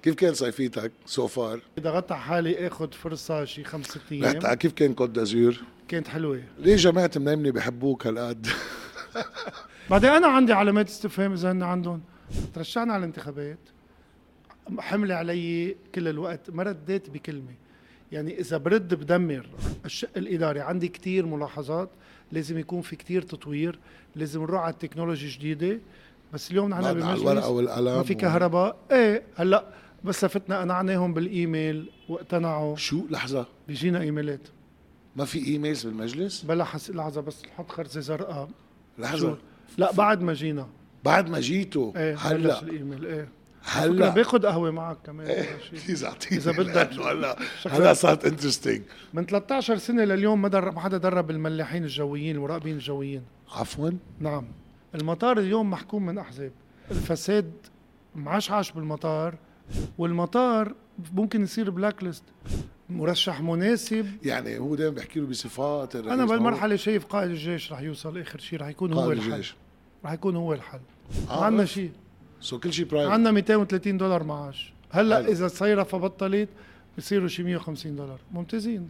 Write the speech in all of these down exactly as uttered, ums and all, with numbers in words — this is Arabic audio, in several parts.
كيف كان صيفيتك سو فار؟ ضغطت على حالي اخذ فرصه شي خمسة رحت ايام. على كيف كان كوت دازور؟ كانت حلوه. ليه جماعة منيمني بيحبوك هالقد؟ بعدين انا عندي علامات استفهام اذا هن عندهم. ترشحنا على الانتخابات، حملة علي كل الوقت، ما رديت بكلمه. يعني اذا برد بدمر الشق الاداري. عندي كتير ملاحظات، لازم يكون في كتير تطوير، لازم نروح على التكنولوجي جديده. بس اليوم نحن على بمجلس الورقة والقلم ما في كهرباء. ايه هلا بس لفتنا قنعناهم بالايميل واقتنعوا. شو لحظة؟ بيجينا ايميلات. ما في ايميلز بالمجلس؟ بلا حس لحظه بس نحط خرزه زرقاء. لحظة لا بعد ما جينا. بعد ما جيتوا ايه هلا الايميل. ايه هلا باخذ قهوه معك كمان. ايه بليز اعطيني إذا بدك. هلا هلا صارت انترستينج. من ثلاثة عشر سنه لليوم ما درب ما حدا درب الملاحين الجويين المراقبين الجويين. عفوا. نعم. المطار اليوم محكوم من احزاب. الفساد معشعش بالمطار، والمطار ممكن يصير بلاك ليست. مرشح مناسب. يعني هو دائما بحكي له بصفات الرئيس. انا بالمرحله شايف قائد الجيش رح يوصل اخر شيء، رح يكون هو الحل. الجيش. رح يكون هو الحل. آه ما عندنا شيء. سو كل شيء برايفت. عندنا مئتين وثلاثين دولار معاش. هلا حلو. اذا الصيرفه بطلت بصيروا شي مئة وخمسين دولار. ممتازين.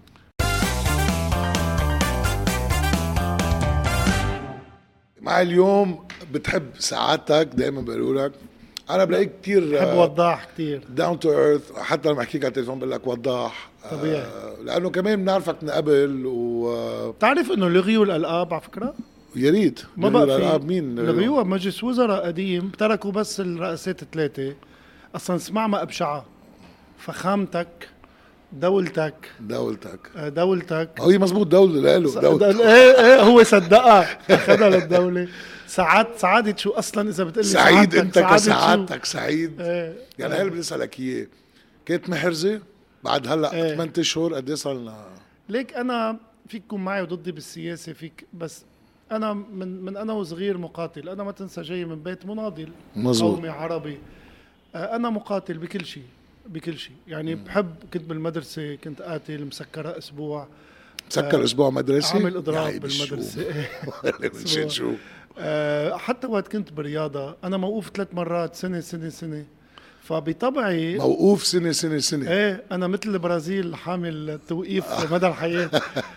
مع اليوم بتحب سعادتك، دائما بقولوا لك انا بلاقيك كثير بحب وضاح كتير داون تو ايرث. حتى لما احكيك على التليفون بقول لك وضاح. طبيعي. آه لانه كمان بنعرفك من قبل. و بتعرف انه لغيوا الالقاب على فكره؟ يا ريت ما بقى في الألعاب. مين لغيوها؟ مجلس وزراء قديم تركوا بس الرئاسات الثلاثه. اصلا اسمع ما ابشعه. فخامتك، دولتك دولتك دولتك هي مزبوط. دولة له دولة. ايه ايه هو صدقها اخذها للدولة. سعاد سعادة شو اصلا اذا بتقلي سعيد انت سعادة كسعادتك سعيد. ايه يعني هلا بدي اسالك اياه، كانت محرزة بعد هلا ايه. ثمانية اشهر قد ايه صار لنا؟ ليك انا فيك تكون معي وضدي بالسياسة فيك، بس انا من من انا وصغير مقاتل. انا ما تنسى جاي من بيت مناضل مزبوط. قومي عربي. انا مقاتل بكل شيء بكل شيء يعني. بحب كنت بالمدرسة كنت قاتل مسكرة اسبوع. مسكر اسبوع مدرسة عامل اضراب بالمدرسة. مشان شو؟ أه حتى وقت كنت بالرياضة أنا موقوف ثلاث مرات سنة سنة سنة. فبطبعي موقوف سنة سنة سنة. ايه أنا مثل البرازيل حامل توقيف مدى الحياة.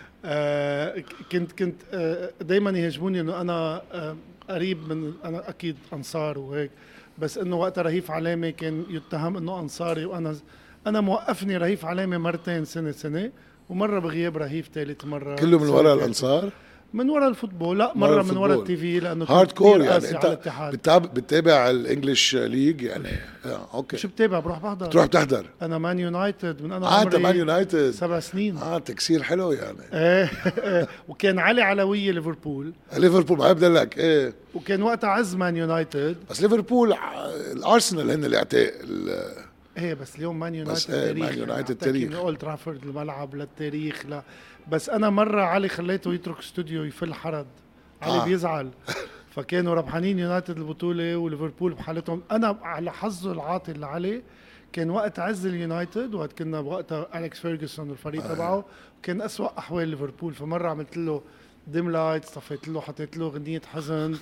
أه كنت كنت أه دايما يهاجموني إنه أنا أه قريب من أنا أكيد أنصار وهيك، بس إنه وقت رهيف علامة كان يتهم إنه أنصاري. وأنا أنا موقفني رهيف علامة مرتين سنة سنة، ومرة بغياب رهيف ثالث مرة. كله من وراء الأنصار؟ من وراء الفوتبول. لا مرة, مرة من وراء التي في لأنه هارد كور. يعني انت بتتابع بتتابع الانجليش ليج يعني. آه، اوكي. شو بتابع؟ بروح بحضر. تروح بتحضر؟ انا مان يونايتد من انا آه عمري مان يونايتد سبع سنين. اه تكسير حلو يعني. ايه وكان علي علوية ليفربول. ليفربول ما بدي لك ايه. وكان وقتها عز مان يونايتد. بس ليفربول الارسنال هن اللي اعتاق. ايه بس اليوم مان يونايتد ايه تاريخ. مان يونايتد تاريخ. اولد ترافورد الملعب للتاريخ. لا بس انا مرة علي خليته يترك استوديو يفل حرد. علي آه. بيزعل. فكانوا ربحانين يونايتد البطولة وليفربول بحالتهم. أنا على حظه العاطل لعلي كان وقت عز اليونايتد، وقت كنا بوقتها أليكس فيرغسون والفريق آه. تبعه كان أسوأ أحوال ليفربول. فمرة عملت له ديم لايت، صفيت له، حطيت له غنية حزن.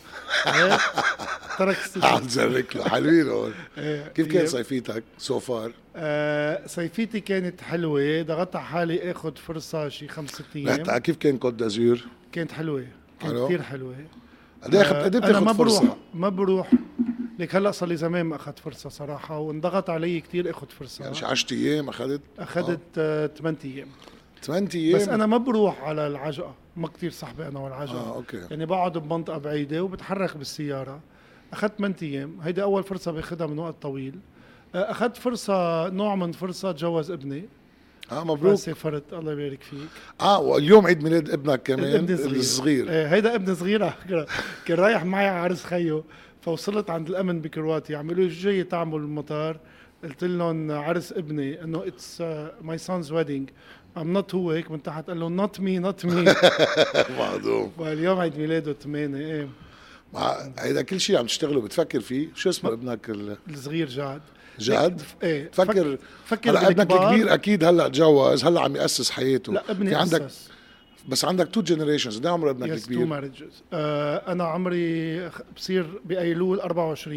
ترك عم زرك له. حلوين هون. كيف كان صيفيتك سو فار؟ آه صيفيتي كانت حلوة. ضغطت على حالي اخذ فرصة شي خمسة ايام. رحت كيف كان كوت دازور؟ كانت حلوة. كانت كثير حلوة. قد ايه قد ايه بتاخذ فرصة؟ بروح ما بروح لك هلا صار لي زمان ما اخذت فرصة صراحة، وانضغط علي كثير اخذ فرصة. يعني شي عشرة ايام اخذت؟ اخذت ثمانية آه. ايام. ثمانية ايام بس انا ما بروح على العجقة، ما كثير صاحبي انا والعجقة. اه اوكي. يعني بقعد بمنطقة بعيدة وبتحرك بالسيارة. اخذت ثمانية ايام، هيدي اول فرصة باخذها من وقت طويل. اخذت فرصة نوع من فرصة تجوز ابني. اه مبروك. سافرت الله يبارك فيك. اه واليوم عيد ميلاد ابنك كمان. ابن صغير. الصغير. ايه هيدا ابن صغير. كان رايح معي على عرس خيو، فوصلت عند الامن بكرواتيا عملوا لي شو جاي تعمل بالمطار. قلت لهم عرس ابني، انه اتس ماي سانز ويدنج. ام نوت هو هيك من تحت قال له نوت مي نوت مي. معدوم. واليوم عيد ميلاده ثمانية. ايه مع هيدا كل شيء عم تشتغله بتفكر فيه. شو اسمه ابنك الصغير؟ جاد. جاد؟ ايه تفكر فكر هلا ابنك الكبير اكيد هلا تجوز، هلا عم يأسس حياته. لا ابني عندك أسس. بس عندك تو جنريشنز. قد ايه عمر ابنك yes, الكبير؟ تو مارجز. آه انا عمري بصير بايلول أربعة وعشرين،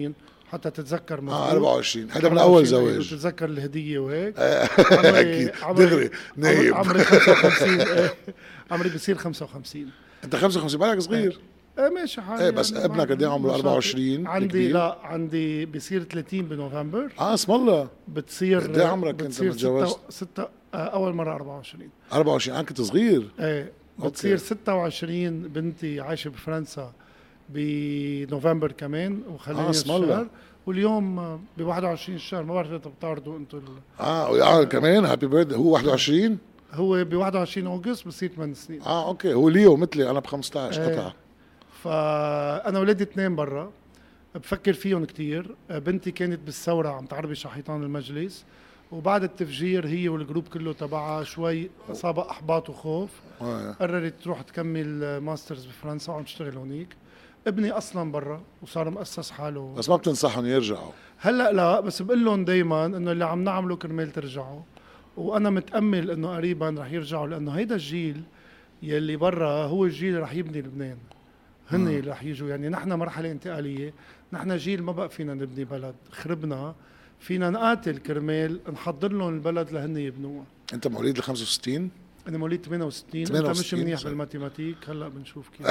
حتى تتذكر مزبوط. اه أربعة وعشرين هذا من اول زواج وتتذكر الهديه وهيك. اكيد دغري نايم. عمري خمسة وخمسين عمري بصير خمسة وخمسين. انت خمسة وخمسين بالك صغير. ايه ماشي حالي. ايه بس يعني ابنك قد ايه عمره أربعة وعشرين؟ عندي كبير. لا عندي بصير ثلاثين بنوفمبر. اه اسم الله. بتصير قد ايه عمرك انت متجوز؟ ستة اول مره أربعة وعشرين. أربعة وعشرين انا كنت صغير. ايه بتصير ستة وعشرين بنتي عايشه بفرنسا بنوفمبر كمان وخليني آه الشهر. واليوم ب واحد وعشرين الشهر. ما بعرف اذا بتعرضوا انتم ال... اه اه كمان هابي بيرث. هو واحد وعشرين هو ب واحد وعشرين أغسطس بصير ثمان سنين. اه اوكي هو ليو مثلي انا ب خمسة عشر ايه. قطعه. فانا ولادي اثنين برا بفكر فيهم كتير. بنتي كانت بالثوره عم تعربش على حيطان المجلس وبعد التفجير هي والجروب كله تبعها شوي اصابها احباط وخوف. آه. قررت تروح تكمل ماسترز بفرنسا وعم تشتغل هونيك. ابني اصلا برا وصار مؤسس حاله. بس ما بتنصحهم يرجعوا؟ هلا لا بس بقول لهم دائما انه اللي عم نعمله كرمال ترجعوا وانا متامل انه قريبا رح يرجعوا لانه هيدا الجيل يلي برا هو الجيل اللي رح يبني لبنان. هن اللي رح يجوا يعني نحن مرحله انتقاليه. نحن جيل ما بقى فينا نبني بلد خربنا. فينا نقاتل كرمال نحضر لهم البلد لهن يبنوها. انت مواليد ال خمسة وستين؟ انا مواليد ثمانية وستين. ثمانية انت وستين مش منيح صح. بالماتيماتيك هلا بنشوف كيف.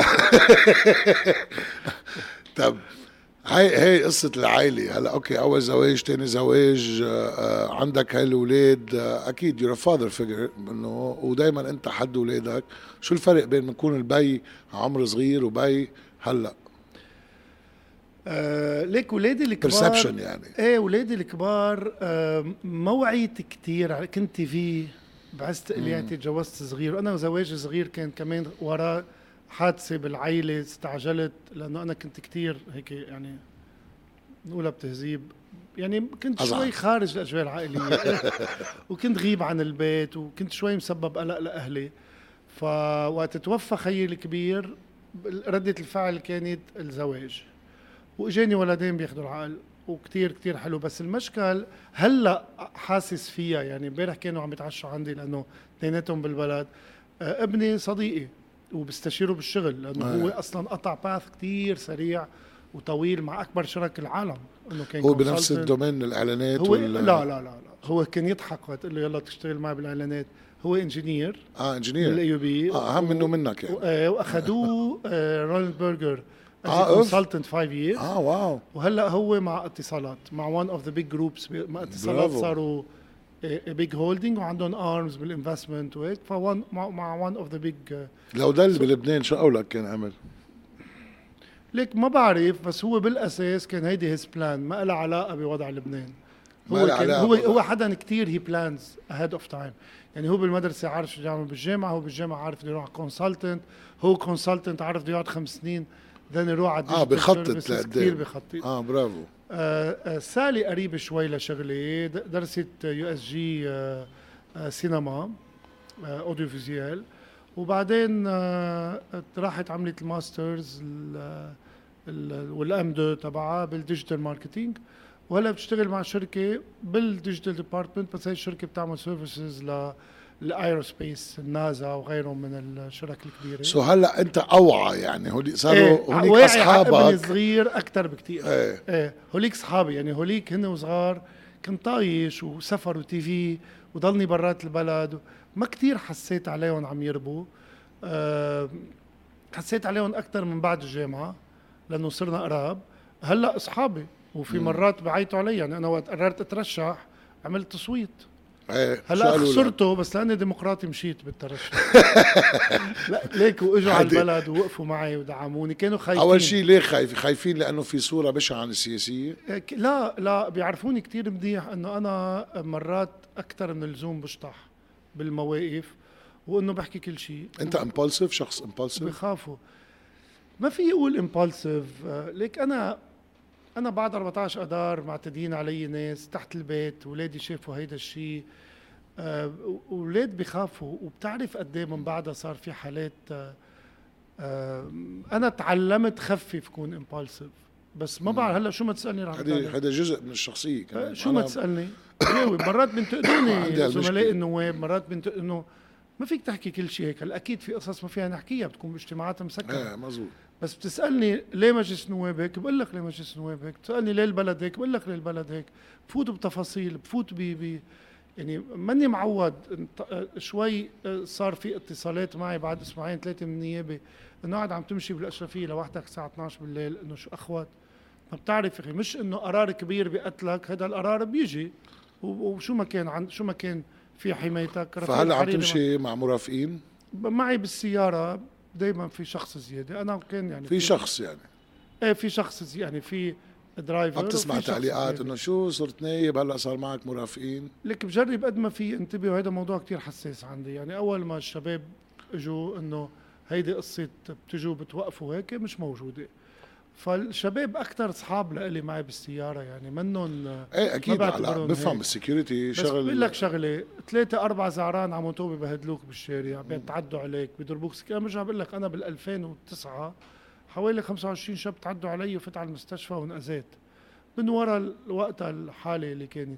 طب هاي هاي قصة العائلة. هلا اوكي اول زواج تاني زواج آه عندك هاي الاولاد آه اكيد you're a father figure انه ودايما انت حد اولادك. شو الفرق بين ما يكون البي عمر صغير وبي هلا؟ آه ليك ولادي الكبار perception يعني. ايه ولادي الكبار آه ما وعيت كتير. كنت في بعز تقلياتي تجوزت صغير وانا زواجي صغير كان كمان وراه حادثه بالعائله. استعجلت لانه انا كنت كتير هيك يعني نقولها بتهذيب يعني كنت أزعل. شوي خارج الاجواء العائليه. وكنت غيب عن البيت وكنت شوي مسبب قلق لاهلي. فوقت توفى خيي الكبير ردة الفعل كانت الزواج واجاني ولدين بياخذوا العقل وكتير كتير حلو. بس المشكل هلا حاسس فيها يعني امبارح كانوا عم يتعشوا عندي لانه اثنيناتهم بالبلد. آه ابني صديقي وبستشيره بالشغل لانه آه. هو اصلا قطع باث كتير سريع وطويل مع اكبر شرك العالم. انه كان هو بنفس consultant. الدومين الاعلانات هو وال... لا لا لا لا هو كان يضحك وقت قال له يلا تشتغل معي بالاعلانات. هو انجينير اه انجينير بالاي يو بي. اه اهم منه منك يعني. آه واخذوه آه رولند برجر آه كونسلتنت خمس years. اه واو. وهلا هو مع اتصالات مع one of the big groups. مع اتصالات برافو. صاروا بيج هولدنج وعندهم ارمز بالانفستمنت وهيك. فون مع one of the big. لو دل بلبنان شو قولك كان عمل؟ ليك ما بعرف بس هو بالاساس كان هيدي هيز بلان ما لها علاقه بوضع لبنان. ما هو لها كان علاقة هو بوضع. هو حدا كتير هي بلانز اهيد اوف تايم. يعني هو بالمدرسه عارف شو يعمل بالجامعه. هو بالجامعه عارف بده يروح كونسلتنت. هو كونسلتنت عارف بده يقعد خمس سنين ذن يروح على اه بخطط كتير لقدام. بخطط. اه برافو. آه آه سالي قريبة شوي لشغلي. درست يو اس جي آه آه سينما آه اوديو فيزيوال وبعدين آه راحت عملت الماسترز والام دو تبعها بالديجيتال ماركتينج وهلا بتشتغل مع شركة بالديجيتال ديبارتمنت. بس هي الشركة بتعمل سيرفيسز ل الايروسبيس النازا وغيرهم من الشركات الكبيره. سو هلا انت اوعى يعني هوليك صاروا ايه هوليك ابني اصحابك. صغير اكثر بكثير. ايه ايه هوليك اصحابي يعني هوليك هن وصغار كنت طايش وسفر وتي في وضلني برات البلد. ما كتير حسيت عليهم عم يربوا. أه حسيت عليهم اكثر من بعد الجامعه لانه صرنا قراب. هلا اصحابي وفي مم. مرات بعيطوا علي. يعني انا وقت قررت اترشح عملت تصويت. ايه هلا خسرته بس لاني ديمقراطي مشيت بالترشح. لا ليك واجوا على البلد ووقفوا معي ودعموني. كانوا خايفين. اول شيء ليه خايف؟ خايفين لانه في صوره بشعه عن السياسيه؟ لا لا بيعرفوني كتير منيح انه انا مرات اكثر من اللزوم بشطح بالمواقف وانه بحكي كل شيء. انت امبولسيف شخص امبولسيف؟ بخافوا. ما في اقول امبولسيف. ليك انا انا بعد أربعة عشر اذار معتدين علي ناس تحت البيت. ولادي شافوا هيدا الشيء. اولاد بخافوا وبتعرف قد ايه من بعدها صار في حالات. انا تعلمت خفف كون امبولسيف بس ما بعرف هلا شو ما تسالني رح هذا هذا جزء من الشخصيه كمان. شو ما تسالني جاوب. مرات بنتقدوني زملاء النواب مرات بنتق انه ما فيك تحكي كل شيء هيك. هلا اكيد في قصص ما فيها نحكيها بتكون باجتماعات مسكره. ايه مزبوط. بس بتسالني ليه مجلس نواب هيك، بقول لك ليه مجلس نواب هيك. بتسالني ليه البلد هيك، بقول لك ليه البلد هيك. بفوت بتفاصيل، بفوت ب ب يعني ماني معود. شوي صار في اتصالات معي بعد اسبوعين ثلاثه من النيابه انه قاعد عم تمشي بالاشرفيه لوحدك الساعه اثنعش بالليل، انه شو اخوات ما بتعرف اخي، مش انه قرار كبير بقتلك، هذا القرار بيجي وشو ما كان عند شو ما كان في حمايتك. فهلا عم تمشي مع مرافقين؟ معي بالسياره دائما في شخص زياده. انا كان يعني في شخص يعني ايه في شخص زي يعني في درايفر. عم تسمع تعليقات انه شو صرت نايب هلا صار معك مرافقين؟ لك بجرب قد ما في انتبه، وهذا موضوع كتير حساس عندي. يعني اول ما الشباب اجوا انه هيدي قصه بتجوا بتوقفوا هيك مش موجوده. فالشباب اكثر اصحاب لإلي معي بالسياره، يعني منهم ايه اكيد على بفهم السكيورتي شغل. بس بقول لك شغله، ثلاثه اربع زعران عم يطوبوا بهدلوك بالشارع، بيتعدوا عليك بيضربوك سكين. انا برجع بقول لك انا بال ألفين وتسعة حوالي خمسة وعشرين شاب تعدوا علي وفت على المستشفى وانأذيت من وراء وقتها الحاله اللي كانت.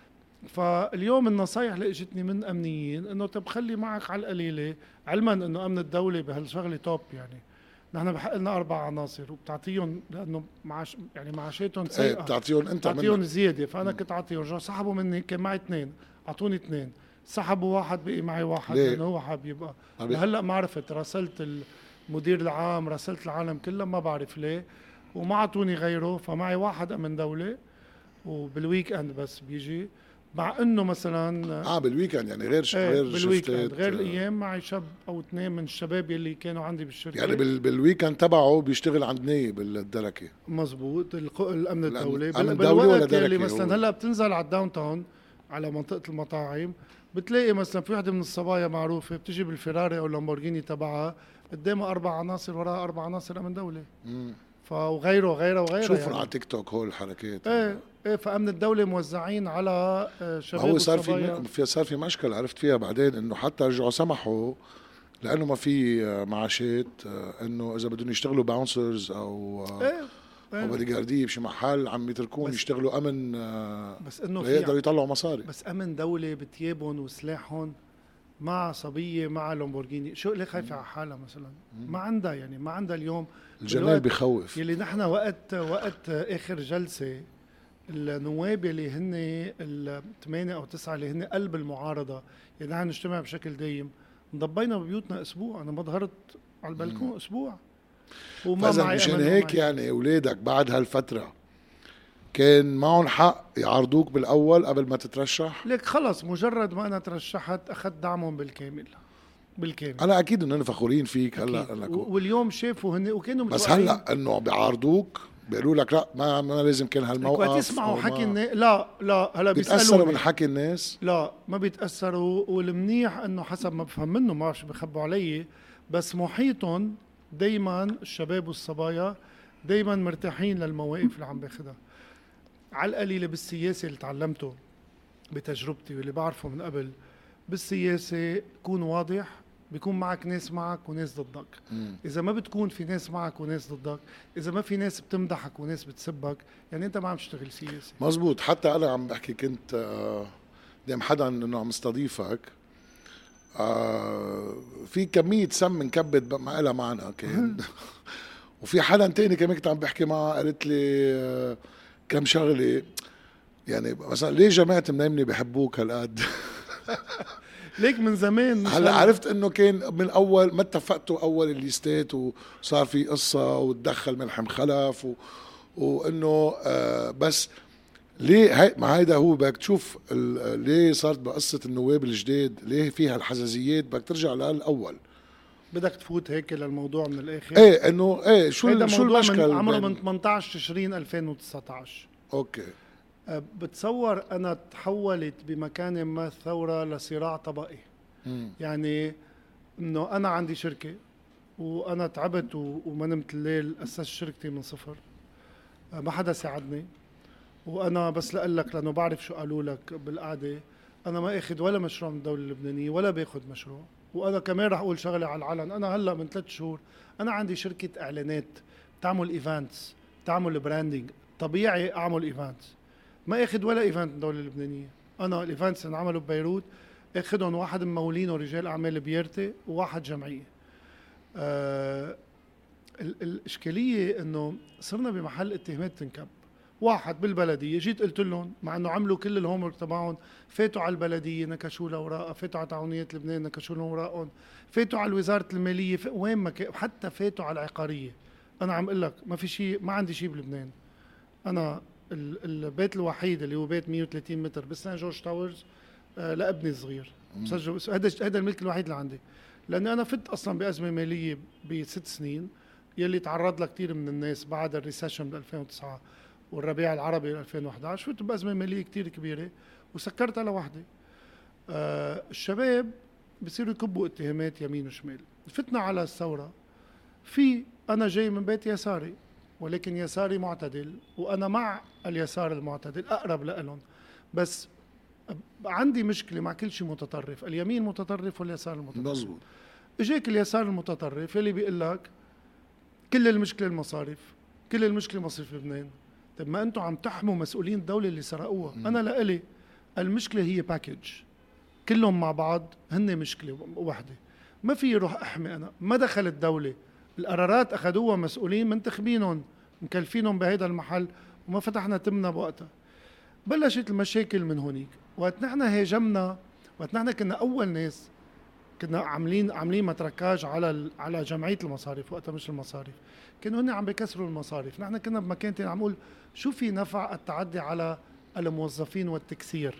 فاليوم النصايح اللي اجتني من امنيين انه طب خلي معك على القليله، علما انه امن الدوله بهالشغله توب. يعني نحن بحق لنا اربع عناصر وبتعطيهم لانه معاش يعني معاشاتهم سيئه، ايه بتعطيهم انت بتعطيهم زياده. فانا كنت اعطيهم، رجعوا سحبوا مني، كان معي اثنين اعطوني اثنين، سحبوا واحد بقي معي واحد لانه هو حاب يبقى. هلا ما عرفت، راسلت المدير العام، راسلت العالم كلها، ما بعرف ليه وما اعطوني غيره. فمعي واحد امن دوله وبالويك اند بس بيجي، مع انه مثلا اه بالويكند يعني غير ش... ايه غير بالويكند غير الايام. معي شاب او اثنين من الشباب اللي كانوا عندي بالشركه، يعني بال... بالويكند تبعه بيشتغل عند نايب الدلكه. مزبوط، الامن الدولي. بال... بالوقت اللي مثلا هلا بتنزل على الداون تاون على منطقه المطاعم، بتلاقي مثلا في وحده من الصبايا معروفه بتجي بالفيراري او اللامبورجيني تبعها، قدامها اربع عناصر، وراها اربع عناصر امن دولي. امم فوغيره وغيره وغيره شوفوا يعني. على تيك توك هول الحركات. ايه ايه فامن الدوله موزعين على شباب. هو صار في في صار في مشكله عرفت فيها بعدين، انه حتى رجعوا سمحوا لانه ما في معاشات، انه اذا بدهم يشتغلوا باونسرز او ايه او بدي جارديه بشي محل عم يتركون يشتغلوا امن، بس انه يقدروا يطلعوا مصاري. بس امن دوله بتيابهم وسلاحهم مع صبيه مع لامبورجيني. شو اللي خايفه على حالها مثلا؟ ما عندها يعني ما عندها اليوم الجنال بخوف. يلي نحن وقت وقت اخر جلسه النواب اللي هن الثمانية أو تسعة اللي هن قلب المعارضة، يعني نحن نجتمع بشكل دايم، انضبينا ببيوتنا أسبوع. أنا ما ظهرت على البلكون مم. أسبوع وما معي. مشان هيك يعني أولادك بعد هالفترة كان معهم حق يعارضوك بالأول قبل ما تترشح؟ لك خلص مجرد ما أنا ترشحت أخذت دعمهم بالكامل بالكامل. أنا أكيد إنهم فخورين فيك هلا. واليوم شافوا هن وكانوا بس هلا إنه بيعارضوك بيقولوا لك لا ما ما لازم كان هالموقف. وقت يسمعوا حكي الناس لا لا هلا بيتأثروا من حكي الناس. لا ما بيتأثروا. والمنيح انه حسب ما بفهم منه، ما بعرف بخبوا علي، بس محيطهم دايما الشباب والصبايا دايما مرتاحين للمواقف اللي عم باخذها. على القليله بالسياسه اللي تعلمته بتجربتي واللي بعرفه من قبل، بالسياسه كون واضح، بيكون معك ناس معك وناس ضدك. مم. إذا ما بتكون في ناس معك وناس ضدك، إذا ما في ناس بتمدحك وناس بتسبك، يعني أنت ما عم تشتغل سياسي. مزبوط. حتى أنا عم بحكي كنت دايم حدا إنه عم استضيفك، في كمية سم نكبت ما إلها معنى كان. وفي حدا تاني كمان كنت عم بحكي معه قالت لي كم شغلة، يعني مثلا ليه جماعة منيمني بيحبوك هالقد؟ ليك من زمان. هلا عرفت انه كان من اول ما اتفقتوا اول الليستات وصار في قصه وتدخل ملحم خلف و... وانه آه بس ليه هي ما هيدا هو بدك تشوف ليه صارت بقصه النواب الجداد ليه فيها الحزازيات، بدك ترجع للاول، بدك تفوت هيك للموضوع من الاخر. ايه انه ايه شو شو المشكله؟ عمره من ثمانية عشر تشرين ألفين وتسعة عشر. اوكي. بتصور أنا تحولت بمكان ما الثورة لصراع طبقي. مم. يعني إنه أنا عندي شركة وأنا تعبت وما نمت الليل، أسست شركتي من صفر، ما حدا ساعدني، وأنا بس لقلك لأنه بعرف شو قالوا لك بالقعدة، أنا ما أخذ ولا مشروع من الدولة اللبنانية ولا باخذ مشروع. وأنا كمان رح أقول شغلة على العلن، أنا هلأ من ثلاث شهور أنا عندي شركة إعلانات تعمل إيفانتس، تعمل براندينج، طبيعي أعمل إيفانتس، ما اخذ ولا ايفنت من الدوله اللبنانيه. انا الايفنتس اللي عملوا ببيروت اخذهم واحد ممولينه رجال اعمال بيرتي وواحد جمعيه. أه ال- الاشكاليه انه صرنا بمحل اتهامات تنكب. واحد بالبلديه جيت قلت لهم مع انه عملوا كل الهوم ورك تبعهم، فاتوا على البلديه نكشوا لها اوراقها، فاتوا على تعاونيه لبنان نكشوا لهم اوراقهم، فاتوا على وزاره الماليه، ف... وين ما ك... حتى فاتوا على العقاريه. انا عم اقول لك ما في شيء، ما عندي شيء بلبنان. انا ال... البيت الوحيد اللي هو بيت مية وثلاثين متر بسان جورج تاورز آه لابني الصغير مسجل، هذا هذا الملك الوحيد اللي عندي، لاني انا فت اصلا بازمه ماليه بست سنين يلي تعرض لها كثير من الناس بعد الريسيشن بال ألفين وتسعة والربيع العربي ألفين وإحدى عشر. فت بازمه ماليه كثير كبيره وسكرتها لوحدي. آه الشباب بصيروا يكبوا اتهامات يمين وشمال. فتنا على الثوره، في انا جاي من بيت يساري ولكن يساري معتدل، وانا مع اليسار المعتدل اقرب لهم، بس عندي مشكله مع كل شيء متطرف، اليمين متطرف واليسار المتطرف. مزبوط. اجاك اليسار المتطرف يلي بيقول لك كل المشكله المصارف، كل المشكله مصارف لبنان. طيب ما انتم عم تحموا مسؤولين الدوله اللي سرقوها. انا لإلي المشكله هي باكج، كلهم مع بعض هن مشكله واحده. ما في روح احمي انا، ما دخل الدوله، القرارات اخذوها مسؤولين منتخبينهم مكلفينهم بهيدا المحل وما فتحنا تمنا بوقتها. بلشت المشاكل من هونيك، وقت نحن هاجمنا، وقت نحن كنا اول ناس كنا عاملين عاملين متركاج على على جمعيه المصارف، وقتها مش المصارف، كانوا هن عم بيكسروا المصارف. نحن كنا بمكان تاني عم نقول شو في نفع التعدي على الموظفين والتكسير.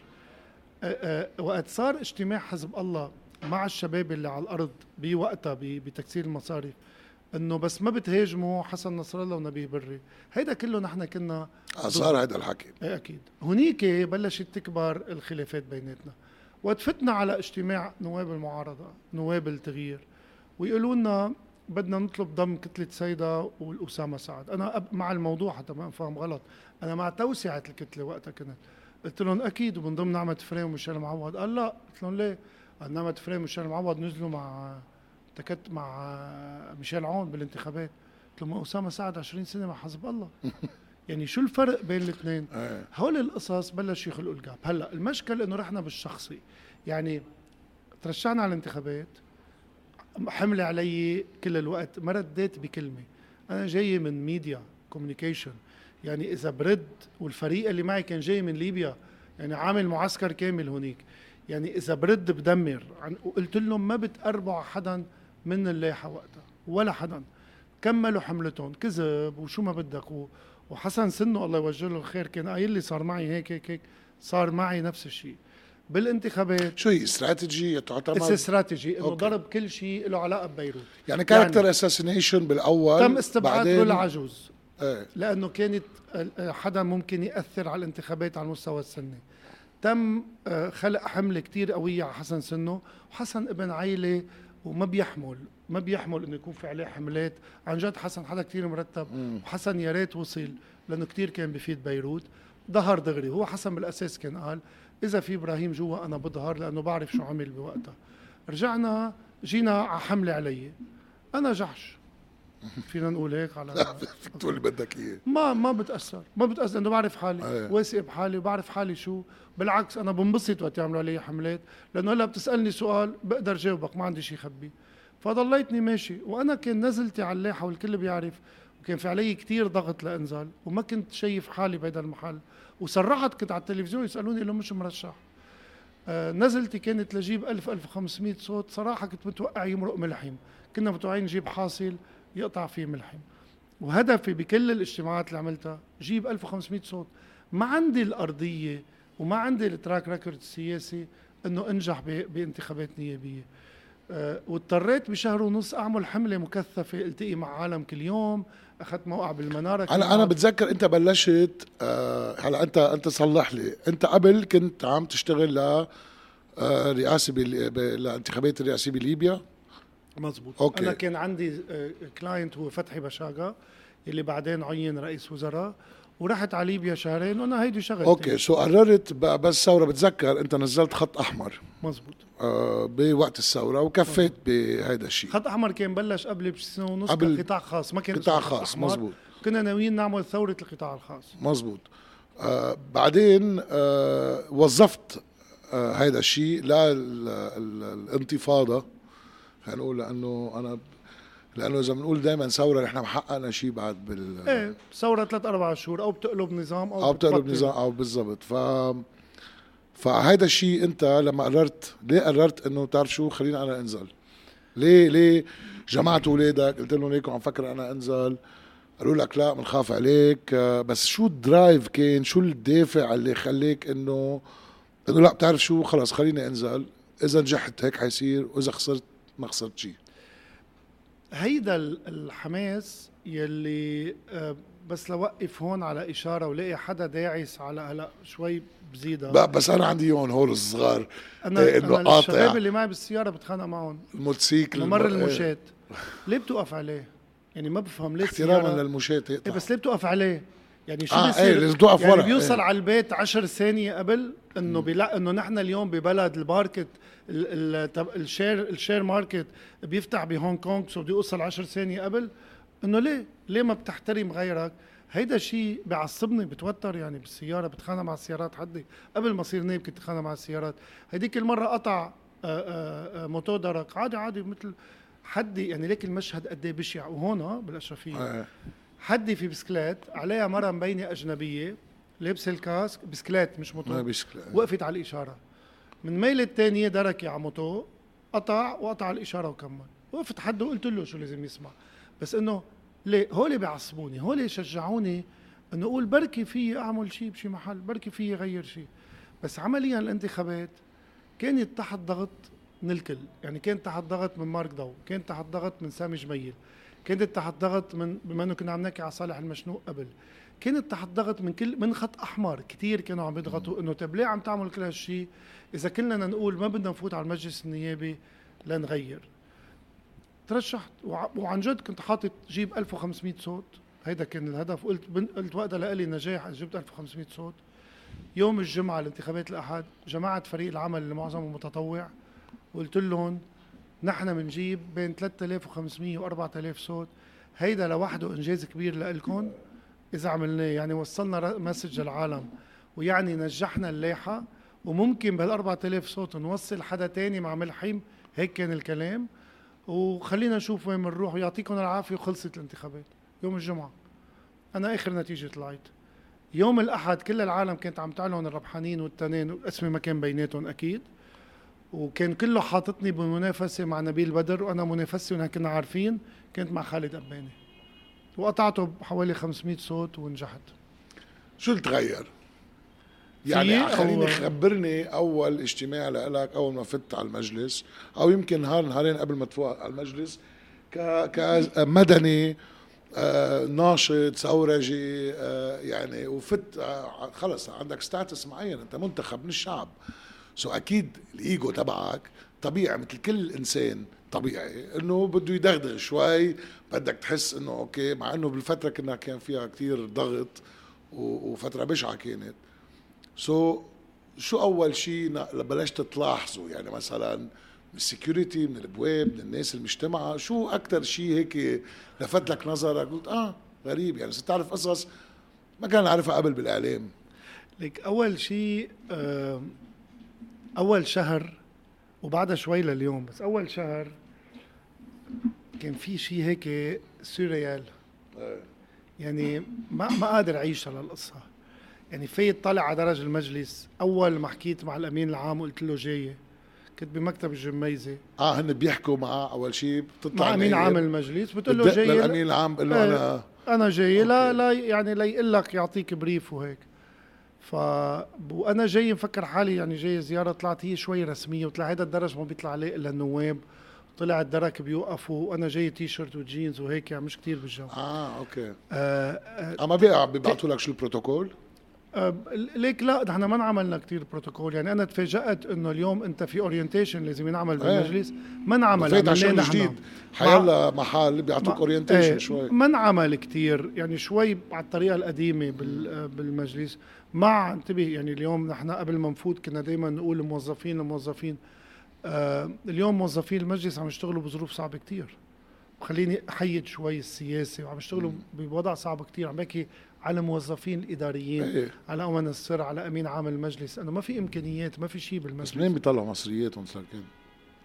أه أه وقت صار اجتماع حزب الله مع الشباب اللي على الارض بوقتها بتكسير المصارف، انه بس ما بتهاجموا حسن نصر الله ونبيه بري، هيدا كله نحن كنا صار هذا الحكي. ايه اكيد. هنيك بلشت تكبر الخلافات بيناتنا، وتفتنا على اجتماع نواب المعارضه، نواب التغيير، ويقولوا لنا بدنا نطلب ضم كتله سيدا والاسامه سعد. انا مع الموضوع حتى ما انفهم غلط، انا مع توسعه الكتله وقتها كنت. قلت لهم اكيد ومن ضمن نعمه فريم وميشيل معوض. قال لا. قلت لهم ليه؟ قال نعمه فريم وميشيل معوض نزلوا مع تكت مع ميشيل عون بالانتخابات. قلت لهم اسامه سعد عشرين سنه مع حزب الله. يعني شو الفرق بين الاثنين؟ هول القصص بلش يخلقوا الجاب. هلا المشكل انه رحنا بالشخصي، يعني ترشحنا على الانتخابات، حمل علي كل الوقت، ما رديت بكلمه. انا جاي من ميديا كوميونيكيشن، يعني اذا برد، والفريق اللي معي كان جاي من ليبيا، يعني عامل معسكر كامل هونيك، يعني اذا برد بدمر. وقلت لهم ما بتقربوا حدا من اللايحه وقتها ولا حدا. كملوا حملتهم كذب وشو ما بدك. و وحسن سنه الله يوجه له الخير كان قايل لي صار معي هيك هيك هيك، صار معي نفس الشيء بالانتخابات. شو هي استراتيجي تعتمد؟ استراتيجي انه ضرب كل شيء له علاقه ببيروت، يعني كاركتر يعني اساسينيشن بالاول، تم استبعاد رولا عجوز ايه. لانه كانت حدا ممكن ياثر على الانتخابات على المستوى السني. تم خلق حمله كتير قويه على حسن سنه، وحسن ابن عيله وما بيحمل ما بيحمل انه يكون في عليه حملات. عن جد حسن حدا كتير مرتب، مم. وحسن يا ريت وصل لانه كتير كان بفيد بيروت. ظهر دغري. هو حسن بالاساس كان قال اذا في ابراهيم جوا انا بظهر، لانه بعرف شو عمل بوقتها. رجعنا جينا على حمله علي، انا جحش فينا نقول هيك على فيك تقول اللي بدك اياه. ما ما بتاثر ما بتاثر لانه بعرف حالي، أيه. واثق بحالي وبعرف حالي شو. بالعكس انا بنبسط وقت يعملوا علي حملات، لانه هلا بتسالني سؤال بقدر جاوبك، ما عندي شيء خبي. فضليتني ماشي، وانا كان نزلتي على اللايحه والكل بيعرف، وكان في علي كتير ضغط لانزل، وما كنت شايف حالي بهذا المحل. وصرحت كنت على التلفزيون يسالوني لو مش مرشح. آه نزلتي كانت لجيب ألف ألف وخمسمية صوت، صراحه كنت متوقع يمرق ملحم. كنا متوقعين نجيب حاصل يقطع فيه ملحم، وهدفي بكل الاجتماعات اللي عملتها جيب ألف وخمسمية صوت. ما عندي الارضيه وما عندي التراك ريكورد السياسي انه انجح بانتخابات نيابيه. أه واضطريت بشهر ونص اعمل حمله مكثفه، التقي مع عالم كل يوم، اخذت موقع بالمناره. انا انا بتذكر انت بلشت أه هلا انت انت صلح لي، انت قبل كنت عم تشتغل ل رئاسه بالانتخابات الرئاسيه بليبيا. مزبوط. أوكي. انا كان عندي كلاينت هو فتحي بشاقه اللي بعدين عين رئيس وزراء، ورحت على ليبيا شهرين وانا هيدي شغلتي. اوكي. سو قررت بس ثوره، بتذكر انت نزلت خط احمر. مزبوط. آه بوقت الثوره وكفيت بهذا الشيء. خط احمر كان بلش قبل بسنه ونص قبل قطاع خاص، ما كان قطاع خاص. مزبوط. كنا ناويين نعمل ثوره القطاع الخاص. مزبوط. آه بعدين آه وظفت آه هذا الشيء للانتفاضه، خلينا نقول، لانه انا لانه اذا بنقول دائما ثوره نحن ما حققنا شيء بعد بال ايه ثوره ثلاث اربع شهور او بتقلب نظام او او بتقلب بتبطل. نظام او بالضبط. ف فهيدا الشيء انت لما قررت، ليه قررت انه بتعرف شو خليني انا انزل؟ ليه ليه جمعت اولادك قلت لهم ليكم عم فكر انا انزل؟ قالوا لك لا بنخاف عليك. بس شو الدرايف كان؟ شو الدافع اللي خليك انه انه لا بتعرف شو خلاص خليني انزل، اذا نجحت هيك حيصير واذا خسرت ما خسرت شيء؟ هيدا الحماس يلي بس لوقف هون على اشاره ولاقي حدا داعس على هلا شوي بزيدها. بس انا عندي يوم هول الصغار، انا إيه انا الشباب اللي معي بالسياره بتخانق معهم الموتوسيكل ممر المشاة. ليه بتوقف عليه؟ يعني ما بفهم ليه السياره احتراما للمشاة. إيه بس ليه بتوقف عليه؟ يعني شو آه بيصير؟ ايه لازم توقف يعني ورا. بيوصل ايه. على البيت عشر ثانية قبل انه بلا انه نحن اليوم ببلد الماركت ال ال الشير الشير ماركت بيفتح بهونغ كونغ، سو بده يوصل عشر ثانية قبل. انه ليه؟ ليه ما بتحترم غيرك؟ هيدا شيء بيعصبني بتوتر. يعني بالسيارة بتخانق مع السيارات. حدي قبل ما اصير نايب كنت اتخانق مع السيارات. هيديك المرة قطع موتور درك عادي عادي مثل حدي. يعني ليك المشهد قد ايه بشع. وهون بالاشرفية آه. حدي في بسكليت عليها مرة مبينة أجنبية لابس الكاسك، بسكليت مش موتور، بسكليت. وقفت على الإشارة. من ميلة الثانية دركي على موتور، قطع وقطع الإشارة وكمل. وقفت حده وقلت له شو لازم يسمع. بس إنه ليه هولي بيعصبوني، هولي شجعوني إنه أقول بركي فيي أعمل شيء بشي محل، بركي فيي غير شيء. بس عمليا الانتخابات كانت تحت ضغط من الكل. يعني كانت تحت ضغط من مارك ضو، كانت تحت ضغط من سامي جميل، كانت تحت ضغط من بما انه كنا عم نحكي على صالح المشنوق قبل، كانت تحت ضغط من كل من خط احمر كتير كانوا عم يضغطوا انه طيب ليه عم تعمل كل هالشيء اذا كلنا نقول ما بدنا نفوت على المجلس النيابي لنغير. ترشحت وعن جد كنت حاطط جيب ألف وخمسمية صوت، هيدا كان الهدف. قلت قلت وقتها لقلي نجاح جبت ألف وخمسمية صوت. يوم الجمعه الانتخابات الاحد جمعت فريق العمل اللي معظمه متطوع وقلت لهم نحن بنجيب بين ثلاثة آلاف وخمسمية و أربعة آلاف صوت. هيدا لوحده انجاز كبير لإلكم اذا عملناه. يعني وصلنا مسج للعالم ويعني نجحنا اللايحه، وممكن بهال أربعة آلاف صوت نوصل حدا تاني مع ملحم. هيك كان الكلام. وخلينا نشوف وين بنروح. ويعطيكم العافيه. وخلصت الانتخابات يوم الجمعه. انا اخر نتيجه طلعت يوم الاحد. كل العالم كانت عم تعلن الربحانين والتنين والاسمي ما كان بيناتهم اكيد. وكان كله حاططني بمنافسه مع نبيل بدر، وانا منافستي ونحن كنا عارفين كانت مع خالد قباني، وقطعته بحوالي خمسمية صوت ونجحت. شو اللي تغير؟ يعني خليني خبرني اول اجتماع لك اول ما فت على المجلس، او يمكن نهار نهارين قبل ما تفوت على المجلس، ك كمدني آه ناشط ثورجي آه يعني وفت آه خلص عندك ستاتس معين، انت منتخب من الشعب. سو اكيد الايجو تبعك طبيعي مثل كل انسان طبيعي انه بده يدغدغ شوي. بدك تحس انه اوكي، مع انه بالفتره كنا كان فيها كتير ضغط وفتره بشعه كانت. سو شو اول شيء بلشت تلاحظوا؟ يعني مثلا من السكيورتي، من الابواب، من الناس المجتمعه، شو اكثر شيء هيك لفت لك نظرك قلت اه غريب؟ يعني صرت تعرف قصص ما كان عارفها قبل بالاعلام. لك اول شيء آه اول شهر وبعدها شوي لليوم، بس اول شهر كان في شيء هيك سوريال. يعني ما ما قادر اعيش على القصه. يعني فايت طالع على درج المجلس. اول ما حكيت مع الامين العام وقلت له جايه، كنت بمكتب الجميزه. اه هن بيحكوا معه اول شيء، بتطلع مع امين عام المجلس بتقول له جايه للامين العام بقول له انا انا جاي لا لا يعني لا يقول لك يعطيك بريف وهيك. ف وانا جاي مفكر حالي يعني جاي زياره. طلعت هي شوي رسميه، وطلع هذا الدرج ما بيطلع عليه الا النواب. طلع الدرك بيوقفوا وانا جاي تي شيرت وجينز وهيك، يعني مش كتير بالجو. اه اوكي. آه آه اما بيع بيبعثوا لك شو البروتوكول؟ آه ليك لا نحن ما نعملنا كتير بروتوكول. يعني انا تفاجأت انه اليوم انت في اورينتيشن لازم ينعمل بالمجلس. ما نعمل. فايت على شغل جديد حيلا محل بيعطوك اورينتيشن ايه شوي. ما نعمل كتير، يعني شوي على الطريقه القديمه بالمجلس. مع انتبه يعني اليوم نحن قبل ما نفوت كنا دائما نقول الموظفين الموظفين آه اليوم موظفين المجلس عم يشتغلوا بظروف صعبه كتير. وخليني احيد شوي السياسه، وعم يشتغلوا بوضع صعب كتير. عم بحكي على الموظفين الاداريين ايه. على امن السر، على امين عام المجلس، انه ما في امكانيات، ما في شيء بالمجلس. بس منين بيطلعوا مصرياتهم صار كده؟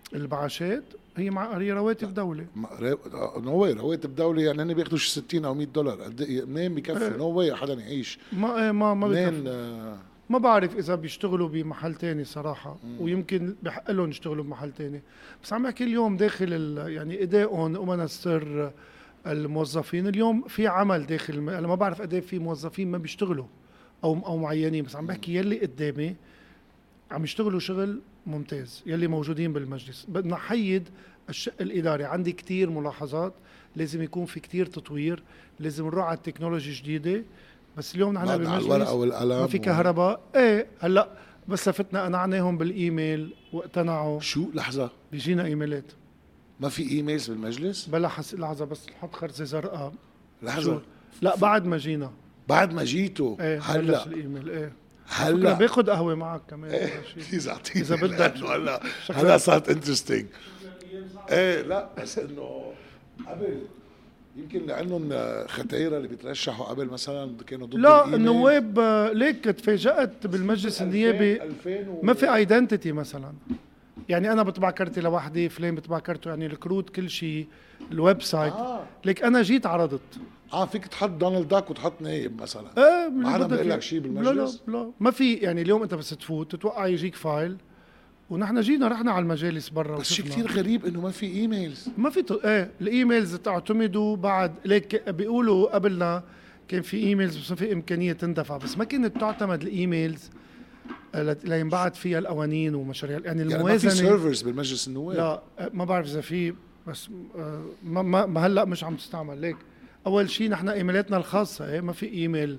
البعاشات هي مع هي رواتب دولة. نو واي رواتب دولة، يعني هن بياخدوا شي ستين او مية دولار، قد ايه منين بكفي؟ نو واي حدا يعيش ما ايه ما ما منين؟ آه ما بعرف اذا بيشتغلوا بمحل تاني صراحة، مم. ويمكن بحق لهم يشتغلوا بمحل تاني، بس عم بحكي اليوم داخل يعني ادائهم امنا السر الموظفين اليوم في عمل داخل. انا ما بعرف قد ايه في موظفين ما بيشتغلوا او او معينين، بس عم بحكي يلي قدامي عم يشتغلوا شغل ممتاز، يلي موجودين بالمجلس. بدنا نحيد الشق الاداري، عندي كتير ملاحظات، لازم يكون في كتير تطوير، لازم نروح على التكنولوجي جديدة. بس اليوم نحن بالمجلس ما في كهرباء. ايه هلا بس لفتنا قنعناهم بالايميل واقتنعوا. شو لحظة بيجينا ايميلات؟ ما في ايميلز بالمجلس؟ بلا حس لحظة بس نحط خرزة زرقاء. لحظة لا بعد ما جينا، بعد ما جيتوا ايه هلا الايميل. ايه هلا باخد قهوة معك كمان. ايه بليز اعطيني اذا بدك. هلا هلا صارت انترستينج. ايه لا بس انه قبل يمكن لانهم ختايره اللي بيترشحوا قبل مثلا كانوا ضد لا النواب. ليك تفاجأت بالمجلس النيابي ما في ايدنتيتي مثلا. يعني انا بطبع كرتي لوحدي، فلان بطبع كرته، يعني الكروت كل شيء، الويب سايت. آه. ليك انا جيت عرضت اه فيك تحط دونالد داك وتحط نايب مثلا. ايه ما حدا بيقول لك شيء بالمجلس. لا لا لا ما في. يعني اليوم انت بس تفوت تتوقع يجيك فايل، ونحن جينا رحنا على المجالس برا. بس شيء كثير غريب انه ما في ايميلز. ما في ط... ايه الايميلز تعتمدوا بعد. ليك بيقولوا قبلنا كان في ايميلز بس ما في امكانيه تندفع، بس ما كانت تعتمد الايميلز لينبعت فيها القوانين ومشاريع. يعني الموازنه يعني ما في سيرفرز بالمجلس النواب. لا ما بعرف اذا في، بس ما, ما, ما هلا مش عم تستعمل. ليك اول شيء نحن ايميلاتنا الخاصه ايه ما في ايميل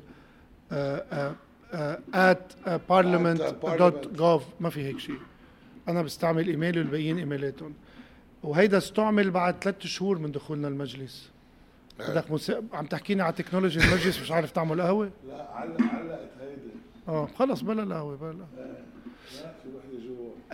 ات بارلمنت دوت جوف، ما في هيك شيء. انا بستعمل ايميلي والباقيين ايميلاتهم، وهيدا استعمل بعد ثلاث شهور من دخولنا المجلس. بدك مس... عم تحكيني على تكنولوجي المجلس مش عارف تعمل قهوه؟ لا علق علقت هيدي. اه خلص بلا القهوه بلا. لا في وحده جوا.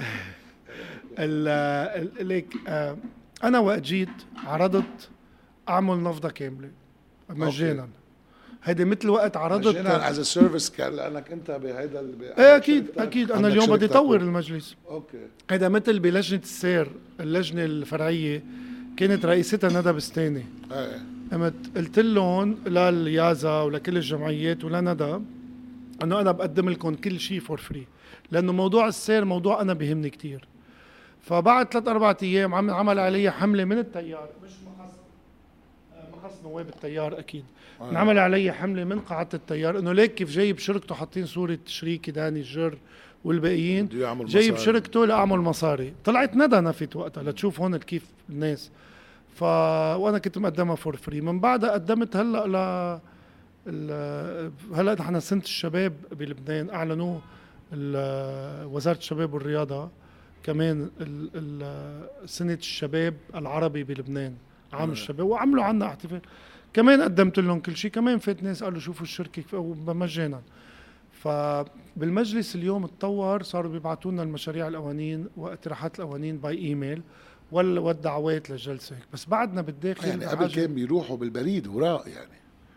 ال ليك آه انا وقت جيت عرضت اعمل نفضه كامله مجانا. هيدي مثل وقت عرضت مجانا از سيرفيس كان لانك انت بهيدا ايه اكيد اكيد. انا اليوم بدي اطور المجلس. اوكي هيدا مثل بلجنه السير، اللجنه الفرعيه كانت رئيستها ندى بستاني. ايه قمت قلت لهم لليازا ولكل الجمعيات ولندى انه انا بقدم لكم كل شيء فور فري، لانه موضوع السير موضوع انا بيهمني كتير. فبعد ثلاث اربع ايام عم عمل علي حمله من التيار، مش مخص مخص نواب التيار اكيد. آه. انعمل علي حمله من قاعده التيار انه ليك كيف جاي بشركته حاطين صوره شريكي داني الجر والباقيين، جاي بشركته لاعمل مصاري. طلعت ندى نفت وقتها لتشوف هون كيف الناس. ف وانا كنت مقدمها فور فري. من بعدها قدمت هلا ل ال... هلا نحن سنه الشباب بلبنان اعلنوه وزاره الشباب والرياضه كمان ال... ال... سنه الشباب العربي بلبنان، عام الشباب، وعملوا عنا احتفال كمان. قدمت لهم كل شيء كمان. فات ناس قالوا شوفوا الشركه مجانا. فبالمجلس اليوم تطور، صاروا بيبعتوا لنا المشاريع القوانين واقتراحات القوانين باي ايميل والدعوات للجلسه. بس بعدنا بالداخل يعني قبل كان بيروحوا بالبريد وراء. يعني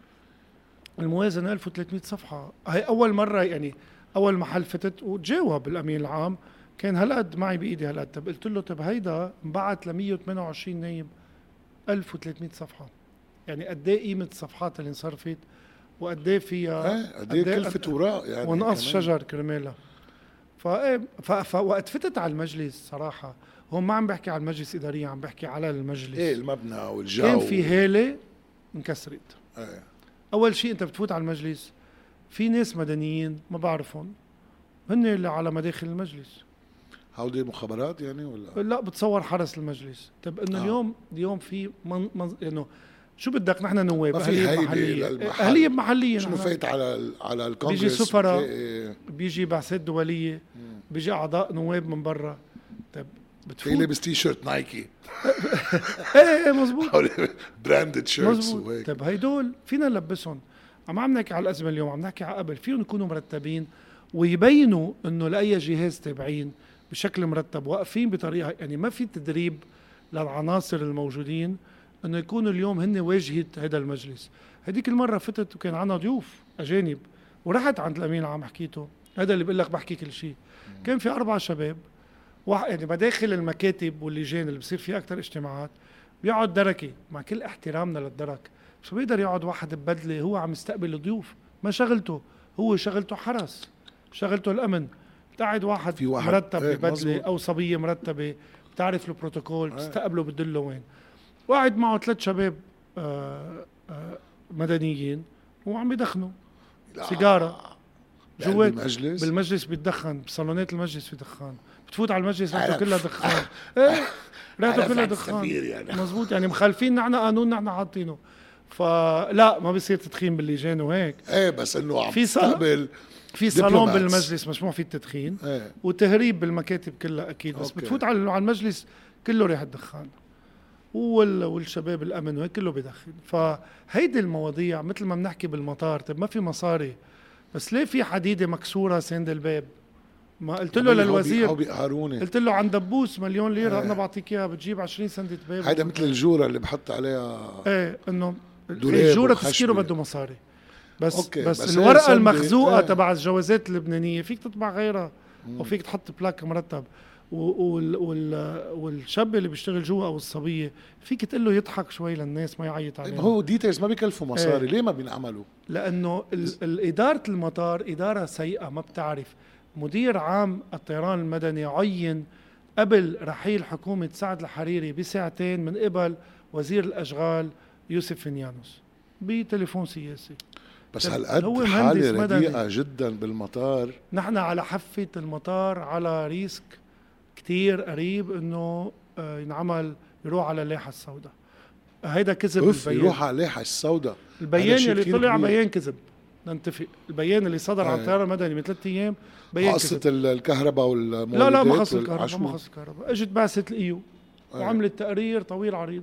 الموازنه ألف وثلاثمية صفحه. هي اول مره يعني اول محل فتت وتجاوب الامين العام كان هالقد معي بايدي هالقد. طب قلت له طب هيدا انبعت ل مية وثمانية وعشرين نايب ألف وثلاثمية صفحه. يعني قد ايه قيمه الصفحات اللي انصرفت وقد ايه فيها قد ايه كلفة وراء يعني ونقص شجر كرمالها. فايه فوقت فتت على المجلس صراحه، هون ما عم بحكي على المجلس اداريا، عم بحكي على المجلس. ايه المبنى والجو كان في هاله انكسرت. ايه اول شيء انت بتفوت على المجلس في ناس مدنيين ما بعرفهم، هن اللي على مداخل المجلس. هودي مخابرات يعني ولا لا بتصور حرس المجلس. طب انه آه. اليوم اليوم في من من انه شو بدك نحن نواب اهليه محليه اهليه محليه شو فايت على على الكونغرس. بيجي سفراء بيجي بعثات دوليه مم. بيجي اعضاء نواب من برا. طب بتفوت لابس تي شيرت نايكي ايه ايه مزبوط براندد شيرتس وهيك. طب هيدول فينا نلبسهم. عم عم نحكي على الازمه اليوم، عم نحكي على قبل فيهم يكونوا مرتبين ويبينوا انه لاي جهاز تابعين بشكل مرتب واقفين بطريقه. يعني ما في تدريب للعناصر الموجودين انه يكونوا اليوم هن واجهه هذا المجلس. هذيك المره فتت وكان عنا ضيوف اجانب ورحت عند الامين العام حكيته، هذا اللي بقول لك بحكي كل شيء. كان في اربع شباب واحد يعني بداخل المكاتب واللجان اللي بصير فيها اكثر اجتماعات بيقعد دركي، مع كل احترامنا للدرك، بس بيقدر يقعد واحد ببدله هو عم يستقبل الضيوف، ما شغلته هو، شغلته حرس، شغلته الامن. قاعد واحد, في واحد مرتب ايه ببدله مزبوط. او صبيه مرتبه بتعرف البروتوكول، بتستقبله بتدله وين، وقاعد معه ثلاث شباب آآ آآ مدنيين وعم يدخنوا سيجاره جوات بالمجلس بالمجلس، بيتدخن بصالونات المجلس في دخان، بتفوت على المجلس ريحته كلها دخان. ايه ريحته كلها دخان يعني. مزبوط، يعني مخالفين نحن قانون نحن حاطينه، فلا ما بيصير تدخين باللجان وهيك. ايه بس انه عم في تستقبل في صالون بالمجلس مسموح فيه التدخين ايه. وتهريب بالمكاتب كلها اكيد، بس أوكي. بتفوت على على المجلس كله ريحه دخان، وال والشباب الامن وهيك كله بدخن. فهيدي المواضيع مثل ما بنحكي بالمطار، طيب ما في مصاري، بس ليه في حديده مكسوره سند الباب؟ ما قلت له للوزير، قلت له عن دبوس مليون ليره ايه. انا بعطيك اياها بتجيب عشرين سندة باب. هيدا مثل الجوره اللي بحط عليها ايه انه الجوره تسكيره بده مصاري، بس أوكي. بس, بس الورقه المخزوقه ايه. تبع الجوازات اللبنانيه فيك تطبع غيرها، وفيك تحط بلاك مرتب، وال وال والشاب اللي بيشتغل جوا او الصبيه فيك تقول له يضحك شوي للناس ما يعيط عليهم. هو ديتيلز ما بيكلفوا مصاري ايه. ليه ما بينعملوا؟ لانه اداره المطار اداره سيئه، ما بتعرف. مدير عام الطيران المدني عين قبل رحيل حكومه سعد الحريري بساعتين من قبل وزير الاشغال يوسف فينيانوس بتليفون سياسي، بس هالقد حالة رديئة جدا بالمطار. نحن على حافة المطار على ريسك كتير قريب انه ينعمل يروح على اللائحة السوداء. هيدا كذب البيان، يروح على اللائحة السوداء. البيان اللي طلع بيان كذب، ننتفق. البيان اللي صدر عن الطيران المدني من ثلاث ايام بيان قصة كذب. الكهرباء والمولدات. لا لا ما خص الكهرباء، ما خص الكهرباء. اجت بعثة الايو وعملت تقرير طويل عريض.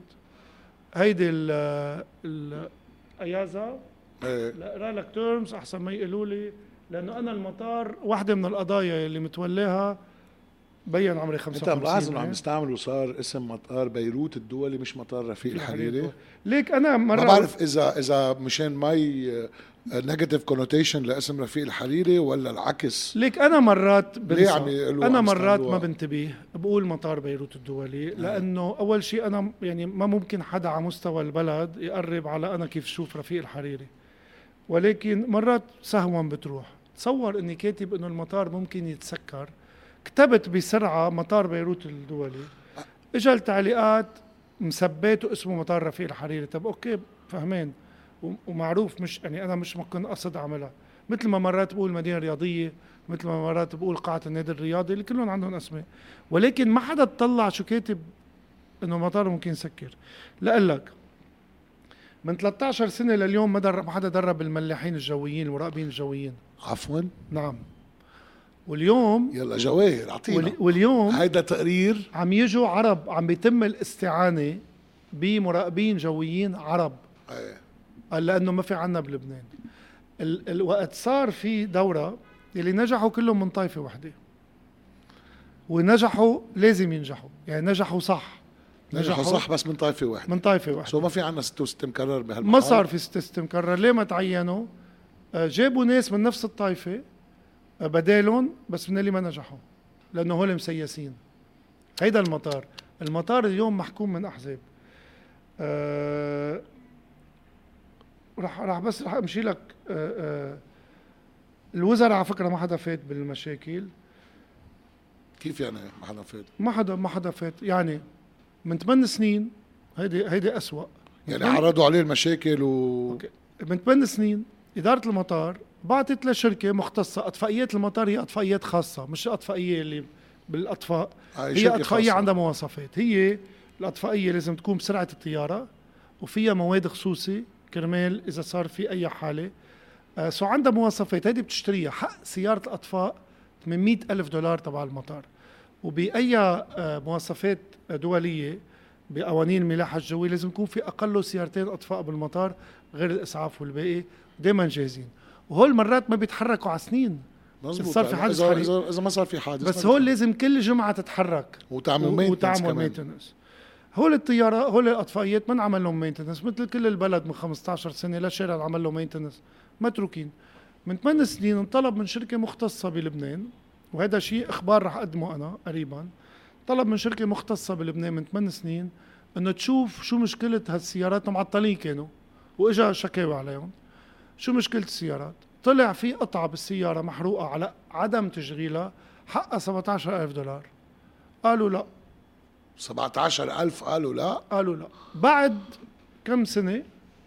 هيدي ال ال ايازا لا اقرا لك تيرمز احسن ما يقولوا لي، لانه انا المطار واحدة من القضايا اللي متولاها بين عمري خمسة وخمسين. انت ملاحظ انه عم يستعملوا صار اسم مطار بيروت الدولي مش مطار رفيق الحريري؟ ليك انا مرة ما بعرف اذا اذا مشان ماي نيجاتيف كونوتيشن لاسم رفيق الحريري ولا العكس. ليك انا مرات بنسى، انا مرات ما بنتبه بقول مطار بيروت الدولي، لانه اول شيء انا يعني ما ممكن حدا على مستوى البلد يقرب على انا كيف شوف رفيق الحريري، ولكن مرات سهوا بتروح. تصور اني كاتب انه المطار ممكن يتسكر، كتبت بسرعة مطار بيروت الدولي، اجا التعليقات مثبته اسمه مطار رفيق الحريري. طب اوكي فهمين ومعروف، مش يعني انا مش ممكن قصد اعملها، مثل ما مرات بقول مدينة رياضية، مثل ما مرات بقول قاعة النادي الرياضي اللي كلهم عندهم اسماء، ولكن ما حدا تطلع شو كاتب انه مطار ممكن يسكر. لقلك من ثلاثة عشر سنة لليوم ما درب ما حدا درب الملاحين الجويين المراقبين الجويين. عفوا نعم. واليوم يلا جواهر اعطينا. واليوم هيدا تقرير عم يجوا عرب، عم بيتم الاستعانة بمراقبين جويين عرب ايه. لانه ما في عنا بلبنان. ال الوقت صار في دورة اللي نجحوا كلهم من طائفة واحدة، ونجحوا لازم ينجحوا، يعني نجحوا صح نجحوا صح بس من طائفة واحدة، من طائفة واحدة. سو ما في عنا ستة وستة مكرر بهالمحل، ما صار في ستة وستين مكرر. ليه ما تعينوا؟ جابوا ناس من نفس الطائفة بدالهم، بس من اللي ما نجحوا لانه هول مسيسين. هيدا المطار المطار اليوم محكوم من احزاب. أه رح رح بس رح امشي لك. أه أه الوزراء على فكره ما حدا فات بالمشاكل. كيف يعني ما حدا فات؟ ما حدا ما حدا فات يعني من ثمان سنين. هيدي هيدي اسوأ يعني عرضوا عليه المشاكل و أوكي. من ثمان سنين اداره المطار بعتت لشركه مختصه. اطفائيات المطار هي اطفائيات خاصه، مش اطفائيه اللي بالاطفاء، هي اطفائيه عندها مواصفات. هي الاطفائيه لازم تكون بسرعه الطياره وفيها مواد خصوصي كرمال اذا صار في اي حاله. آه سو عندها مواصفات، هيدي بتشتريها. حق سياره الاطفاء ثمانمئة ألف دولار تبع المطار. وبأي آه مواصفات دوليه بقوانين الملاحه الجويه لازم يكون في اقل سيارتين اطفاء بالمطار غير الاسعاف والباقي دائما جاهزين. وهول مرات ما بيتحركوا على سنين. مزبوط. صار في حادث إذا, إذا, إذا ما صار في حادث بس هول لازم كل جمعة تتحرك وتعمل مينتنس وتعمل مينتنس. هول الطيارة هول الأطفائيات ما نعمل لهم مينتنس مثل كل البلد. من خمسة عشر سنة لا شارع عمل له مينتنس، متروكين. من ثمان سنين انطلب من شركة مختصة بلبنان، وهذا شيء إخبار رح أقدمه أنا قريبا، طلب من شركة مختصة بلبنان من ثمان سنين انه تشوف شو مشكلة هالسيارات، معطلين كانوا واجا شكاوى عليهم. شو مشكلة السيارات؟ طلع في قطعة بالسيارة محروقة على عدم تشغيلها حقها سبعة عشر ألف دولار. قالوا لا. سبعة عشر ألف قالوا لا؟ قالوا لا. بعد كم سنة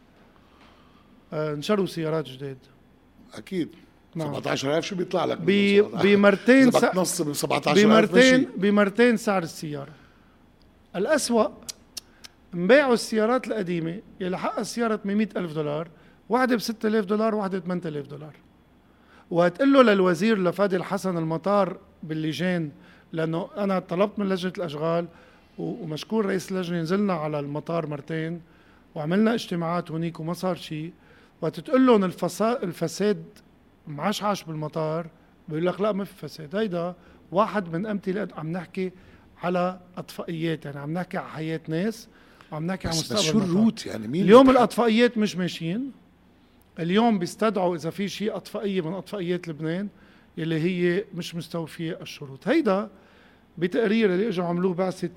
آه نشروا سيارات جديد. أكيد. نعم. سبعة عشر ألف شو بيطلع لك؟ بمرتين إذا بتنصب ب سبعة عشر ألف بمرتين بمرتين سعر السيارة. الأسوأ انباعوا السيارات القديمة يلي حقها السيارة ثمانمئة ألف دولار، واحدة ب ستة آلاف دولار واحدة ثمانية آلاف دولار. وهتقول له للوزير لفادي الحسن المطار باللجان، لأنه أنا طلبت من لجنة الأشغال ومشكور رئيس اللجنة، نزلنا على المطار مرتين وعملنا اجتماعات هونيك وما صار شيء. وهتقول لهم الفساد معشعش بالمطار، بيقول لك لا ما في فساد. هيدا واحد من أمثلة عم نحكي على أطفائيات، يعني عم نحكي على حياة ناس وعم نحكي على مستقبل. بس شو الروت يعني؟ مين اليوم الأطفائيات مش ماشيين. اليوم بيستدعوا إذا في شيء أطفائية من أطفائيات لبنان اللي هي مش مستوفية الشروط. هيدا بتقرير اللي اجوا عملوه بعثة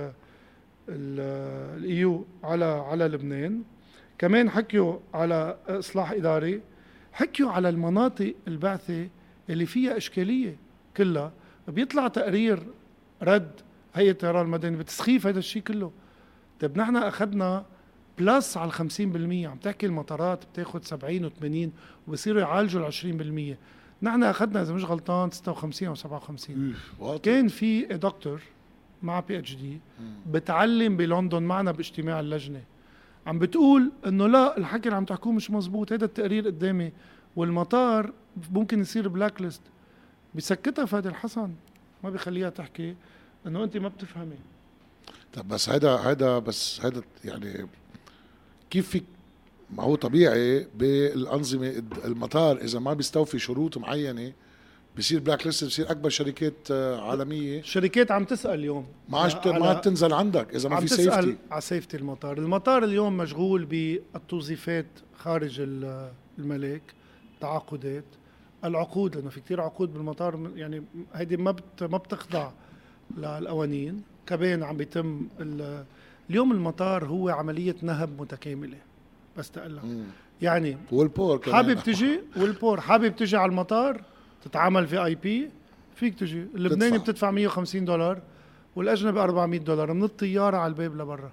الإيو على على لبنان. كمان حكيوا على إصلاح إداري، حكيوا على المناطق البعثة اللي فيها إشكالية كلها. بيطلع تقرير رد هيئة الطيران المدني بتسخيف هذا الشيء كله. طيب نحن أخذنا بلس على الخمسين بالمية، عم تحكي المطارات بتاخد سبعين وثمانين وبصيروا يعالجوا العشرين بالمية. نحن أخذنا إذا مش غلطان ستة وخمسين أو سبعة وخمسين. كان في دكتور مع بي اتش دي بتعلم بلندن معنا باجتماع اللجنة، عم بتقول إنه لا الحكي اللي عم تحكوه مش مزبوط. هذا التقرير قدامي والمطار ممكن يصير بلاك ليست. بسكتها فادي الحسن، ما بيخليها تحكي إنه أنت ما بتفهمي. طب بس هيدا هيدا بس هيدا يعني كيف فيك؟ ما هو طبيعي بالأنظمة المطار إذا ما بيستوفي شروط معينة بصير بلاك ليست، بصير أكبر شركات عالمية. شركات عم تسأل اليوم ما عادش ما تنزل عندك إذا ما في سيفتي. عم تسأل على سيفتي المطار. المطار اليوم مشغول بالتوظيفات خارج الملاك، تعاقدات، العقود، لأنه في كتير عقود بالمطار يعني هيدي ما ما بتخضع للقوانين. كمان عم بيتم اليوم المطار هو عملية نهب متكاملة. بس تقلق يعني والبور كمان حابب تجي والبور حابب تجي على المطار تتعامل في اي بي، فيك تجي. اللبناني بتدفع مية وخمسين دولار والاجنبي أربعمئة دولار من الطيارة على الباب لبرا.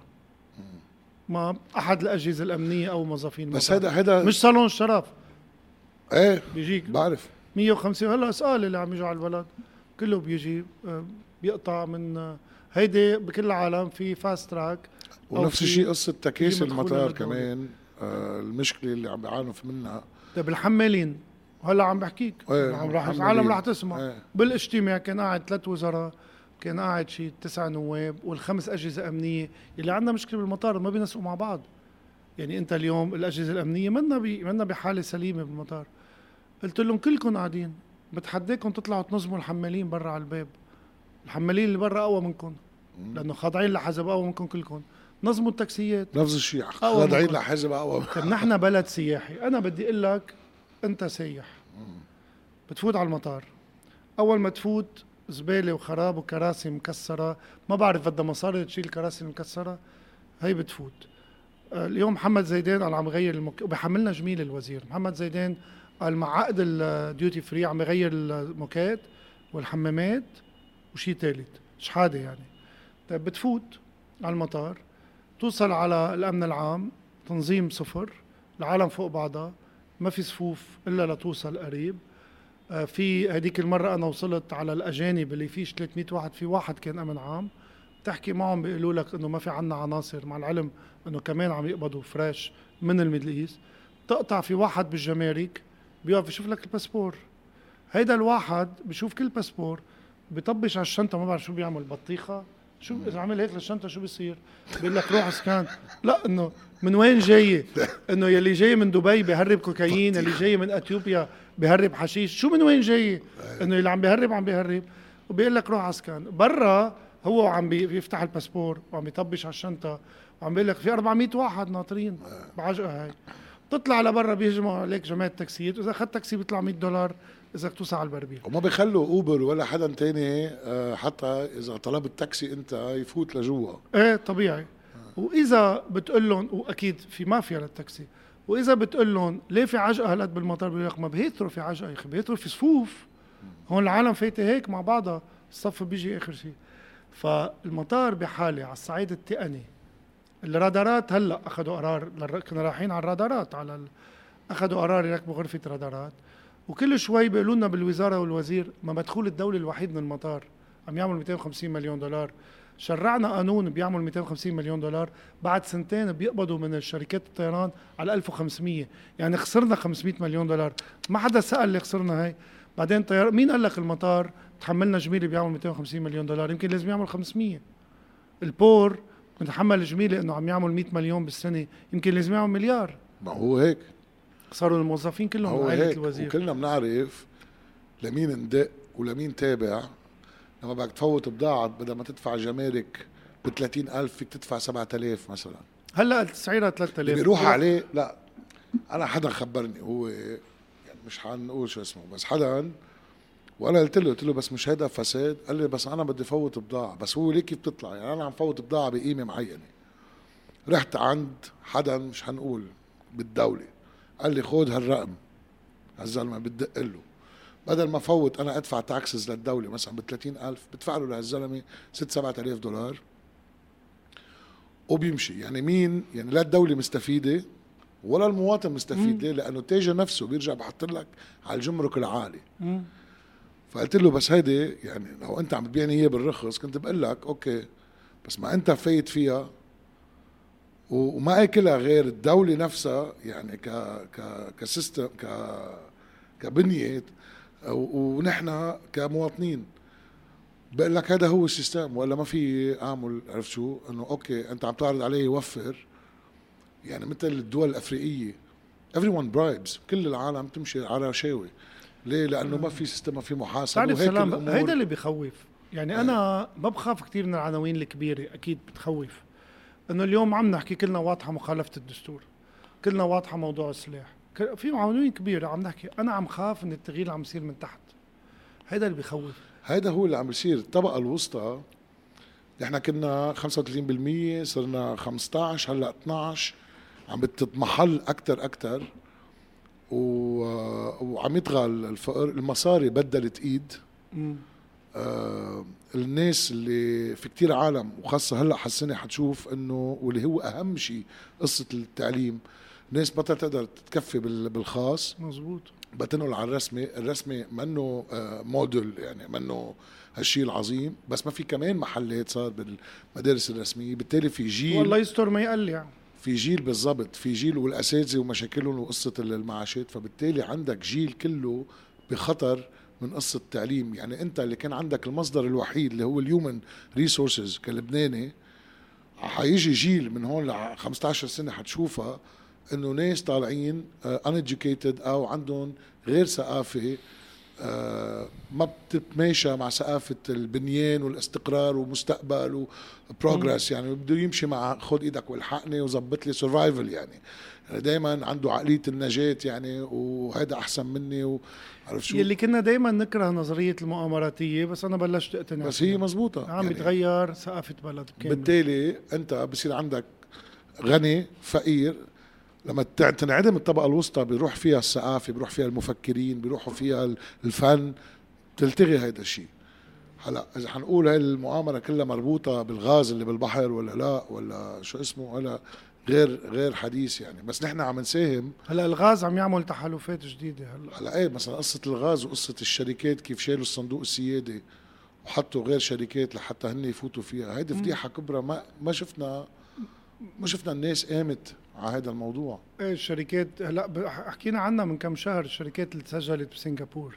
ما احد الاجهزة الامنية او موظفين بس هذا هذا مش صالون الشرف. ايه بيجيك بعرف مية وخمسين. هلا اسأل اللي عم يجوا على البلد كله بيجي بيقطع من هيدي. بكل العالم في فاست تراك. ونفس الشيء قصة تكيس المطار كمان. آه المشكلة اللي عم بيعانوا منها. طيب الحمالين هلا عم بحكيك ايه عم راح العالم راح تسمع. ايه. بالاجتماع كان قاعد ثلاث وزراء، كان قاعد شيء تسع نواب والخمس أجهزة أمنية اللي عندنا مشكلة بالمطار ما بينسقوا مع بعض. يعني أنت اليوم الأجهزة الأمنية منا بي منا بحالة سليمة بالمطار. قلت لهم كلكم قاعدين بتحديكم تطلعوا تنظموا الحمالين برا على الباب. الحمالين اللي برا أقوى منكم لأنه خاضعين لحزب أقوى منكم كلكم. نظموا التاكسيات نفس الشيء خاضعين لحزب أقوى. طيب نحن بلد سياحي. أنا بدي أقول لك أنت سياح بتفوت على المطار، أول ما تفوت زبالة وخراب وكراسي مكسرة، ما بعرف بدها مصاري تشيل الكراسي المكسرة. هي بتفوت. اليوم محمد زيدان قال عم يغير المك... وبحملنا جميل الوزير محمد زيدان قال مع عقد الديوتي فري عم يغير الموكات والحمامات وشي ثالث شحادة يعني. طيب بتفوت على المطار توصل على الأمن العام، تنظيم صفر، العالم فوق بعضها، ما في صفوف إلا لتوصل قريب. في هديك المرة أنا وصلت على الأجانب اللي فيش ثلاثمئة واحد، في واحد كان أمن عام، تحكي معهم بيقولوا لك إنه ما في عنا عناصر، مع العلم إنه كمان عم يقبضوا فريش من الميدل إيست. تقطع في واحد بالجمارك بيقف يشوف لك الباسبور. هيدا الواحد بيشوف كل باسبور بيطبش على الشنطة، ما بعرف شو بيعمل بطيخة شو إذا عمل هيك للشنطة شو بيصير؟ بيقول لك روح سكان. لا إنه من وين جاي؟ إنه يلي جاي من دبي بيهرب كوكايين، يلي جاي من أثيوبيا بيهرب حشيش، شو من وين جاي؟ إنه اللي عم بيهرب عم بيهرب وبيقول لك روح سكان. برا هو عم بيفتح الباسبور وعم يطبش على الشنطة وعم بيقول لك في أربعمئة واحد ناطرين بعجقة هاي. تطلع لبرا بيهجموا عليك جماعة تاكسيات، وإذا أخذت تاكسي بيطلع مية دولار إذا توصل على البربيل. وما بيخلوا أوبر ولا حدا تاني حتى إذا طلبت تاكسي أنت يفوت لجوا. إيه طبيعي. آه. وإذا بتقول لهم، وأكيد في مافيا للتاكسي، وإذا بتقول لهم ليه في عجقة هالقد بالمطار، بيقول لك ما بهيترو في عجقة يا أخي، بهيترو في صفوف. هون العالم فايته هيك مع بعضها، الصف بيجي آخر شيء. فالمطار بحالة على الصعيد التقني. الرادارات هلا اخذوا قرار، كنا رايحين على الرادارات، على ال... اخذوا قرار يركبوا غرفه رادارات، وكل شوي بيقولوا لنا بالوزاره والوزير ما مدخول الدوله الوحيد من المطار عم يعمل مئتين وخمسين مليون دولار. شرعنا قانون بيعمل مئتين وخمسين مليون دولار، بعد سنتين بيقبضوا من الشركات الطيران على ألف وخمسمية، يعني خسرنا خمسمية مليون دولار. ما حدا سأل اللي خسرنا هاي. بعدين طيار مين قال لك المطار تحملنا جميله بيعمل مئتين وخمسين مليون دولار؟ يمكن لازم يعمل خمسمية. البور متحمل جميله انه عم يعمل مئة مليون بالسنه، يمكن لازم يعمل مليار. ما هو هيك صاروا الموظفين كلهم عائله الوزير. وكلنا بنعرف لمين ندق ولمين تابع. لما بدك تفوت بضاعه بدل ما تدفع جمارك ب ثلاثين ألف فيك تدفع سبعة آلاف مثلا. هلا تسعيرها ثلاثة آلاف. بيروح عليه. لا انا حدا خبرني، هو يعني مش حنقول شو اسمه، بس حدا، وانا قلت له قلت له بس مش هيدا فساد؟ قال لي بس انا بدي فوت بضاعه. بس هو ليه كيف بتطلع؟ يعني انا عم فوت بضاعه بقيمه معينه. رحت عند حدا مش حنقول بالدوله، قال لي خذ هالرقم. هالزلمه بتدق له، بدل ما فوت انا ادفع تاكسز للدوله مثلا ب ثلاثين ألف، بدفع له لهالزلمه ستة سبعة آلاف دولار وبيمشي. يعني مين؟ يعني لا الدوله مستفيده ولا المواطن مستفيد. ليه؟ لانه التاجر نفسه بيرجع بحط لك على الجمرك العالي. مم. فقلت له بس هيدي يعني لو انت عم تبيعني هي بالرخص كنت بقول لك اوكي، بس ما انت فايت فيها وما اكلها غير الدوله نفسها، يعني ك ك كسيستم ك كبنيه، ونحن كمواطنين بقول لك هذا هو السيستم. ولا ما في اعمل عرفت شو انه اوكي انت عم تعرض عليه يوفر، يعني مثل الدول الافريقيه everyone bribes، كل العالم تمشي على رشاوي. ليه؟ لانه ما في سيستم، ما في محاسبه. تعرف سلام، هيدا اللي بيخوف. يعني انا ما بخاف كتير من العناوين الكبيره، اكيد بتخوف. انه اليوم عم نحكي كلنا واضحه مخالفه الدستور، كلنا واضحه موضوع السلاح، في عناوين كبيره عم نحكي. انا عم خاف ان التغيير اللي عم يصير من تحت، هيدا اللي بيخوف. هيدا هو اللي عم يصير. الطبقه الوسطى نحن كنا خمسة وثلاثين بالمية، صرنا خمسة عشر، هلا اثنعش، عم بتتمحل اكثر اكثر، و... وعم يطغى الفقر. المصاري بدلت ايد. آه الناس اللي في كتير عالم، وخاصة هلأ حسنة حتشوف انه واللي هو اهم شيء قصة التعليم، ناس بطل تقدر تكفي بالخاص. مزبوط. بتنقل على الرسمي. الرسمي منه آه موديل، يعني منه هالشيء العظيم، بس ما في كمان محلات صار بالمدارس الرسمية. بالتالي في جيل والله يستر ما يقل، يعني في جيل بالضبط، في جيل والاساتذه ومشاكلهم وقصه المعاشات. فبالتالي عندك جيل كله بخطر من قصه التعليم. يعني انت اللي كان عندك المصدر الوحيد اللي هو الهيومن ريسورسز كلبناني، حيجي جيل من هون ل خمسة عشر سنه حتشوفها انه ناس طالعين uneducated او عندهم غير ثقافه، آه ما بتتماشى مع ثقافة البنيان والاستقرار ومستقبل وبروجرس. يعني بده يمشي مع خد ايدك والحقني وزبط لي سرفايفل. يعني, يعني دايما عنده عقلية النجاة، يعني وهذا احسن مني وعرف شو. يلي كنا دايما نكره نظرية المؤامراتية، بس انا بلشت اقتنع. بس هي مزبوطة، عم يتغير يعني ثقافة بلد كامل. بالتالي انت بصير عندك غني فقير. لما تنعدم الطبقة الوسطى بيروح فيها الثقافة، بيروح فيها المفكرين، بيروحوا فيها الفن، تلتغي هيدا الشيء. هلا إذا حنقول هاي المؤامرة كلها مربوطة بالغاز اللي بالبحر ولا لا، ولا شو اسمه، هلا غير غير حديث يعني. بس نحن عم نساهم. هلا الغاز عم يعمل تحالفات جديدة. هلا هلا ايه مثلا قصة الغاز وقصة الشركات كيف شالوا الصندوق السيادي وحطوا غير شركات لحتى هن يفوتوا فيها. هيدي فضيحة كبرى. ما ما شفنا ما شفنا الناس قامت على هذا الموضوع. ايه الشركات هلا حكينا عنها من كم شهر، الشركات اللي تسجلت بسنغافور.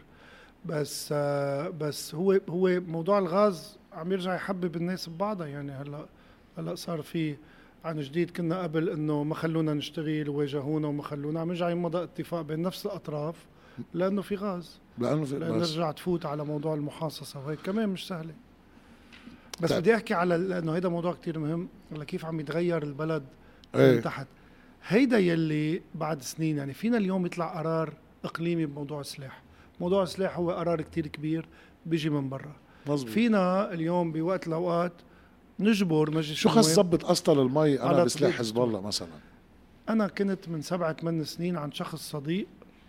بس آه بس هو هو موضوع الغاز عم يرجع يحبب الناس ببعضها. يعني هلا هلا صار في عن جديد. كنا قبل انه ما خلونا نشتغل وواجهونا وما خلونا، عم يرجع يمضى اتفاق بين نفس الاطراف لانه في غاز، لانه في لأنه نرجع تفوت على موضوع المحاصصه، وهي كمان مش سهله. بس بدي احكي على لانه هيدا موضوع كتير مهم، على كيف عم يتغير البلد ايه. من تحت. هيدا يلي بعد سنين يعني فينا اليوم يطلع قرار اقليمي بموضوع السلاح. موضوع السلاح هو قرار كتير كبير بيجي من برا. مزبوط. فينا اليوم بوقت الاوقات نجبر مجلس شو خص ظبط اسطل المي انا بسلاح حزب الله مثلا؟ انا كنت من سبعة ثمان سنين عند شخص صديق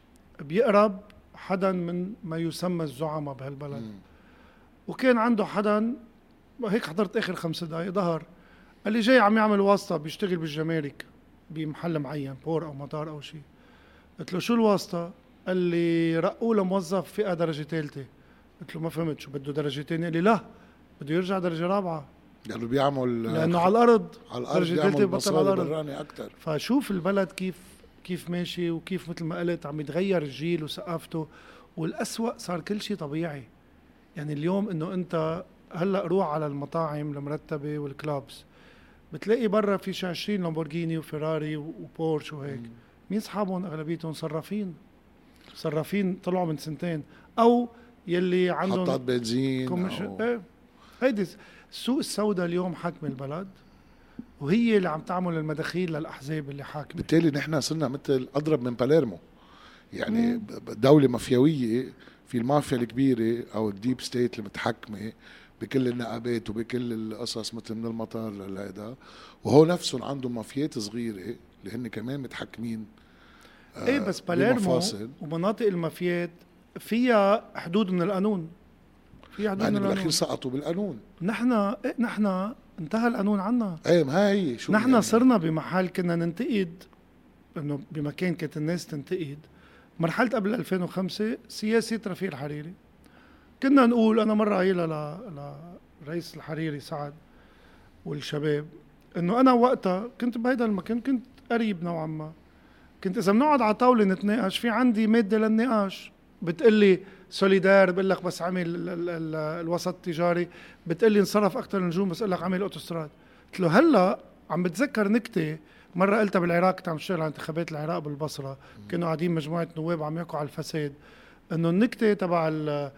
بيقرب حدا من ما يسمى الزعماء بهالبلد. م. وكان عنده حدا هيك حضرت اخر خمس دقائق ظهر قال لي جاي عم يعمل واسطه بيشتغل بالجمارك بمحل معين بور او مطار او شيء. قلت له شو الواسطه؟ قال لي رقوا له موظف فئه درجه ثالثه. قلت له ما فهمت شو بده درجه ثانيه؟ قال لي لا بده يرجع درجه رابعه لانه بيعمل لانه على الارض على الارض درجه ثالثه بطل على الارض براني اكثر. فشوف البلد كيف كيف ماشي وكيف مثل ما قلت عم يتغير الجيل وثقافته. والأسوأ صار كل شيء طبيعي. يعني اليوم انه انت هلا روح على المطاعم المرتبه والكلابس بتلاقي برا في شي عشرين لامبورجيني وفيراري وبورش وهيك. مين صحابهم؟ اغلبيتهم صرافين صرافين طلعوا من سنتين او يلي عندهم محطات بنزين أو... ايه. هيدي السوق السوداء اليوم حاكم البلد وهي اللي عم تعمل المداخيل للأحزاب اللي حاكمة. بالتالي نحن صرنا مثل أضرب من باليرمو يعني مم. دولة مافيوية في المافيا الكبيرة أو الديب ستيت المتحكمة بكل النقابات وبكل القصص مثل من المطار لهذا. وهو نفسهم عندهم مافيات صغيرة اللي هن كمان متحكمين. آه ايه بس باليرمو ومناطق المافيات فيها حدود من القانون. في حدود من القانون. بالأخير سقطوا بالقانون. نحن إيه نحن انتهى القانون عنا. ايه ما هي شو نحن يعني؟ صرنا بمحل كنا ننتقد انه بمكان كانت الناس تنتقد. مرحله قبل ألفين وخمسة سياسه رفيق الحريري كنا نقول انا مره قايله لرئيس الحريري سعد والشباب انه انا وقتها كنت بهيدا المكان كنت قريب نوعا ما. كنت اذا بنقعد على طاوله نتناقش في عندي ماده للنقاش بتقلي سوليدار بقول لك بس عمل ال ال ال الوسط التجاري بتقلي انصرف اكثر نجوم بس اقول لك عمل اوتوستراد. قلت له هلا عم بتذكر نكته مره قلتها بالعراق كنت عم اشتغل على انتخابات العراق بالبصره كانوا قاعدين مجموعه نواب عم يحكوا على الفساد انه النكته تبع ال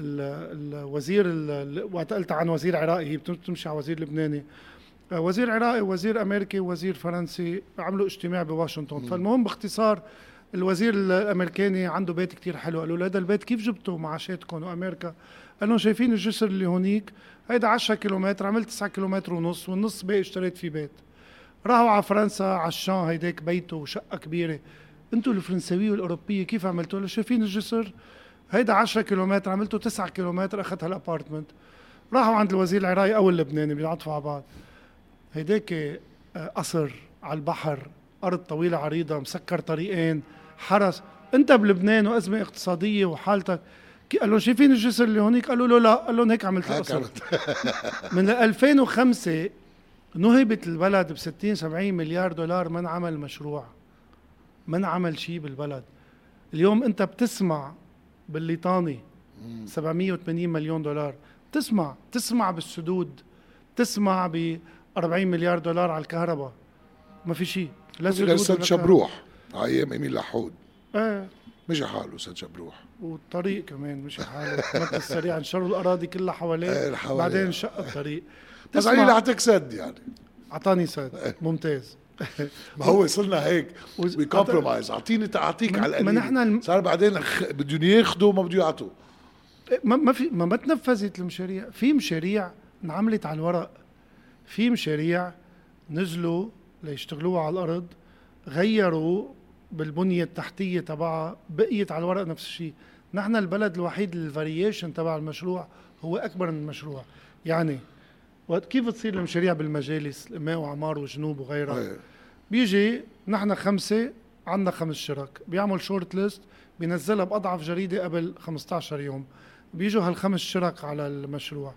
الوزير وقت قلت عن وزير عراقي هي بتمشي على وزير لبناني وزير عراقي ووزير امريكي ووزير فرنسي عملوا اجتماع بواشنطن. فالمهم باختصار الوزير الامريكاني عنده بيت كتير حلو قالوا له هذا البيت كيف جبتوا معاشاتكم وامريكا؟ قالوا شايفين الجسر اللي هونيك هيدا عشرة كيلومتر عملت تسعة كيلومتر ونص والنص باقي اشتريت فيه بيت. راحوا على فرنسا على الشان هيداك بيته وشقه كبيره. انتوا الفرنسويه والاوروبيه كيف عملتوا؟ له شايفين الجسر هيدا عشرة كيلومتر عملتوا تسعة كيلومتر اخذت هالابارتمنت. راحوا عند الوزير العراقي او اللبناني بيعطفوا على بعض هيداك قصر على البحر ارض طويله عريضه مسكر طريقين حرس. انت بلبنان وازمه اقتصاديه وحالتك قال لهم شايفين الجسر اللي هونيك؟ قالوا له لا. قال لهم هيك عملت القصر. من ألفين وخمسة نهبت البلد ب ستين سبعين مليار دولار من عمل مشروع من عمل شيء بالبلد. اليوم انت بتسمع بالليطاني سبعمية وثمانين مليون دولار تسمع تسمع بالسدود تسمع ب أربعين مليار دولار على الكهرباء ما في شيء. لا سد شبروح ايام امين لحود ايه مشي حاله سد شبروح والطريق كمان مشي حاله مثل السريع انشروا الاراضي كلها حواليه ايه بعدين شق الطريق. بس علي اعطيك سد يعني اعطاني سد ممتاز. ما هو صرنا هيك وي كومبرومايز اعطيني تعطيك على القليل الم... صار بعدين بدهم ياخذوا ما بده يعطوا. ما ما في ما, ما تنفذت المشاريع. في مشاريع انعملت على الورق في مشاريع نزلوا ليشتغلوها على الارض غيروا بالبنيه التحتيه تبعها بقيت على الورق نفس الشيء. نحن البلد الوحيد الفاريشن تبع المشروع هو اكبر من المشروع. يعني وقت كيف تصير المشاريع بالمجالس الإماء وعمار وجنوب وغيرها بيجي نحن خمسة عندنا خمس شرك بيعمل شورت ليست بينزلها بأضعف جريدة قبل خمسة عشر يوم بيجوا هالخمس شرك على المشروع.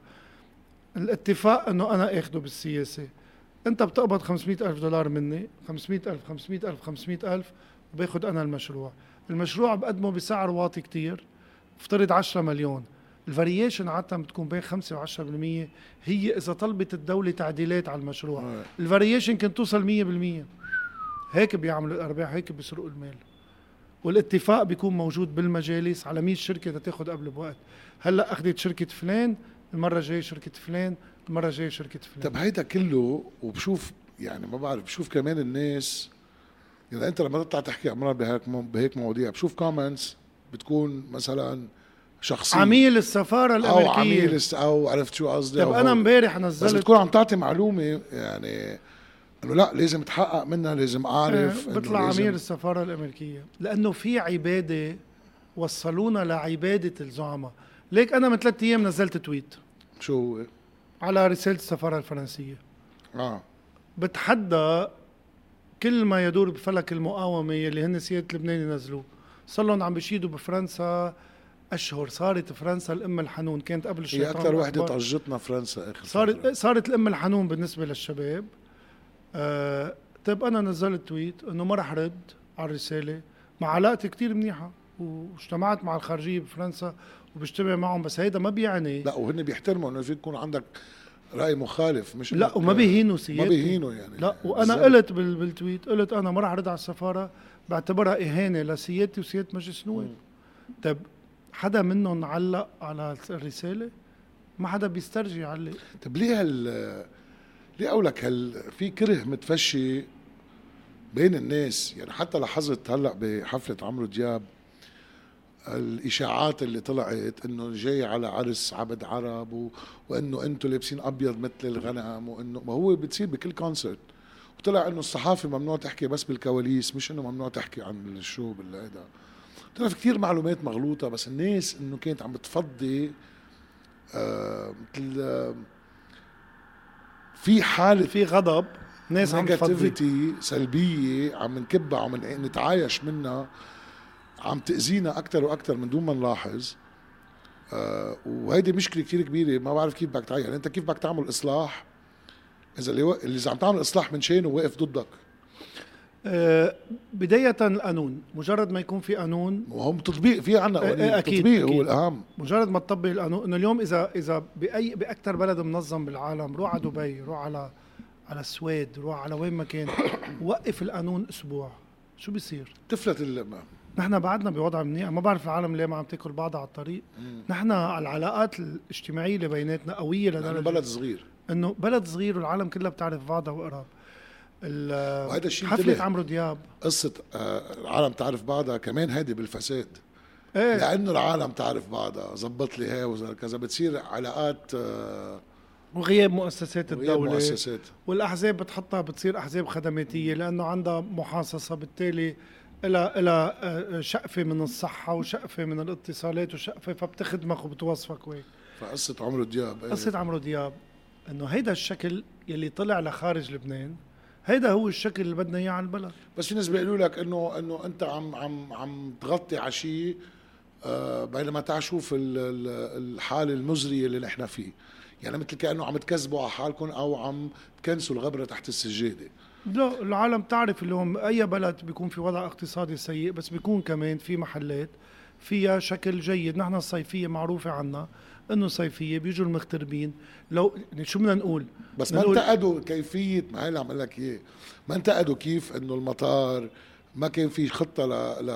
الاتفاق انه انا اخده بالسياسة انت بتقبض خمسمية ألف دولار مني خمسمية ألف خمسمية ألف خمسمية ألف وباخد انا المشروع. المشروع بقدمه بسعر واطي كتير افترض عشرة مليون. الفاريشن عادة بتكون بين خمسة وعشرة بالمية هي إذا طلبت الدولة تعديلات على المشروع. الفاريشن كنت توصل مية بالمية. هيك بيعملوا الأرباح هيك بيسرقوا المال. والاتفاق بيكون موجود بالمجالس على مية شركة تاخد قبل بوقت. هلأ أخذت شركة فلان المرة جاي شركة فلان المرة جاي شركة فلان. طب هيدا كله وبشوف يعني ما بعرف بشوف كمان الناس يعني انت لما تطلع تحكي امرار بهيك بهيك مواضيع بشوف كومنتس بتكون مثلا شخصيه عميل السفاره الامريكيه او عميل الس- او عرفت شو قصدي. طب أو انا هو- امبارح بس نزلت بتكون عم تعطي معلومه يعني انه لا لازم تحقق منها، لازم اعرف آه، انه بيطلع لازم عميل السفاره الامريكيه لانه في عباده وصلونا لعباده الزعماء. ليك انا من ثلاث ايام نزلت تويت شو هو. على رساله السفاره الفرنسيه اه بتحدى كل ما يدور بفلك المقاومه اللي هن سياده لبنان ينزلوه. صار لهم عم بيشيدوا بفرنسا اشهر. صارت فرنسا الام الحنون، كانت قبل هي الشيطان اكثر وحده الأكبر. طجتنا فرنسا اخر صارت فترة. صارت الام الحنون بالنسبه للشباب. آه طيب انا نزلت تويت انه ما رح رد على الرساله مع علاقتي كتير منيحه واجتمعت مع الخارجيه بفرنسا وبجتمع معهم، بس هيدا ما بيعني لا وهن بيحترموا انه في يكون عندك راي مخالف، مش لا إنك- وما بيهينوا سيادتي. ما بيهينوا يعني. لا وانا بالزبط. قلت بال بالتويت قلت انا ما رح ارد على السفاره، بعتبرها اهانه لسيادتي وسياده مجلس النواب. طيب حدا منهم علق على الرساله؟ ما حدا بيسترجي يعلق. طب ليه هال ليه اقولك هل في كره متفشي بين الناس؟ يعني حتى لاحظت هلا بحفله عمرو دياب الاشاعات اللي طلعت انه جاي على عرس عبد عرب و... وانه انتم لابسين ابيض مثل الغنم، وانه ما هو بتصير بكل كونسرت. وطلع انه الصحافه ممنوع تحكي بس بالكواليس، مش انه ممنوع تحكي عن الشو بالهيدا. طلع في كثير معلومات مغلوطه، بس الناس انه كانت عم بتفضي آه مثل آه في حاله في غضب، ناس عم تفضي. نيجاتيفيتي سلبيه عم نكبها، عم نتعايش منها، عم تأذينا أكتر وأكتر من دون ما نلاحظ. آه وهيدي مشكلة كتير كبيرة، ما بعرف كيف بدك تعمل. يعني أنت كيف بدك تعمل إصلاح إذا اللي, و... اللي إذا عم تعمل إصلاح من شينه واقف ضدك؟ آه بداية القانون، مجرد ما يكون في قانون وهم تطبيق في عنا قوانين. آه أكيد التطبيق أكيد. هو الأهم. مجرد ما تطبق القانون، إنه اليوم إذا إذا بأي بأكثر بلد منظم بالعالم، روح على دبي، روح على على السويد، روح على وين ما كان، وقف القانون أسبوع، شو بيصير؟ تفلت ال... نحن بعدنا بوضع منيح. ما بعرف العالم ليه ما عم تاكل بعضها على الطريق. نحن العلاقات الاجتماعيه اللي بيناتنا قويه لدرجه بلد صغير، انه بلد صغير والعالم كلها بتعرف بعضها وقراب. وهذا الشيء حفله عمرو دياب قصه آه العالم تعرف بعضها كمان هيدي بالفساد. ايه لانه العالم تعرف بعضها، زبط لي هي وكذا، بتصير علاقات آه وغياب مؤسسات وغياب الدوله مؤسسات. والاحزاب بتحطها بتصير احزاب خدماتيه لانه عندها محاصصه، بالتالي إلى إلى شقفة من الصحة وشقفة من الاتصالات وشقفة، فبتخدمك وبتوظفك وهيك. فقصة عمرو دياب قصة عمرو دياب انه هيدا الشكل يلي طلع لخارج لبنان، هيدا هو الشكل اللي بدنا اياه على البلد. بس في ناس بيقولوا لك انه انه انت عم عم عم تغطي على شيء آه بينما تعال شوف الحالة المزرية اللي نحن فيه. يعني مثل كأنه عم تكذبوا على حالكم او عم تكنسوا الغبرة تحت السجادة. لا العالم تعرف اليوم اي بلد بيكون في وضع اقتصادي سيء، بس بيكون كمان في محلات فيها شكل جيد. نحن الصيفية معروفة عنا انه صيفية بيجوا المغتربين. لو يعني شو بدنا نقول، بس ما انتقدوا كيفية، ما هي اللي عم لك اياه، ما انتقدوا كيف انه المطار ما كان في خطة ل ل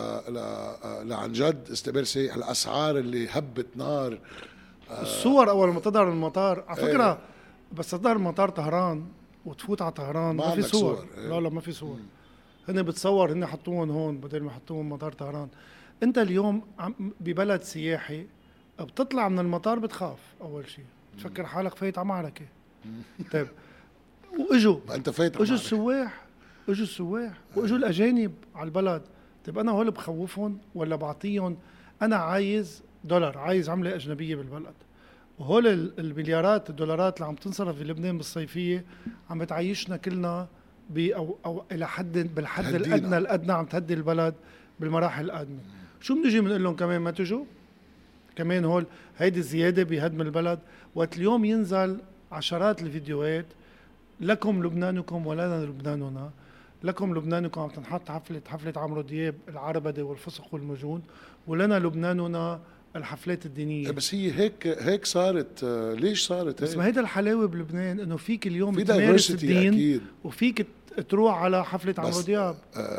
ل لعن جد استقبال سياح، الاسعار اللي هبت نار. الصور اول ما تظهر المطار على فكرة ايه. بس تظهر المطار طهران وتفوت على طهران ما, ما في صور, صور. ايه. لا لا ما في صور. هن بتصور هن حطوهم هون بدل ما يحطوهم مطار طهران. انت اليوم ببلد سياحي بتطلع من المطار بتخاف اول شيء، تفكر حالك فايت على معركة. طيب واجوا انت فايت اجوا السواح اجوا السواح واجوا الاجانب على البلد. طيب انا هول بخوفهم ولا بعطيهم؟ انا عايز دولار، عايز عملة اجنبية بالبلد، وهول المليارات الدولارات اللي عم تنصرف في لبنان بالصيفية عم بتعيشنا كلنا ب او او الى حد بالحد هدينا. الادنى الادنى عم تهدي البلد بالمراحل الادنى. شو بنجي بنقول لهم كمان ما تجوا؟ كمان هول هيدي الزياده بهدم البلد. وقت اليوم ينزل عشرات الفيديوهات لكم لبنانكم ولنا لبناننا، لكم لبنانكم عم تنحط حفله حفله عمرو دياب العربده والفسق والمجون، ولنا لبناننا الحفلات الدينيه. بس هي هيك هيك صارت. ليش صارت هيك؟ بس ما هيدا الحلاوه بلبنان انه فيك اليوم في تمارس الدين أكيد. وفيك تروح على حفله عمرو دياب.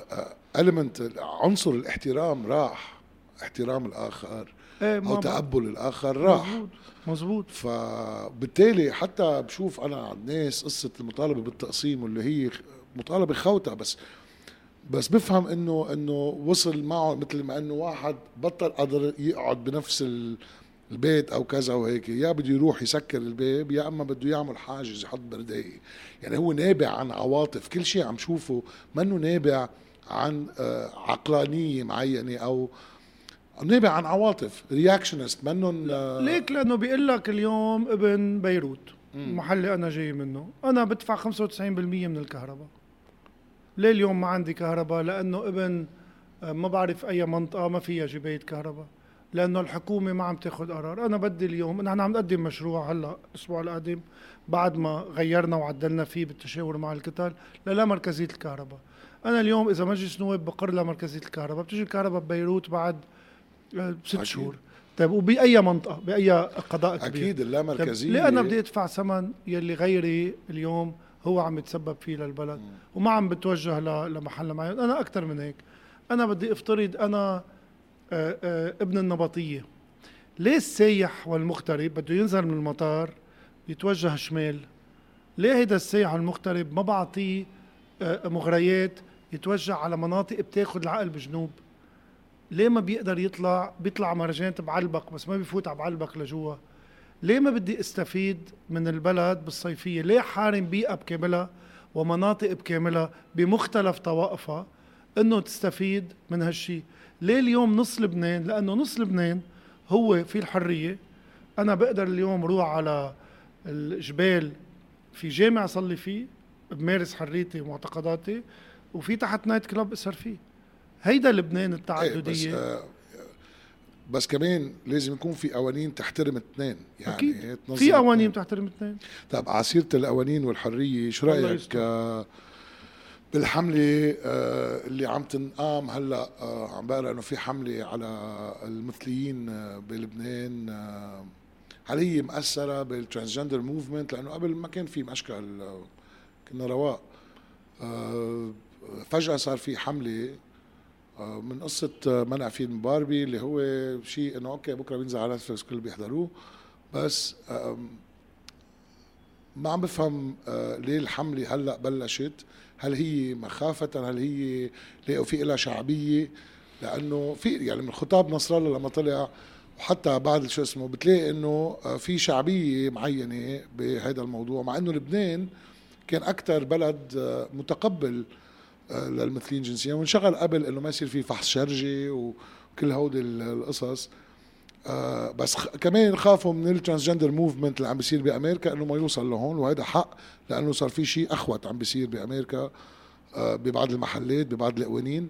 إليمنت عنصر الاحترام راح، احترام الاخر ايه او تقبل الاخر راح. مزبوط مزبوط. فبالتالي حتى بشوف انا على الناس قصه المطالبه بالتقسيم واللي هي مطالبه خوته، بس بس بفهم انه انه وصل معه مثل ما انه واحد بطل قادر يقعد بنفس البيت او كذا وهيك، يا بده يروح يسكر الباب يا اما بده يعمل حاجز يحط برداية. يعني هو نابع عن عواطف، كل شيء عم شوفه منه نابع عن عقلانية معينة او نابع عن عواطف رياكشنست منهم. ليك لانه بيقول لك اليوم ابن بيروت المحل اللي انا جاي منه انا بدفع خمسة وتسعين بالمية من الكهرباء. ليه اليوم ما عندي كهرباء؟ لانه ابن ما بعرف اي منطقه ما فيها جبايه كهرباء، لانه الحكومه ما عم تاخذ قرار. انا بدي اليوم نحن عم نقدم مشروع هلا الاسبوع القادم بعد ما غيرنا وعدلنا فيه بالتشاور مع الكتل للا مركزيه الكهرباء. انا اليوم اذا مجلس نواب بقر لمركزيه الكهرباء بتجي الكهرباء ببيروت بعد ست أكيد. شهور. طيب وبأي منطقة بأي قضاء كبير؟ أكيد اللامركزية. ليه أنا بدي أدفع ثمن يلي غيري اليوم هو عم يتسبب فيه للبلد م. وما عم بتوجه لمحل معين؟ أنا أكتر من هيك، أنا بدي أفترض أنا آآ آآ ابن النبطية، ليه السايح والمغترب بده ينزل من المطار يتوجه شمال؟ ليه هيدا السايح والمغترب ما بعطيه مغريات يتوجه على مناطق بتاخد العقل بجنوب؟ ليه ما بيقدر يطلع بيطلع مرجانات بعلبق بس ما بيفوت على بعلبق لجوا؟ ليه ما بدي استفيد من البلد بالصيفية؟ ليه حارم بيئة بكاملها ومناطق بكاملها بمختلف طوائفها انه تستفيد من هالشي؟ ليه اليوم نص لبنان؟ لانه نص لبنان هو في الحرية. انا بقدر اليوم روح على الجبال في جامع صلي فيه بمارس حريتي ومعتقداتي، وفي تحت نايت كلاب اسهر فيه. هيدا لبنان التعددية. بس, آه بس كمان لازم يكون في قوانين تحترم اثنين، يعني أكيد في قوانين تحترم اثنين. طيب عسيرة القوانين والحرية شو رأيك آه بالحملة آه اللي عم تنقام هلأ؟ آه عم بقرأ انه في حملة على المثليين آه بلبنان، آه هل هي مأثرة بالترانسجندر موفمنت؟ لأنه قبل ما كان في مشكل آه كنا رواق، آه فجأة صار في حملة من قصة منع فيلم باربي اللي هو شيء انه اوكي بكره بينزل على نتفلكس كل بيحضروه، بس ما عم بفهم ليه الحملة هلا بلشت. هل هي مخافة؟ هل هي لقوا في لها شعبية؟ لانه في يعني من خطاب نصر الله لما طلع وحتى بعد شو اسمه بتلاقي انه في شعبية معينة بهذا الموضوع، مع انه لبنان كان اكثر بلد متقبل للمثليين جنسيا وانشغل قبل انه ما يصير في فحص شرجي وكل هودي القصص. آه بس خ... كمان خافوا من الترانسجندر موفمنت اللي عم بيصير بامريكا انه ما يوصل لهون، وهذا حق لانه صار في شيء اخوت عم بيصير بامريكا آه ببعض المحلات ببعض القوانين.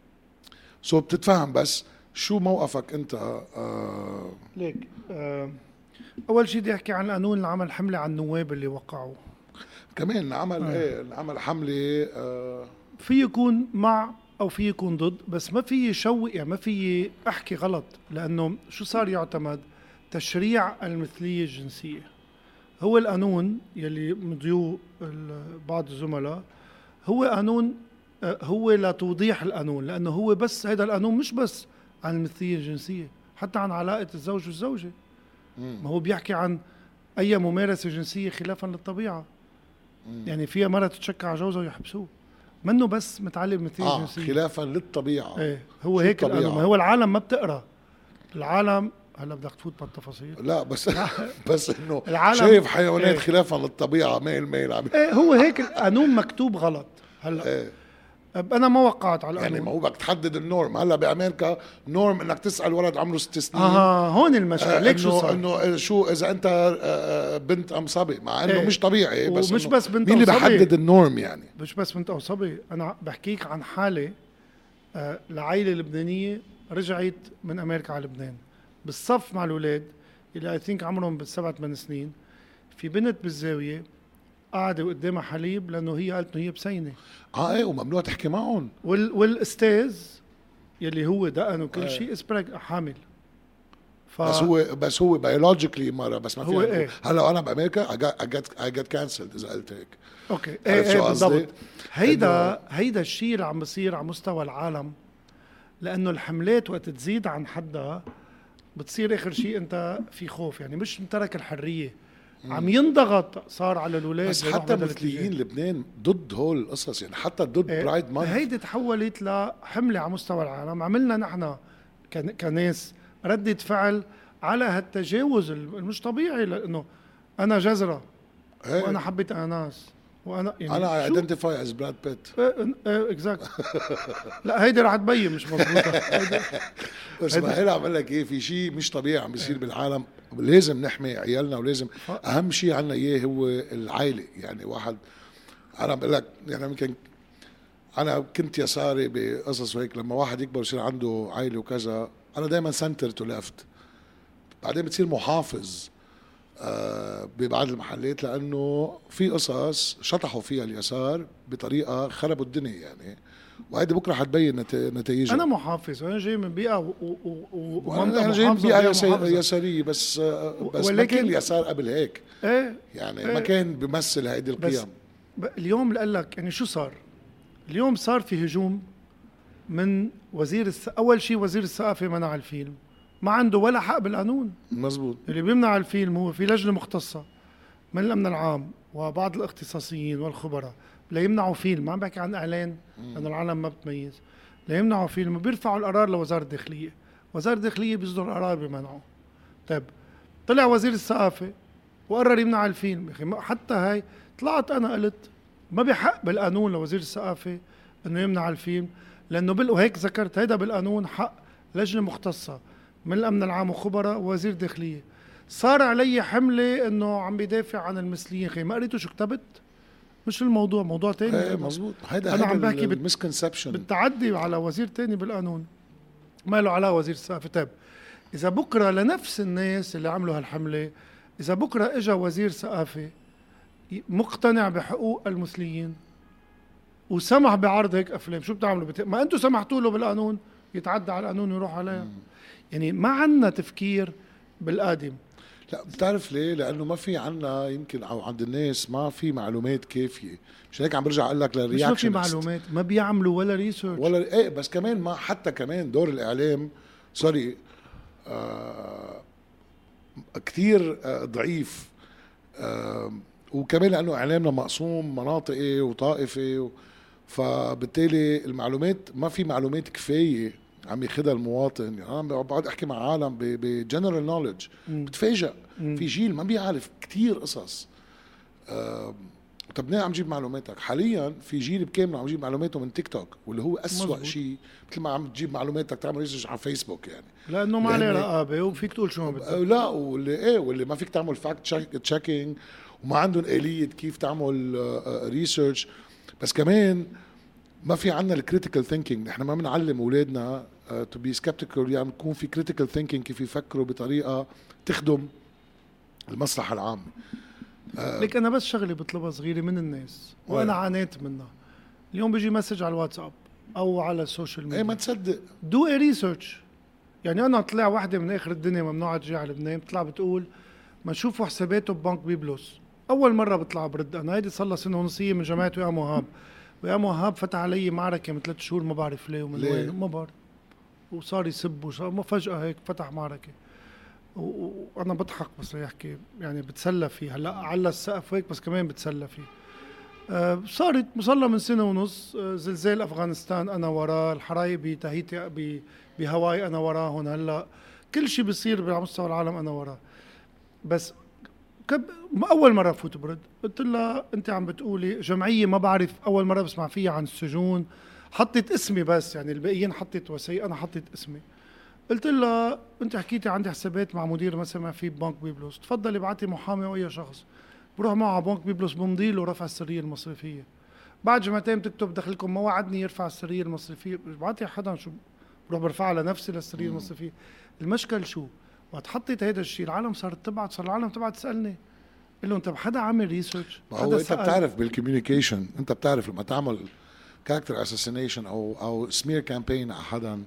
سو بتتفهم، بس شو موقفك انت؟ آه ليك آه اول شيء بدي احكي عن القانون اللي عمل حمله على النواب اللي وقعوا. كمان عمل آه. ايه عمل حمله آه في يكون مع او في يكون ضد، بس ما في يشوق، يعني ما في احكي غلط. لانه شو صار يعتمد؟ تشريع المثليه الجنسيه. هو القانون يلي مضيوه بعض الزملاء هو قانون، هو لتوضيح القانون، لانه هو بس هذا القانون مش بس عن المثليه الجنسيه، حتى عن علاقه الزوج والزوجه. ما هو بيحكي عن اي ممارسه جنسيه خلافا للطبيعه. مم. يعني فيها مرة تتشكى على جوزها ويحبسوه، منه بس متعلم مثليه آه جنسيه خلافا للطبيعه. ايه هو هيك القانون. هو العالم ما بتقرا العالم. هلا بدك تفوت بالتفاصيل؟ لا بس بس انه شايف حيوانات ايه خلافا للطبيعه ميل ميل عم ايه هو هيك القانون مكتوب غلط. هلا ايه انا ما وقعت على القانون، يعني ما هو بدك تحدد النورم. هلا بامريكا نورم انك تسال ولد عمره ست سنين. اه هون المشكله. آه ليك شو صار؟ انه شو اذا انت بنت ام صبي، مع انه ايه مش طبيعي. بس ومش بس بنت مين اللي بحدد النورم؟ يعني مش بس بنت او صبي. انا بحكيك عن حاله آه لعائله لبنانيه رجعت من امريكا على لبنان بالصف مع الاولاد اللي اي ثينك عمرهم بالسبع ثمان سنين. في بنت بالزاويه قاعده قدامها حليب لانه هي قالت انه هي بسينه. اه ايه وممنوع تحكي معهم. وال والاستاذ يلي هو دقن وكل آه. شيء اسبرك حامل. ف... بس هو بس هو بيولوجيكلي مره بس ما هو ايه. هلا انا بامريكا اي جت اي جت كانسلد اذا قلت هيك. اوكي ايه ايه بالضبط. هيدا إنه... هيدا الشيء اللي عم بيصير على مستوى العالم، لانه الحملات وقت تزيد عن حدها بتصير اخر شيء انت في خوف. يعني مش امتلك الحريه، عم ينضغط صار على الولاد. بس حتى مثليين لبنان ضد هول القصص يعني، حتى ضد إيه برايد مانث. هيدي تحولت لحملة على مستوى العالم. عملنا نحن كناس ردة فعل على هالتجاوز المش طبيعي، لأنه أنا جزرة إيه. وأنا حبيت أناس وأنا يعني أنا ايدنتيفاي از براد بيت. اكزاكت. لا هيدي رح تبين مش مضبوطة. بس ما هلا عم اقول لك ايه، في شيء مش طبيعي عم بيصير بالعالم، لازم نحمي عيالنا، ولازم اهم شيء عنا اياه هو العائله. يعني واحد انا بقول لك يعني يمكن انا كنت يساري بقصص وهيك، لما واحد يكبر يصير عنده عائله وكذا، انا دائما سنتر تو ليفت، بعدين بتصير محافظ آه ببعض المحلات، لانه في قصص شطحوا فيها اليسار بطريقه خربوا الدنيا يعني، وهيدي بكره حتبين نتائجها. انا محافظ، انا جاي من بيئه ومنطقه انا جاي من بيئه يساريه، بس بس ما كان اليسار قبل هيك. ايه يعني ايه ما كان بيمثل هيدي القيم. اليوم قال لك يعني شو صار اليوم؟ صار في هجوم من وزير الس... اول شيء وزير الثقافه منع الفيلم، ما عنده ولا حق بالقانون. مزبوط. اللي بيمنع الفيلم هو في لجنه مختصه من الامن العام وبعض الاختصاصيين والخبراء ليمنعوا فيلم، ما عم بحكي عن اعلان لانه العالم ما بتميز، ليمنعوا فيلم بيرفعوا القرار لوزاره الداخليه، وزاره الداخليه بيصدر قرار بمنعه. طيب طلع وزير الثقافه وقرر يمنع الفيلم. يا اخي حتى هاي طلعت انا قلت ما بحق بالقانون لوزير الثقافه انه يمنع الفيلم، لانه بال وهيك ذكرت هيدا بالقانون حق لجنه مختصه من الامن العام وخبراء ووزير الداخليه. صار علي حمله انه عم بيدافع عن المثليين. خي ما قريتوا شو كتبت؟ مش الموضوع موضوع تاني. ايه مزبوط. هيدا انا عم بحكي بالمسكونسبشن بالتعدي على وزير تاني بالقانون ما له علاقه وزير الثقافه. طيب اذا بكره لنفس الناس اللي عملوا هالحمله، اذا بكره اجى وزير ثقافه مقتنع بحقوق المثليين وسمح بعرض هيك افلام، شو بتعملوا؟ بت... ما انتم سمحتوا له بالقانون يتعدى على القانون ويروح عليها. يعني ما عندنا تفكير بالقادم. لا بتعرف ليه؟ لانه ما في عنا يمكن او عند الناس ما في معلومات كافيه، مش هيك عم برجع اقول لك للرياكشن. مش ما في معلومات، ما بيعملوا ولا ريسيرش ولا ايه. بس كمان ما حتى كمان دور الاعلام سوري آه كثير آه ضعيف، آه وكمان لانه اعلامنا مقسوم مناطقي وطائفي و... فبالتالي المعلومات ما في معلومات كفايه عم ياخذها المواطن. يعني انا بقعد احكي مع عالم بجنرال نوليدج بتفاجئ في جيل ما بيعرف كتير قصص. آه طب منين عم جيب معلوماتك؟ حاليا في جيل بكامل عم جيب معلوماته من تيك توك، واللي هو أسوأ شيء. مثل ما عم تجيب معلوماتك تعمل ريسيرش على فيسبوك يعني، لانه ما عليه رقابه وفيك تقول شو ما بدك. لا واللي ايه واللي ما فيك تعمل فاكت تشيكينج، وما عندهم آلية كيف تعمل ريسيرش. بس كمان ما في عنا الكريتيكال ثينكينج. نحن ما بنعلم اولادنا تو بي سكيبتيكال، يعني يكون في كريتيكال ثينكينج، كيف يفكروا بطريقه تخدم المصلحه العامه. آه لك انا بس شغله بطلبها صغيره من الناس وانا عانيت منها. اليوم بيجي مسج على الواتساب او على السوشيال ميديا، ايه ما تصدق دو اي ريسيرش. يعني انا طلع واحده من اخر الدنيا ممنوعه تجي على لبنان، بتطلع بتقول ما نشوفوا حساباته ببنك بيبلس. اول مره بطلع برد انا، هيدي صار لها سنه ونصيه من جماعه وئام وهاب. وئام وهاب فتح علي معركه من ثلاث شهور ما بعرف ليه ومن وين ما بعرف، وصار يسب وصار فجاه هيك فتح معركه. وانا بضحك بس يحكي يعني بتسلى فيه. هلا على السقف هيك بس كمان بتسلى فيه. أه صارت مصلى من سنه ونص. أه زلزال افغانستان انا وراه، الحرايق بتاهيتي بهواي انا وراهن، هلا كل شيء بيصير على مستوى العالم انا وراه. بس كب... اول مره فوت برد قلت لها انت عم بتقولي جمعيه ما بعرف، اول مره بسمع فيها عن السجون، حطيت اسمي بس يعني الباقيين حطيت وثائق انا حطيت اسمي. قلت لها انت حكيتي عندي حسابات مع مدير ما سمع فيه ببنك بيبلس، تفضلي ابعتي محامي او اي شخص بروح معه على بنك بيبلس بمضي له رفع السريه المصرفيه. بعد جمعتين بتكتب دخلكم ما وعدني يرفع السريه المصرفيه، بعتي حدا شو بروح برفعها لنفسي للسريه المصرفيه. المشكل شو؟ وقت حطيت هيدا الشيء العالم صارت تبعت، صار العالم تبعت تسالني قل له انت حدا عامل ريسيرش؟ هو انت بتعرف بالكوميونيكيشن، انت بتعرف لما تعمل كاركتر اساسينيشن او او سمير كامبين على حدا،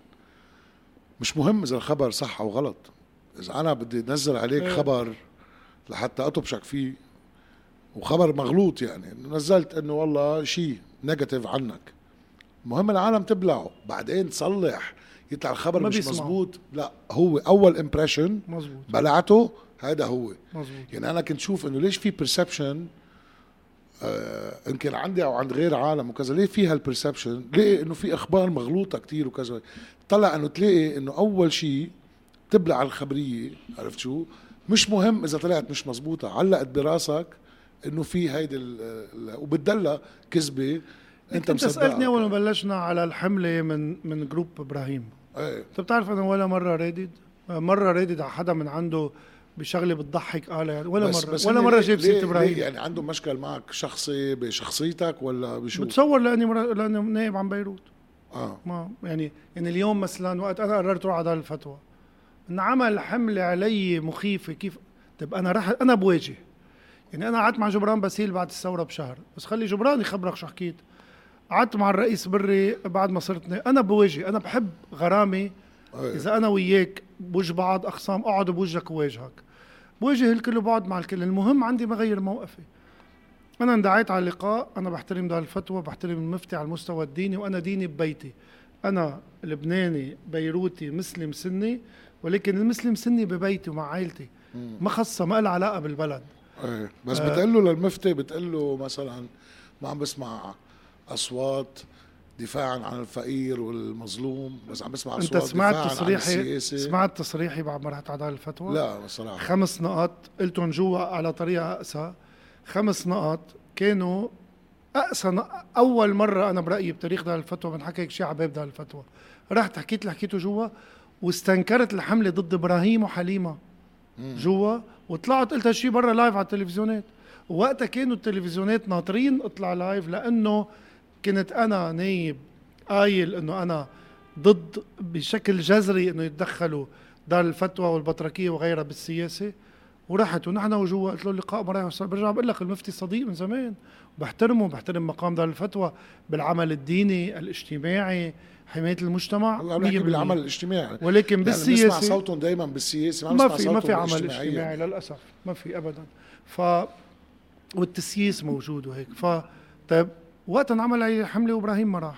مش مهم اذا الخبر صح او غلط. اذا انا بدي انزل عليك خبر لحتى اطبشك فيه وخبر مغلوط، يعني نزلت انه والله شيء نيجاتيف عنك، المهم العالم تبلعه بعدين تصلح. يطلع الخبر ما مش بيسمعوا. مزبوط. لا، هو اول امبريشن مزبوط بلعته هذا هو. مزبوط. يعني انا كنت شوف انه ليش في بيرسبشن آه ان كان عندي او عند غير عالم وكذا، ليه في هالبرسبشن؟ ليه انه في اخبار مغلوطه كتير وكذا. طلع انه تلاقي انه اول شيء تبلع الخبريه، عرفت شو؟ مش مهم اذا طلعت مش مزبوطه، علقت براسك انه في هيدي ال- ال- وبتدلها كذبه انت انت مصدقها. سالتني اول ما بلشنا على الحمله من من جروب ابراهيم. ايه انت بتعرف انا ولا مره رادد مره رادد على حدا من عنده بشغله بتضحك قالها يعني ولا بس مره بس ولا هن مره ليه- جايب ليه- سيره ليه ابراهيم. يعني عنده مشكل معك شخصي بشخصيتك ولا بشو؟ بتصور لاني مر... لاني نائب عن بيروت. اه ما يعني يعني اليوم مثلا وقت انا قررت اروح على دار الفتوى ان عمل حمله علي مخيفه كيف. طب انا رح انا بواجه. يعني انا قعدت مع جبران باسيل بعد الثوره بشهر، بس خلي جبران يخبرك شو حكيت. قعدت مع الرئيس بري بعد ما صرت نا- انا بواجه. انا بحب غرامه. ايه اذا انا وياك بوجه بعض اخصام اقعد بوجهك وواجهك، بواجه الكل وبقعد مع الكل. المهم عندي ما غير موقفي. انا اندعيت على اللقاء. انا بحترم دار الفتوى، بحترم المفتي على المستوى الديني، وانا ديني ببيتي. انا لبناني بيروتي مسلم سني، ولكن المسلم سني ببيتي ومع عائلتي، ما خصها ما لها علاقه بالبلد. ايه بس آه. بتقول له للمفتي، بتقول له مثلا ما عم بسمع اصوات دفاعا عن الفقير والمظلوم، بس عم بسمع انت اصوات سمعت دفاعا عن تصريحي السياسه. سمعت تصريحي بعد ما رحت على دار الفتوى؟ لا بصراحه خمس نقط قلتهم جوا على طريقه اقسى. خمس نقط كانوا اقسى نق- اول مره انا برايي بتاريخ دار الفتوى بنحكي هيك شيء على باب دار الفتوى. رحت حكيت اللي حكيته جوا، واستنكرت الحمله ضد ابراهيم وحليمه جوا، وطلعت قلت هالشيء برا لايف على التلفزيونات. ووقتها كانوا التلفزيونات ناطرين اطلع لايف، لانه كنت انا نايب قايل انه انا ضد بشكل جذري انه يتدخلوا دار الفتوى والبطركيه وغيرها بالسياسه. ورحت ونحن وجوا قلت له اللقاء ما راح. برجع بقول لك المفتي صديق من زمان، بحترمه، بحترم مقام دار الفتوى بالعمل الديني الاجتماعي، حمايه المجتمع عم مية نحكي بالمية. بالعمل الاجتماعي، ولكن يعني بنسمع بالسياسه صوتهم دائما بالسياسه، ما بنسمع في ما في صوتهم عمل بالاجتماعية. اجتماعي للاسف، ما في ابدا. ف والتسييس موجود وهيك. ف طيب وقت انعمل علي حمله وابراهيم ما راح.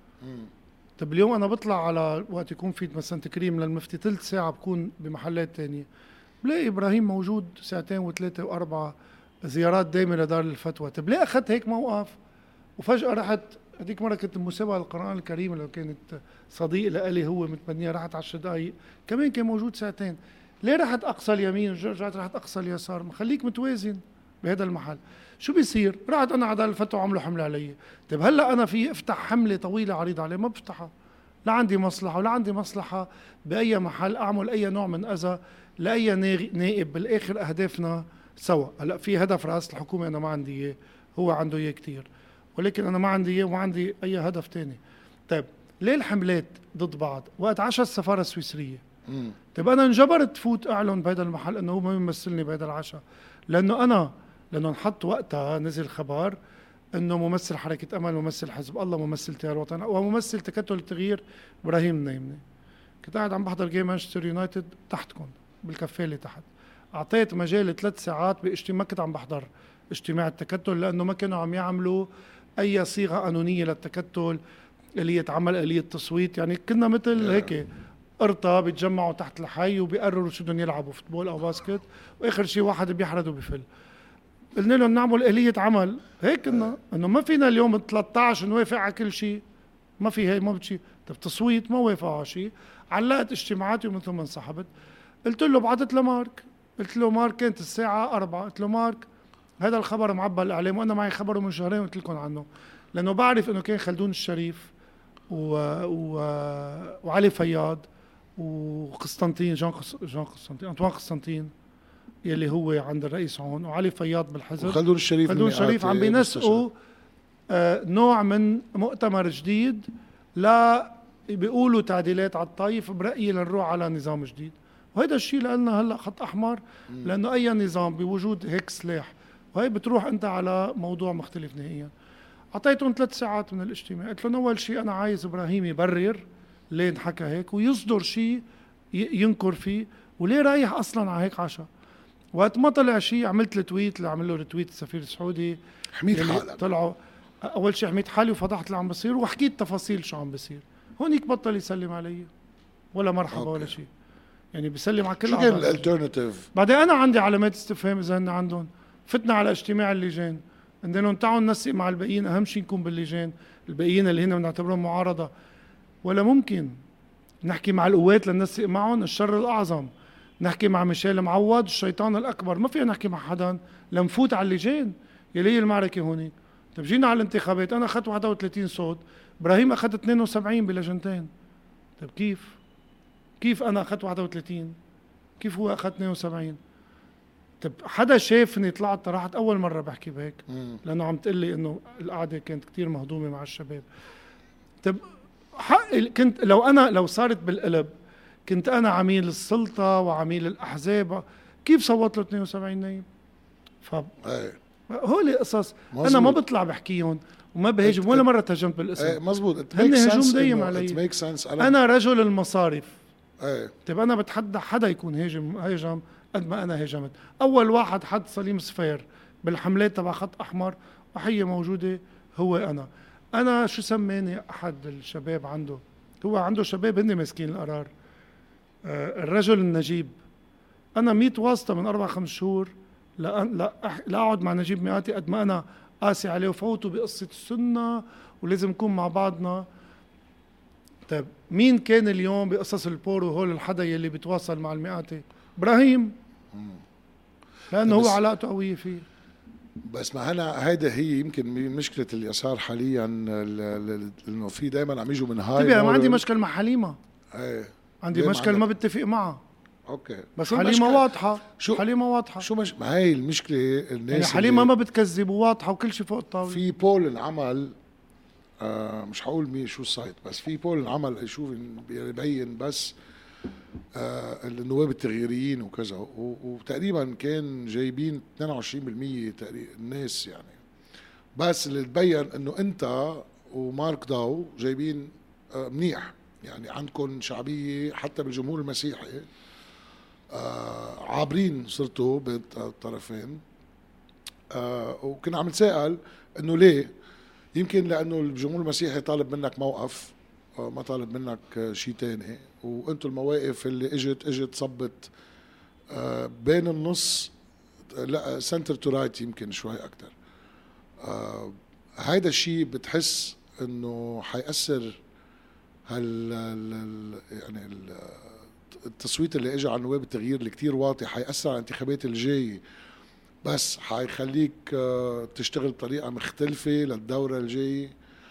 طيب اليوم انا بطلع على وقت يكون في مثلا تكريم للمفتي ثلث ساعه بكون بمحلات تانية، بلاقي ابراهيم موجود ساعتين وثلاثه واربعه، زيارات دائمه لدار الفتوى. طيب ليه اخذت هيك موقف؟ وفجاه رحت هذيك مره كنت مسابقه القران الكريم لو كانت صديق لإلي هو متبنيه، رحت عشر دقائق كمان كان موجود ساعتين. ليه رحت اقصى اليمين ورجعت رحت اقصى اليسار؟ ما خليك متوازن بهذا المحل. شو بيصير؟ رحت انا على دار الفتوى وعملوا حمله علي. طيب هلا انا في افتح حمله طويله عريضه عليه؟ ما بفتحها. لا عندي مصلحه ولا عندي مصلحه باي محل اعمل اي نوع من اذى لاي نائب. بالاخر اهدافنا سوا. هلا في هدف رئاسه الحكومه انا ما عندي اياه، هو عنده اياه كثير، ولكن انا ما عندي اياه وما عندي اي هدف تاني. طيب ليه الحملات ضد بعض؟ وقت عشا السفاره السويسريه، طيب انا انجبرت فوت اعلن بهذا المحل انه هو ما بيمثلني بهذا العشاء، لانه انا لانه انحط وقتها نزل خبر انه ممثل حركه امل، ممثل حزب الله، ممثل تيار وطن، وممثل تكتل التغيير ابراهيم النايمني. كنت قاعد عم بحضر جيم مانشستر يونايتد تحتكم بالكافيه اللي تحت، اعطيت مجال ثلاث ساعات باجتماع، ما كنت عم بحضر اجتماع التكتل لانه ما كانوا عم يعملوا اي صيغه قانونيه للتكتل اللي يتعمل آلية تصويت. يعني كنا مثل هيك قرطة بيتجمعوا تحت الحي وبيقرروا شو بدهم يلعبوا، فوتبول او باسكت، واخر شيء واحد بيحرد وبيفل. قلنا لهم نعمل آلية عمل هيك، انه انه ما فينا اليوم ثلاثة عشر نوافق على كل شيء، ما في هي ما بتشي. طب تصويت ما وافقوا على شيء، علقت اجتماعاتي ومن ثم انسحبت. قلت له بعثت لمارك، قلت له مارك كانت الساعة أربعة، قلت له مارك هذا الخبر معبى الإعلام وأنا معي خبره من شهرين قلت لكم عنه، لأنه بعرف إنه كان خلدون الشريف و... و... وعلي فياض وقسطنطين جان قس... جان قسطنطين أنطوان قسطنطين يلي هو عند الرئيس هون، وعلي فياض بالحزب، وخلدون الشريف خلدون الشريف عم بينسقوا آه نوع من مؤتمر جديد، لا بيقولوا تعديلات على الطائف برأيي لنروح على نظام جديد. وهذا الشيء لنا هلا خط احمر، لانه اي نظام بوجود هيك سلاح وهي بتروح انت على موضوع مختلف نهائيا. اعطيتهم ثلاث ساعات من الاجتماع، قلت لهم اول شيء انا عايز ابراهيم يبرر ليه انحكى هيك ويصدر شيء ينكر فيه وليه رايح اصلا على هيك عشاء. وقت ما طلع شيء عملت التويت اللي عمل له ريتويت السفير السعودي، حميد حالك. طلعوا اول شيء حميت حالي وفضحت اللي عم بصير وحكيت تفاصيل شو عم بصير. هونيك بطل يسلم علي. ولا مرحبا أوكي. ولا شيء، يعني بيسلم على كل شو كان الالترناتيف؟ بعدين انا عندي علامات استفهام اذا هن عندهم. فتنا على اجتماع اللجان قلنا لهم تعالوا ننسق مع الباقيين، اهم شيء نكون باللجان، الباقيين اللي هن بنعتبرهم معارضه، ولا ممكن نحكي مع القوات لننسق معهم؟ الشر الاعظم. نحكي مع ميشيل معوض الشيطان الاكبر، ما فينا نحكي مع حدا لنفوت على اللجان. يلي المعركه هونيك. طيب جينا على الانتخابات، انا اخذت واحد وثلاثين صوت، ابراهيم اخذ اثنين وسبعين بلجنتين. طيب كيف؟ كيف انا اخذت واحد وثلاثين؟ كيف هو اخذ اثنين وسبعين؟ طيب حدا شافني طلعت طرحت اول مره بحكي بهيك، لانه عم تقلي انه القعده كانت كتير مهضومه مع الشباب. طيب حق كنت لو انا لو صارت بالقلب كنت انا عميل السلطه وعميل الاحزاب، كيف صوت له اثنين وسبعين نايب؟ ف هول قصص انا ما بطلع بحكيهم وما بهاجم، ولا مره تهجمت بالاسم. ايه مزبوط، هن هجوم دايم علي. انا, أنا رجل المصارف. ايه طيب انا بتحدى حدا يكون هاجم هاجم قد ما انا هاجمت. اول واحد حد سليم صفير بالحملات تبع خط احمر وحيه موجوده هو انا. انا شو سماني احد الشباب عنده، هو عنده شباب هن ماسكين القرار، آه الرجل النجيب. انا ميت واسطه من اربع خمس شهور لا لا لا اقعد مع نجيب مئاتي قد ما انا قاسي عليه وفوته بقصه السنه ولازم نكون مع بعضنا. طيب مين كان اليوم بقصص البور وهول الحدا يلي بيتواصل مع المئاتي؟ ابراهيم، لانه هو علاقته قويه فيه. بس ما هنا هيدا هي يمكن مشكله اليسار حاليا، انه في دائما عم يجوا من هاي. طيب ما عندي مشكل مع حليمه، ايه عندي مشكل ما بتفق معها. اوكي بس حليمه واضحه. شو حليمه واضحه شو مش ما هي المشكله الناس يعني حليمه ما بتكذب وواضحه وكل شيء فوق الطاوله. في بول انعمل، آه مش هقول مين شو السايت، بس في بول انعمل يشوف يبين بس آه النواب التغييريين وكذا، وتقريبا كان جايبين اثنين وعشرين بالمية تقريبا الناس يعني، بس اللي تبين انه انت ومارك داو جايبين آه منيح يعني، عندكم شعبيه حتى بالجمهور المسيحي، آه عابرين صرتوا بين الطرفين. آه وكنا عم نتساءل انه ليه؟ يمكن لانه الجمهور المسيحي طالب منك موقف، آه ما طالب منك آه شيء تاني، وانتم المواقف اللي اجت اجت صبت آه بين النص، لا سنتر تو رايت يمكن شوي اكثر. آه هيدا الشيء بتحس انه حيأثر هال يعني التصويت اللي اجى على نواب التغيير اللي كتير واطي، حيأثر على الانتخابات الجاية، بس حيخليك تشتغل بطريقة مختلفة للدورة الجاية،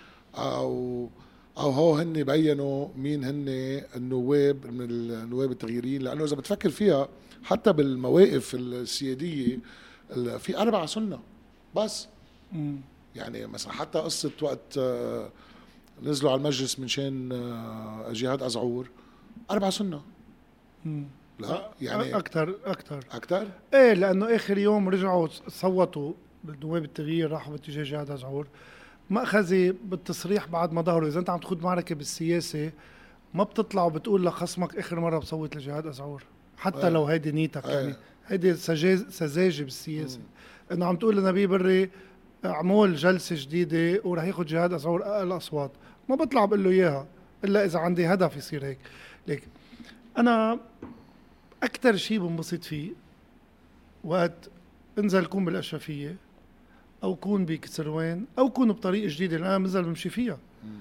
او او هو هن بينوا مين هن النواب من النواب التغييريين. لانه اذا بتفكر فيها حتى بالمواقف السيادية في اربع سنة بس، يعني مثلا حتى قصة وقت نزلوا على المجلس من شان جهاد أزعور أربع سنة. مم. لا يعني أكتر أكتر أكتر إيه، لأنه آخر يوم رجعوا صوتوا بالنواب التغيير راحوا باتجاه جهاد أزعور، مأخذي بالتصريح بعد ما ظهروا. إذا أنت عم تخوض معركة بالسياسة ما بتطلع وبتقول لخصمك آخر مرة بصوت لجهاد أزعور حتى آه. لو هيدي نيتك آه. يعني هيدي سذاجة بالسياسة. مم. إنه عم تقول لنبي بري اعمل جلسة جديدة ورح ياخد جهاد أزعور أقل أصوات، ما بطلع بقول له إياها إلا إذا عندي هدف يصير هيك. ليك أنا أكتر شيء بنبسط فيه وقت انزل كون بالأشرفية أو كون بكسروان أو كون بطريقة جديدة اللي أنا منزل بمشي فيها،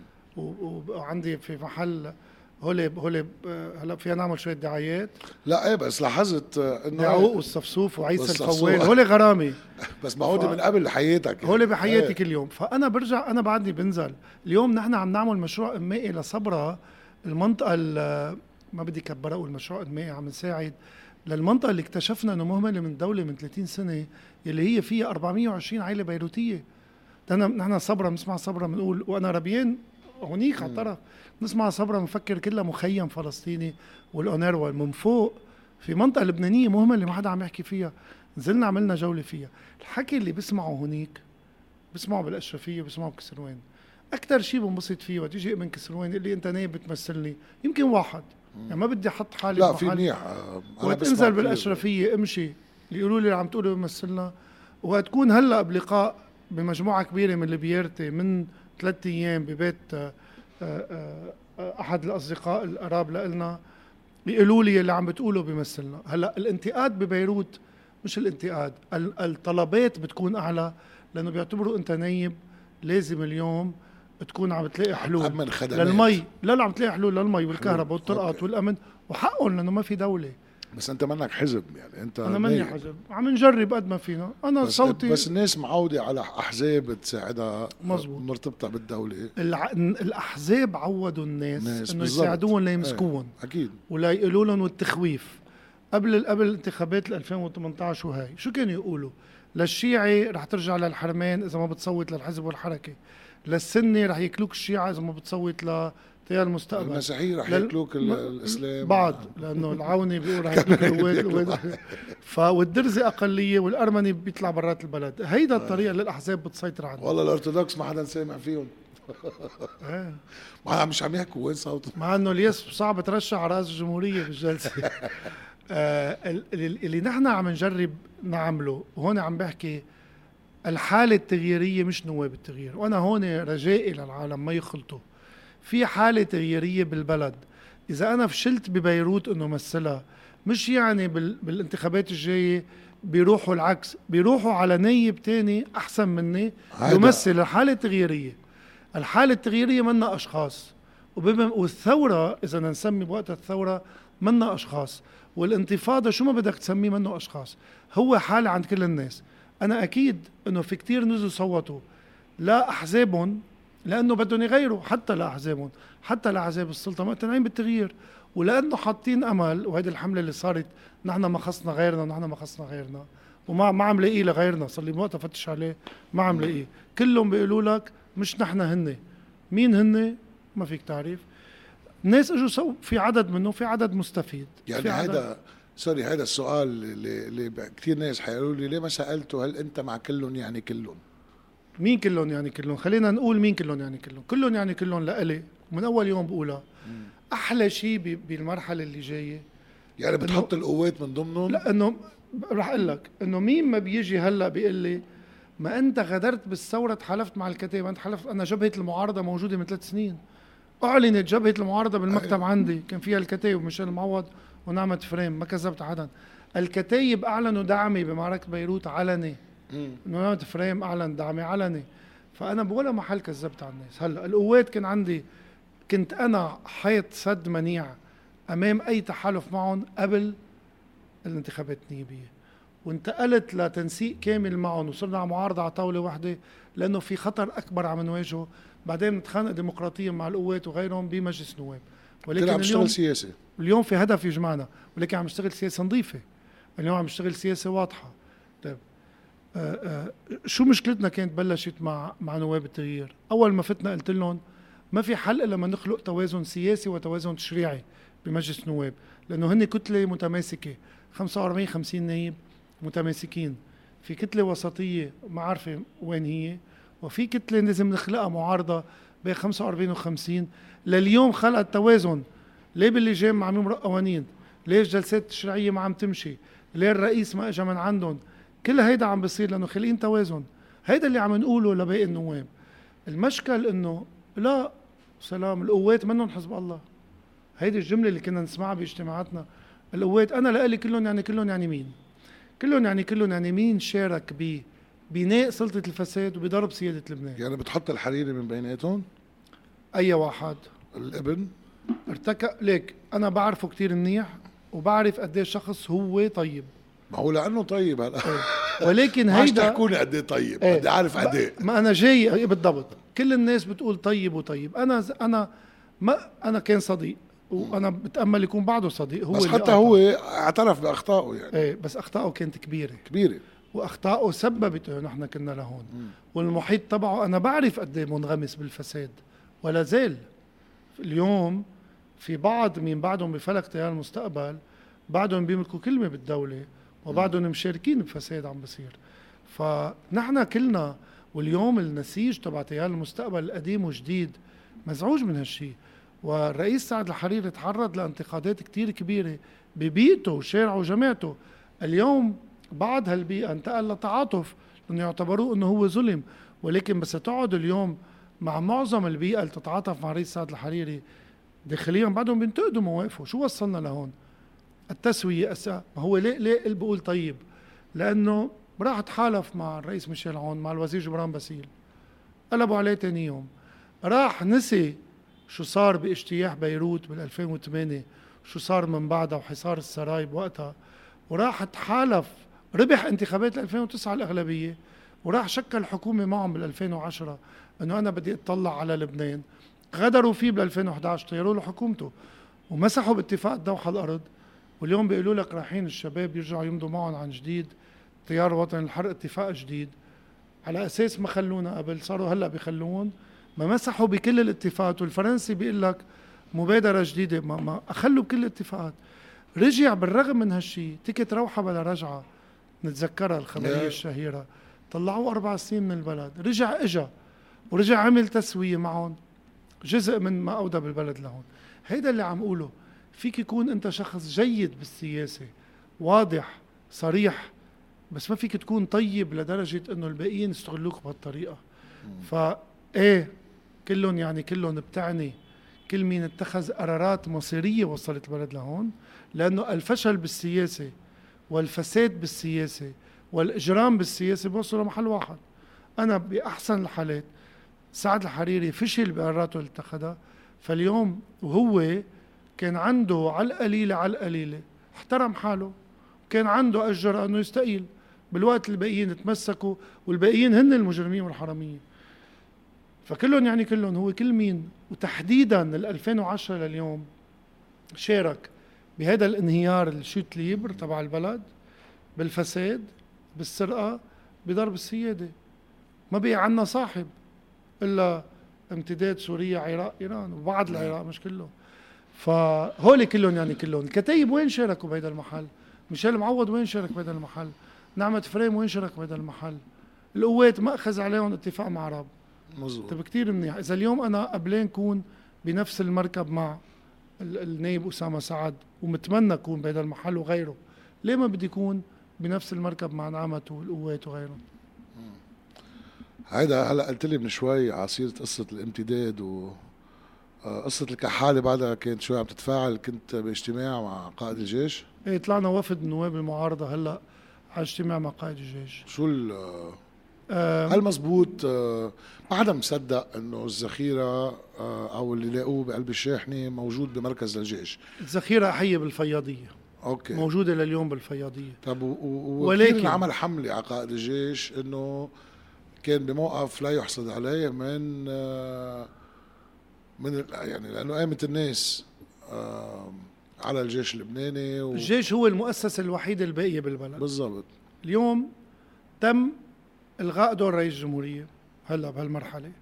وعندي في محل هولي هولي هلا فينا نعمل شوية دعايات. لا ايه بس لاحظت انه دعوق والصفصوف وعيسى الفوال هولي غرامي بس ما هودي ف... من قبل حياتك يعني. هولي بحياتي ايه. كل يوم. فانا برجع انا بعدني بنزل. اليوم نحن عم نعمل مشروع انمائي لصبرا، المنطقه ما بدي كبر اقول مشروع انمائي، عم نساعد للمنطقه اللي اكتشفنا انه مهمله من الدوله من ثلاثين سنه، اللي هي فيها أربعمية وعشرين عائله بيروتيه. نحن صبرا بنسمع صبرا بنقول، وانا ربيان هونيك على الطرف نسمع صبرا بنفكر كلها مخيم فلسطيني والأونروا من فوق في منطقة لبنانية مهمة اللي ما حدا عم يحكي فيها. نزلنا عملنا جولة فيها. الحكي اللي بسمعه هونيك بسمعه بالأشرفية بسمعه بكسروان. أكتر شيء بنبسط فيه وقت يجي من كسروان اللي أنت نايب بتمثلني يمكن واحد، يعني ما بدي أحط حالي لا في منيح. وقت انزل بالأشرفية امشي اللي يقولوا لي عم تقولوا بمثلنا، وقت تكون هلأ بلقاء بمجموعة كبيرة من البيارتي من ثلاثة أيام ببيت احد الاصدقاء القراب لنا بيقولوا لي اللي عم بتقوله بيمثلنا. هلا الانتقاد ببيروت مش الانتقاد، الطلبات بتكون اعلى، لانه بيعتبروا انت نايب لازم اليوم تكون عم تلاقي حلول للمي. لا لا عم تلاقي حلول للمي والكهرباء والطرقات والامن، وحقهم لانه ما في دوله. بس انت منك حزب يعني، انت انا ماني حزب، عم نجرب قد ما فينا. انا بس صوتي بس الناس معوده على احزاب تساعدها مزبوط مرتبطه بالدوله. الع... الاحزاب عودوا الناس, الناس انه يساعدوهم ليمسكوهم اكيد ولا يقولوا لهم والتخويف. قبل قبل الانتخابات ألفين وثمانية عشر وهاي شو كانوا يقولوا؟ للشيعي رح ترجع للحرمين اذا ما بتصوت للحزب والحركه، للسني رح ياكلوك الشيعة اذا ما بتصوت لتيار المستقبل، المسيحيين رح ياكلوك لل... الاسلام بعض، لانه العوني بيقول رح ياكلوك القوات فالدرزي اقليه والارمني بيطلع برات البلد. هيدا الطريقه اللي الاحزاب بتسيطر عليها. والله الارثوذكس ما حدا سامع فيهم. ما مش عم يحكوا وين صوتهم، مع انه الياس صعب ترشح على راس الجمهوريه بالجلسه. آه اللي نحن عم نجرب نعمله هون، عم بحكي الحالة التغييرية مش نواب التغيير، وأنا هون رجائي للعالم ما يخلطوا. في حالة تغييرية بالبلد، إذا أنا فشلت ببيروت إنه مثلها، مش يعني بال بالانتخابات الجاية بيروحوا العكس، بيروحوا على نايب تاني أحسن مني يمثل الحالة التغييرية. الحالة التغييرية منا أشخاص، والثورة إذا نسمي بوقت الثورة منا أشخاص، والانتفاضة شو ما بدك تسميه منه أشخاص، هو حالة عند كل الناس. أنا أكيد إنه في كتير نزلوا صوتوا لا أحزابهم لأنه بدهم يغيروا، حتى لا أحزابهم، حتى لا أحزاب السلطة مقتنعين بالتغيير، ولأنه حاطين أمل. وهذه الحملة اللي صارت نحن ما خصنا غيرنا ونحن ما خصنا غيرنا، وما ما عم لاقيه لغيرنا، صار لي وقت أفتش عليه ما عم لاقيه. كلهم بيقولوا لك مش نحن هن. مين هن؟ ما فيك تعرف. الناس اجوا سو في عدد منه، في عدد مستفيد يعني. هذا سوري، هذا السؤال اللي, اللي كثير ناس حيقولوا لي ليه ما سألته هل أنت مع كلهم يعني كلهم؟ مين كلهم يعني كلهم؟ خلينا نقول مين كلهم يعني كلهم. كلهم يعني كلهم لإلي من أول يوم بقولها. أحلى شيء بالمرحلة اللي جاية يعني بتحط القوات من ضمنهم؟ لا، إنه رح أقول لك إنه مين ما بيجي هلا بيقول لي ما أنت غدرت بالثورة، تحالفت مع الكتائب، أنت حلفت. أنا جبهة المعارضة موجودة من ثلاث سنين، أعلنت جبهة المعارضة بالمكتب عندي، كان فيها الكتائب وميشيل معوض ونعمة فريم، ما كذبت عدن. الكتائب أعلنوا دعمي بمعركة بيروت علني، نعمة فريم أعلن دعمي علني، فأنا بولا محل كذبت على الناس. هلا القوات كان عندي، كنت أنا حيط سد منيع أمام أي تحالف معهم قبل الانتخابات النيابية، وانتقلت لتنسيق كامل معهم، وصرنا على معارضة على طاولة واحدة لأنه في خطر أكبر عم نواجهه. بعدين نتخانق ديمقراطيا مع القوات وغيرهم بمجلس النواب، ولكن عم نشتغل سياسي. اليوم في هدف يجمعنا، ولكن عم نشتغل سياسة نظيفة. اليوم عم نشتغل سياسة واضحة. طيب آآ آآ شو مشكلتنا كانت بلشت مع مع نواب التغيير؟ أول ما فتنا قلت لهم ما في حل إلا ما نخلق توازن سياسي وتوازن تشريعي بمجلس النواب، لأنه هن كتلة متماسكة، خمسة وأربعين خمسين نائب متماسكين، في كتلة وسطية ما عارفة وين هي، وفي كتلة لازم نخلقها معارضة بين خمسة وأربعين وخمسين. لليوم خلقت توازن. ليه باللجان ما عم يمرق قوانين؟ ليش جلسات تشريعية ما عم تمشي؟ ليه الرئيس ما اجى من عندهم؟ كل هيدا عم بيصير لأنه خلقين توازن. هيدا اللي عم نقوله لباقي النواب. المشكل إنه لا سلام، القوات منهم حزب الله. هيدي الجملة اللي كنا نسمعها باجتماعاتنا. القوات أنا لقلي كلهم يعني كلهم يعني مين؟ كلهم يعني كلهم يعني مين شارك ب بناء سلطة الفساد وبضرب سيادة لبنان؟ يعني بتحط الحريري من بيناتهم؟ أي واحد الابن ارتكب ليك، أنا بعرفه كتير منيح وبعرف قديه شخص هو طيب. ما هو لأنه طيب هلا ايه. ولكن هيدا عاش تحكوني قديه طيب، ايه. بدي أعرف قديه. ما أنا جاي بالضبط. كل الناس بتقول طيب وطيب. أنا أنا ما أنا كان صديق، وأنا بتأمل يكون بعده صديق. هو بس حتى هو اعترف بأخطائه يعني. ايه بس أخطائه كانت كبيرة كبيرة، واخطائه سببت انه نحن كنا لهون. مم. والمحيط تبعه انا بعرف قد ايه منغمس بالفساد ولا زال. اليوم في بعض من بعدهم بفلك تيار المستقبل بعدهم بيملكوا كلمه بالدوله وبعدهم مشاركين بفساد عم بصير. فنحن كلنا، واليوم النسيج تبع تيار المستقبل القديم وجديد مزعوج من هالشيء. والرئيس سعد الحريري تعرض لانتقادات كتير كبيره ببيئته وشارعه وجماعته. اليوم بعد هالبيئة انتقل لتعاطف لأنه يعتبروه أنه هو ظلم، ولكن بس تقعد اليوم مع معظم البيئة اللي تتعاطف مع رئيس سعد الحريري داخليا بعدهم بينتقدوا مواقفه. شو وصلنا لهون؟ التسوية أسا. ما هو ليه ليه بقول طيب؟ لأنه راح تحالف مع الرئيس ميشيل عون مع الوزير جبران باسيل، قلبوا عليه تاني يوم. راح نسي شو صار باجتياح بيروت بال ألفين وثمانية، شو صار من بعدها وحصار السرايب وقتها، وراح تحالف، ربح انتخابات ألفين وتسعة الأغلبية، وراح شكل حكومة معهم بال ألفين وعشرة انه انا بدي اطلع على لبنان. غدروا فيه بال ألفين وإحدى عشر، طيروا له حكومته ومسحوا باتفاق الدوحة الارض. واليوم بيقولوا لك رايحين الشباب يرجعوا يمضوا معهم عن جديد تيار وطن الحر اتفاق جديد، على اساس ما خلونا قبل صاروا هلا بيخلون، ما مسحوا بكل الاتفاقات. والفرنسي بيقول لك مبادرة جديدة، ما, ما أخلوا بكل الاتفاقات. رجع بالرغم من هالشي تيكت روحة بلا رجعة، نتذكرها الخبرية الشهيرة، طلعوه أربع سنين من البلد، رجع إجا ورجع عمل تسوية معهم، جزء من ما أودى بالبلد لهون. هيدا اللي عم قوله، فيك يكون أنت شخص جيد بالسياسة، واضح صريح، بس ما فيك تكون طيب لدرجة أنه الباقيين يستغلوك بهالطريقة. فإيه كلهم يعني كلهم بتعني كل مين اتخذ قرارات مصيرية وصلت البلد لهون، لأنه الفشل بالسياسة والفساد بالسياسة والإجرام بالسياسة بوصلوا محل واحد. أنا بأحسن الحالات سعد الحريري فشل بقراراته اللي اتخذها، فاليوم وهو كان عنده على القليلة على القليلة احترم حاله، كان عنده أجر أنه يستقيل بالوقت الباقيين تمسكوا، والباقيين هن المجرمين والحرامية. فكلهم يعني كلهم هو كل مين، وتحديدا ال ألفين وعشرة لليوم شارك بهذا الانهيار الشوت ليبر تبع البلد، بالفساد، بالسرقة، بضرب السيادة. ما بقي عنا صاحب إلا امتداد سوريا عراق إيران وبعض العراق مش كله. فهولي كلهم يعني كلهم. الكتايب وين شاركوا بهذا المحل؟ ميشيل معوض وين شارك بهذا المحل؟ نعمة فريم وين شارك بهذا المحل؟ القوات ما أخذ عليهم اتفاق مع عرب. مظبوط. طيب كتير منيح. إذا اليوم أنا قبلين كون بنفس المركب مع النائب أسامة سعد ومتمنى كون بهذا المحل وغيره، ليه ما بدي كون بنفس المركب مع نعمة والقوات وغيره؟ هيدا هلا قلت لي من شوي على سيرة قصة الامتداد و قصة الكحالة، بعدها كانت شوي عم تتفاعل، كنت باجتماع مع قائد الجيش. ايه طلعنا وفد نواب المعارضة هلا على اجتماع مع قائد الجيش. شو ال هل مزبوط؟ ما حدا مصدق انه الذخيرة او اللي لاقوه بقلب الشاحنة موجود بمركز الجيش. الذخيرة حية بالفياضية، اوكي، موجودة لليوم بالفياضية. طب ولكن عمل حملة على قائد الجيش انه كان بموقف لا يحسد عليه من من يعني لانه قامت الناس على الجيش اللبناني و... الجيش هو المؤسسة الوحيدة الباقية بالبلد بالضبط. اليوم تم إلغاء دور رئيس الجمهورية هلا بهالمرحلة،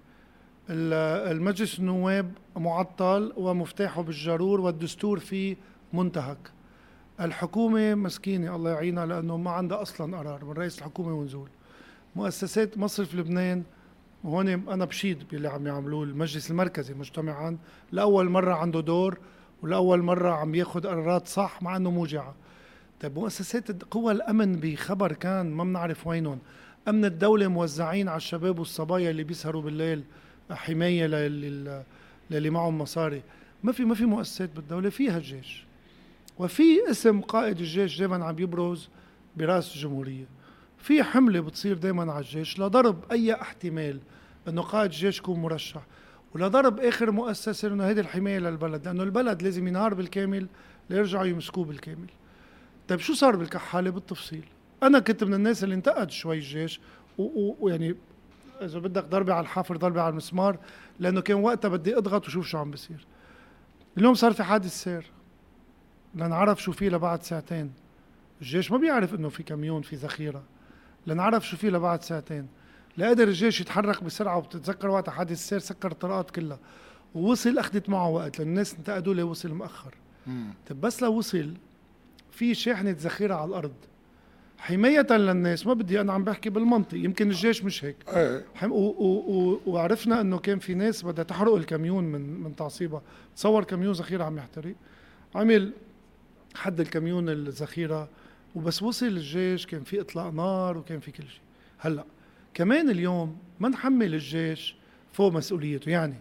المجلس النواب معطل ومفتاحه بالجرور والدستور فيه منتهك. الحكومة مسكينة الله يعينها لأنه ما عندها أصلا قرار من رئيس الحكومة ونزول. مؤسسات مصرف لبنان، وهون أنا بشيد باللي عم يعملوه المجلس المركزي مجتمعا، لأول مرة عنده دور ولأول مرة عم ياخد قرارات صح مع أنه موجعة. طيب مؤسسات قوى الأمن بخبر كان ما بنعرف وينهم، أمن الدولة موزعين على الشباب والصبايا اللي بيسهروا بالليل حماية للي, للي معهم مصاري. ما في ما في مؤسسات بالدولة فيها الجيش، وفي اسم قائد الجيش دايما عم يبرز برأس الجمهورية. في حملة بتصير دايما على الجيش لضرب أي احتمال أنه قائد الجيش يكون مرشح، ولضرب آخر مؤسسة أنه هذه الحماية للبلد، لأنه البلد لازم ينهار بالكامل ليرجعوا يمسكوه بالكامل. طيب شو صار بالكحالة بالتفصيل؟ أنا كنت من الناس اللي انتقد شوي الجيش، ويعني إذا بدك ضربة على الحافر ضربة على المسمار، لأنه كان وقتها بدي أضغط وشوف شو عم بيصير. اليوم صار في حادث سير لنعرف شو فيه لبعد ساعتين. الجيش ما بيعرف إنه في كميون في ذخيرة، لنعرف شو فيه لبعد ساعتين. لا قدر الجيش يتحرك بسرعة، وبتتذكر وقت حادث السير سكر الطرقات كلها ووصل، أخذت معه وقت لأن الناس انتقدوا لي وصل مؤخر. طيب بس لو وصل في شاحنة ذخيرة على الأرض حماية للناس، ما بدي أنا عم بحكي بالمنطق، يمكن الجيش مش هيك. حم... و... و... وعرفنا أنه كان في ناس بدها تحرق الكميون من من تعصيبها. تصور كميون ذخيرة عم يحترق، عمل حد الكميون الذخيرة، وبس وصل الجيش كان في إطلاق نار وكان في كل شيء. هلأ كمان اليوم ما نحمل الجيش فوق مسؤوليته، يعني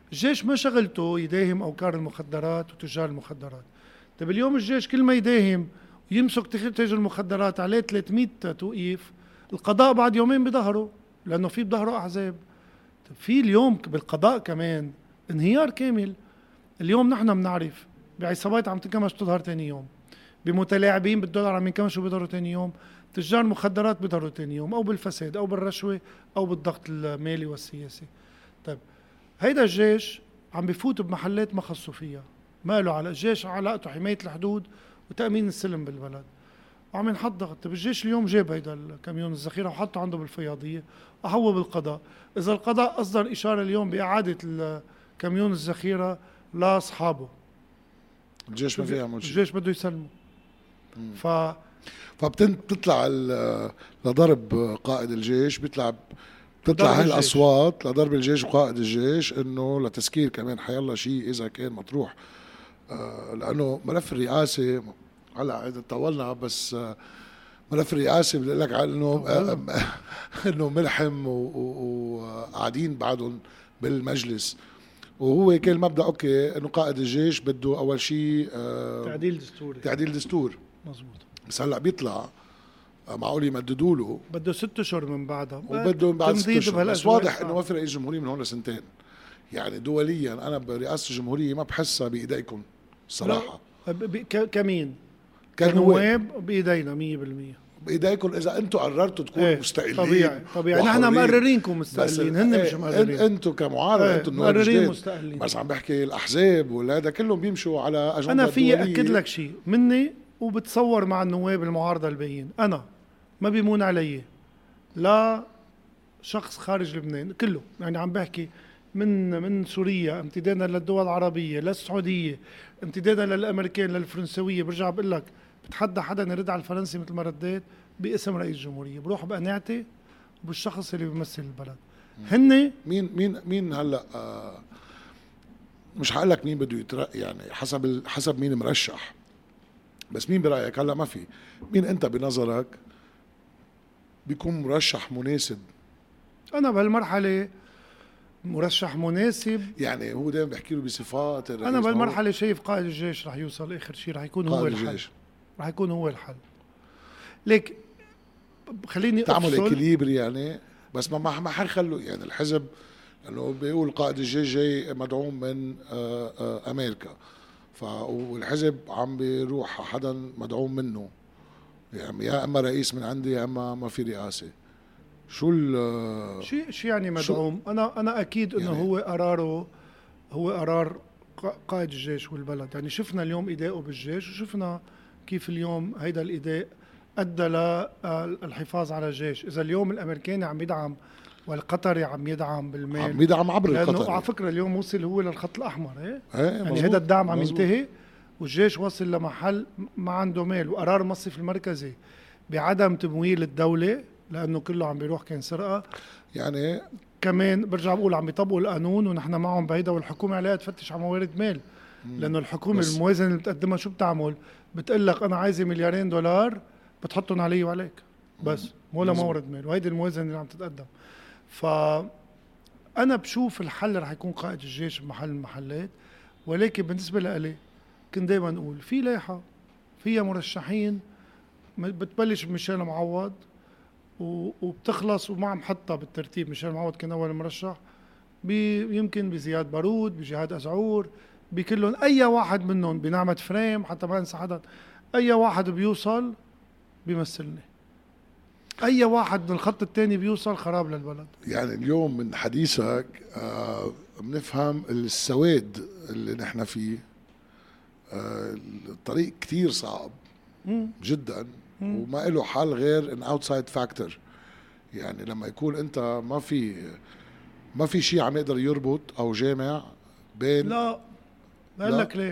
الجيش ما شغلته يداهم أوكار المخدرات وتجار المخدرات. طيب اليوم الجيش كل ما يداهم ويمسك تاجر المخدرات عليه ثلاثمية توقيف، القضاء بعد يومين بظهره لأنه في بظهره أحزاب. طيب في اليوم بالقضاء كمان انهيار كامل. اليوم نحن بنعرف بعصابات عم تنكمش تظهر تاني يوم، بمتلاعبين بالدولار عم ينكمشوا بيظهروا تاني يوم، تجار مخدرات بيظهروا تاني يوم، أو بالفساد أو بالرشوة أو بالضغط المالي والسياسي. طيب هيدا الجيش عم بفوت بمحلات ما خصوا فيها، ما له على الجيش علاقته حماية الحدود وتأمين السلم بالبلد، وعم ينحط ضغط. طيب الجيش اليوم جاب هيدا الكاميون الذخيرة وحطه عنده بالفياضية، أحوه بالقضاء. إذا القضاء أصدر إشارة اليوم بإعادة الكاميون الذخيرة لاصحابه، الجيش ما فيه يعمل شيء، الجيش بده يسلمه. ف فبتطلع لضرب قائد الجيش، بيطلع بتطلع هاي الأصوات لضرب الجيش وقائد الجيش إنه لتسكير كمان حيالله شيء إذا كان مطروح. آه لأنه ملف الرئاسة هلا إذا طولنا بس آه ملف الرئاسة بدي لك على إنه آه إنه ملحم وقاعدين بعدهم بالمجلس، وهو كان المبدأ أوكي إنه قائد الجيش بده أول شيء آه تعديل دستوري، تعديل دستور مزبوط. بس هلا بيطلع معقول يمددوا له، بده ست اشهر من بعدها، وبده بعد ست اشهر. بس واضح انه ما في رئيس جمهوريه من هون لسنتين. يعني دوليا انا برئاسه الجمهوريه ما بحسها بايديكم صراحه. كمين كنواب بايدينا مية بالمية بايديكم اذا انتم قررتوا تكونوا ايه مستقلين. طبيعي طبيعي نحن مقررينكم مستقلين، هن ايه مش مقررين. انتم كمعارضه ايه انتم مقررين مستقلين. بس عم بحكي الاحزاب ولا هذا كلهم بيمشوا على اجنده. انا في اكد لك شيء مني وبتصور مع النواب المعارضه الباقيين، انا ما بيمون علي لا شخص خارج لبنان كله، يعني عم بحكي من من سوريا امتدادا للدول العربيه للسعوديه امتدادا للامريكان للفرنسويه. برجع بقول لك بتحدى حدا يرد على الفرنسي مثل ما رديت باسم رئيس الجمهوريه، بروح بقناعتي وبالشخص اللي بيمثل البلد. هن مين مين مين هلا آه مش هقول لك مين بده يترقى، يعني حسب حسب مين مرشح، بس مين برايك هلا ما في مين انت بنظرك بيكون مرشح مناسب؟ انا بهالمرحله مرشح مناسب، يعني هو دائما بحكي له بصفات الرئيس. انا بهالمرحله شايف قائد الجيش رح يوصل اخر شيء، رح يكون هو الحل. الجيش. رح يكون هو الحل. ليك خليني تعمل اكيليبر يعني، بس ما ما حيخلوا يعني الحزب، لانه بيقول قائد الجيش جاي مدعوم من آآ آآ امريكا، فالحزب عم بيروح حدا مدعوم منه، يعني يا اما رئيس من عندي يا اما ما في رئاسه. شو ال شو شو يعني مدعوم؟ انا انا اكيد انه يعني هو قراره، هو قرار قائد الجيش والبلد. يعني شفنا اليوم اداؤه بالجيش، وشفنا كيف اليوم هيدا الاداء ادى للحفاظ على الجيش. اذا اليوم الامريكاني عم يدعم والقطري عم يدعم بالمال، عم يدعم عبر القطري. على فكره اليوم وصل هو للخط الاحمر، ايه, ايه يعني هذا الدعم عم ينتهي، والجيش وصل لمحل ما عنده مال. وقرار المصرف المركزي بعدم تمويل الدوله لانه كله عم بيروح كان سرقه. يعني كمان برجع بقول عم بيطبقوا القانون ونحن معهم بهيدا، والحكومه عليها تفتش على موارد مال، لانه الحكومه الموازنه اللي بتقدمها شو بتعمل؟ بتقول لك انا عايزه مليارين دولار بتحطهم علي وعليك بس، ولا مورد مال، وهيدي الموازنه اللي عم تتقدم. فانا بشوف الحل رح يكون قائد الجيش بمحل المحلات. ولكن بالنسبه لي كنت دائما اقول في لائحه فيها مرشحين، بتبلش بميشيل معوض وبتخلص وما عم حطها بالترتيب. ميشيل معوض كان اول مرشح، يمكن بزياد بارود، بجهاد أزعور، بكلهم اي واحد منهم، بنعمة فريم، حتى ما انسى حدا، اي واحد بيوصل بيمثلني، اي واحد من الخط الثاني بيوصل خراب للبلد. يعني اليوم من حديثك آه بنفهم السواد اللي نحن فيه. آه الطريق كتير صعب مم. جدا مم. وما له حل غير ان اوتسايد فاكتور. يعني لما يكون انت ما في ما في شيء عم يقدر يربط او جامع بين، لا بقول لك ليه.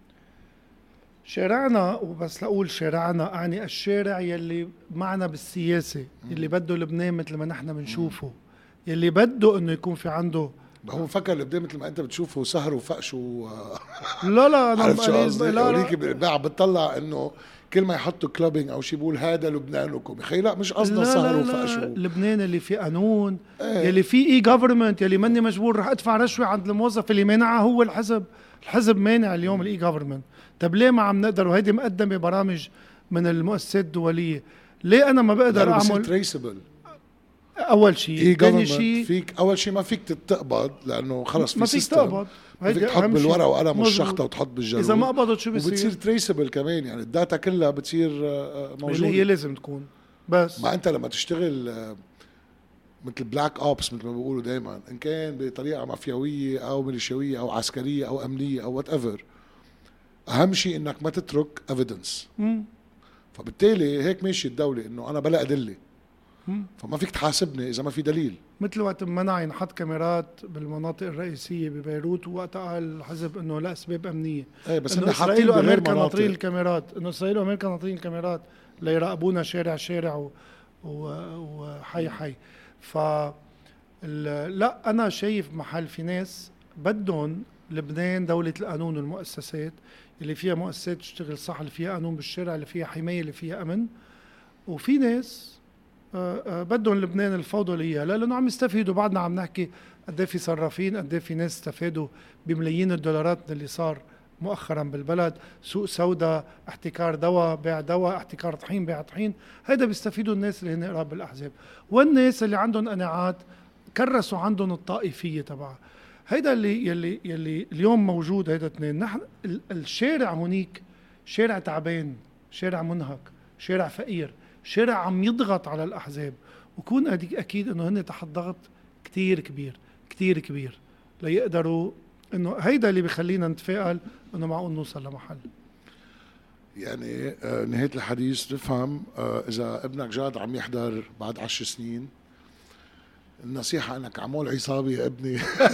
شارعنا، وبس لأقول شارعنا أعني الشارع يلي معنا بالسياسة، يلي بده لبنان مثل ما نحن بنشوفه، يلي بده إنه يكون في عنده هو مفكر لبنان مثل ما انت بتشوفه سهر وفقش و لا لا انا عرفت شو قليل- قصدي؟ لا هوريك لا بالباع بتطلع انه كل ما يحطوا كلوبينج او شي بقول هذا لبنانكم، يا اخي لا مش قصدنا لا سهر لا وفقش لا و... لبنان اللي فيه قانون، ايه. يلي فيه اي جفرمنت، يلي ماني مجبور رح ادفع رشوه عند الموظف اللي مانعها هو الحزب. الحزب مانع اليوم الاي جفرمنت. طب ليه ما عم نقدر؟ وهيدي مقدمه برامج من المؤسسات الدوليه، ليه انا ما بقدر اعمل؟ تريسبل اول شيء، اي ثاني جفرمنت شيء فيك اول شيء ما فيك تتقبض لانه خلص في ما فيك سيستم، تقبض، فيك هيدي تحط أهم شيء. بالورقه وقلم مزبوط. والشخطه وتحط بالجرود. اذا ما قبضت شو وبتصير بصير؟ تريسبل كمان، يعني الداتا كلها بتصير آه، اللي موجوده. هي لازم تكون. بس ما انت لما تشتغل آه، مثل بلاك اوبس مثل ما بيقولوا دائما، ان كان بطريقه مافياويه او ميليشياويه او عسكريه او امنيه او وات ايفر، اهم شيء انك ما تترك ايفيدنس. مم. فبالتالي هيك ماشي الدوله، انه انا بلا ادله، مم. فما فيك تحاسبني اذا ما في دليل. مثل وقت منع ينحط كاميرات بالمناطق الرئيسيه ببيروت، ووقتها قال الحزب انه لاسباب امنيه. ايه بس انه هن حاطين اسرائيل بغير وامريكا ناطرين مناطق. الكاميرات، انه اسرائيل وامريكا ناطرين الكاميرات ليراقبونا شارع شارع و... و... وحي حي. ف ال... لا انا شايف محل في ناس بدهم لبنان دولة القانون والمؤسسات اللي فيها مؤسسات تشتغل صح، اللي فيها قانون بالشارع، اللي فيها حماية، اللي فيها امن. وفي ناس آه، آه، بدهم لبنان الفوضى اللي اياها، لانه عم يستفيدوا. بعدنا عم نحكي قد ايه في صرافين، قد ايه في ناس استفادوا بملايين الدولارات من اللي صار مؤخرا بالبلد، سوق سوداء، احتكار دواء، بيع دواء، احتكار طحين، بيع طحين. هيدا بيستفيدوا الناس اللي هن قراب بالاحزاب، والناس اللي عندهم قناعات كرسوا عندهم الطائفيه تبعها. هيدا اللي يلي يلي اليوم موجود. هيدا اثنين. نحن ال- الشارع هونيك شارع تعبان، شارع منهك، شارع فقير، شارع عم يضغط على الأحزاب. وكون أديك أكيد أنه هن تحت ضغط كتير كبير كتير كبير ليقدروا، أنه هيدا اللي بيخلينا نتفائل أنه معقول نوصل لمحل. يعني آه، نهاية الحديث تفهم آه، إذا ابنك جاد عم يحضر بعد عشر سنين، النصيحة أنك عمول عصابي يا ابني.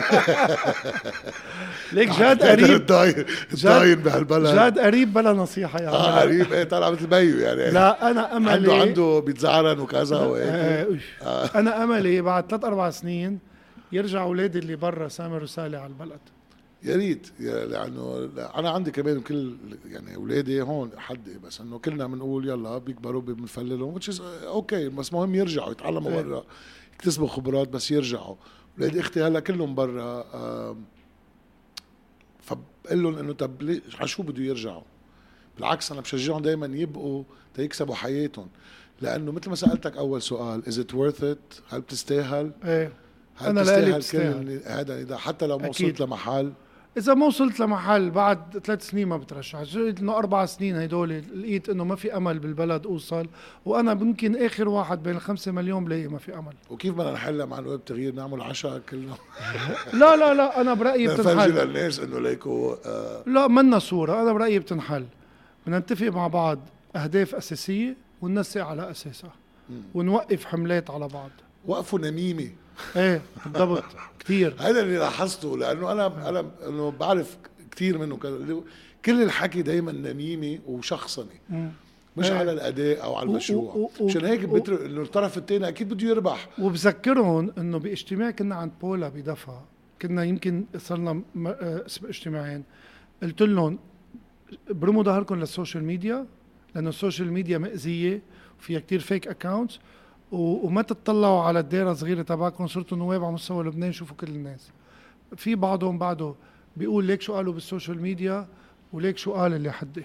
ليك جاد قريب، الداين الداين بهالبلد. جاد قريب بلا نصيحة يا اه قريب، ايه طالع مثل بيو يعني. لا أنا أملي عنده عنده بيتزعرن وكذا وهيك. آه آه. أنا أملي بعد ثلاث أربع سنين يرجع أولادي اللي برا سامر وسالي على البلد. يا ريت، لانه انا عندي كمان كل يعني اولادي هون حدي، بس انه كلنا بنقول يلا بيكبروا بنفللهم which is اوكي، بس مهم يرجعوا يتعلموا إيه. برا، يكتسبوا خبرات، بس يرجعوا. اولاد اختي هلا كلهم برا، فبقول لهم انه طب ليش على شو بده يرجعوا؟ بالعكس انا بشجعهم دائما يبقوا تيكسبوا حياتهم، لانه مثل ما سالتك اول سؤال is it worth it؟ هل بتستاهل؟ ايه هل أنا لالي بتستاهل كل بستاهل. الن- هذا اذا حتى لو ما أكيد. وصلت لمحل؟ إذا ما وصلت لمحل بعد ثلاث سنين ما بترشح، جيت إنه أربع سنين هيدول لقيت إنه ما في أمل بالبلد أوصل، وأنا ممكن آخر واحد بين الخمسة مليون بلاقي ما في أمل. وكيف بدنا نحلها مع نواب تغيير؟ نعمل عشاء كلنا لا لا لا أنا برأيي نفرجي بتنحل. للناس انه ليكوا آه لا منا صورة، أنا برأيي بتنحل. بدنا نتفق مع بعض أهداف أساسية وننسق على أساسها، ونوقف حملات على بعض. وقفوا نميمه. إيه بالضبط كتير. هذا اللي لاحظته، لانه انا انا انه بعرف كثير منه كان- كل الحكي دائما نميمه وشخصني، مم. مش إيه. على الاداء او على و- و- المشروع. و- و- عشان هيك و- بتر... انه الطرف الثاني اكيد بده يربح. وبذكرهم انه باجتماع كنا عند بولا بدفا، كنا يمكن صرنا م- آه، اجتماعين، قلت لهم برموا ظهركم للسوشيال ميديا، لانه السوشيال ميديا مأذيه وفيها كتير فيك اكاونتس، وما تطلعوا على الدائره الصغيره تبعكم، صرتوا نواب على مستوى لبنان، شوفوا كل الناس. في بعضهم بعده بيقول ليك شو قالوا بالسوشيال ميديا وليك شو قال اللي حدي.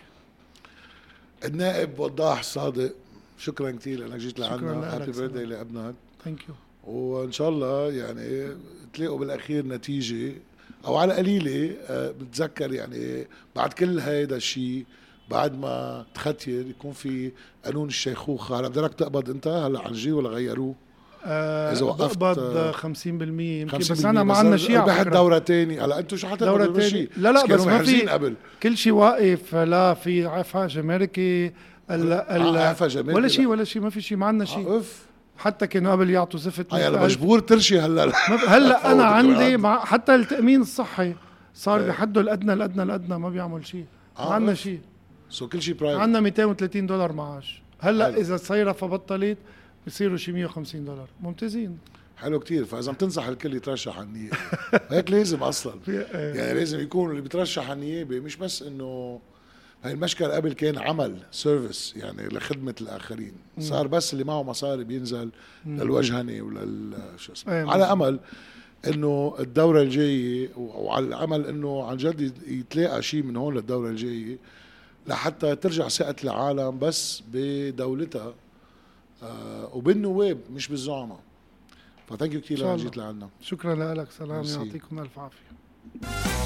النائب وضاح صادق، شكرا كثير لانك جيت شكراً لعنا. لك هابي سلام. بيرثداي لابنك، ثانك يو. وان شاء الله يعني تلاقوا بالاخير نتيجه، او على قليله آه، بتذكر يعني بعد كل هيدا الشيء، بعد ما تختير يكون في قانون الشيخوخه. هلا بدك تقبض انت هلا عن جي ولا غيروه؟ آه إذا وقفت، بقبض آه، خمسين بالمية يمكن، خمسين بس انا ما بالمية عندنا بس شيء على ربحت فكرة. دورة تاني. هلا انتم شو دورة حتقبضوا تاني. شيء؟ لا لا بس ما في قبل كل شيء واقف. لا في عفاج امريكي ال ال عفاج أمريكي ولا لا. شيء ولا شيء، ما في شيء، ما عندنا شيء. اوف حتى كانوا قبل يعطوا زفت هلا مئة ألف. مجبور ترشي هلا. ما في- هلا انا فوت عندي القرآن. مع حتى التامين الصحي صار إيه. بحده الادنى الادنى الادنى، ما بيعمل شيء. ما آه، عندنا أوف. شيء. سو كل شيء برايفت. عندنا مئتين وثلاثين دولار معاش. هلا حلو. اذا صيرفه بطلت بصيروا شي مئة وخمسين دولار. ممتازين. حلو كتير. فاذا بتنصح الكل يترشح على النيابه هيك لازم اصلا يعني لازم يكون اللي بيترشح على النيابه مش بس انه هاي المشكلة قبل كان عمل سيرفيس يعني لخدمة الآخرين، صار بس اللي معه مصاري بينزل للوجهني ولل شو اسمه، على أمل إنه الدورة الجاية وعلى أمل إنه عن جد يتلاقى شيء من هون للدورة الجاية لحتى ترجع ثقة العالم بس بدولتها آه وبالنواب مش بالزعماء. فثانك يو كثير لأن جيت لعنا. شكرا لك. سلام، يعطيكم ألف عافية.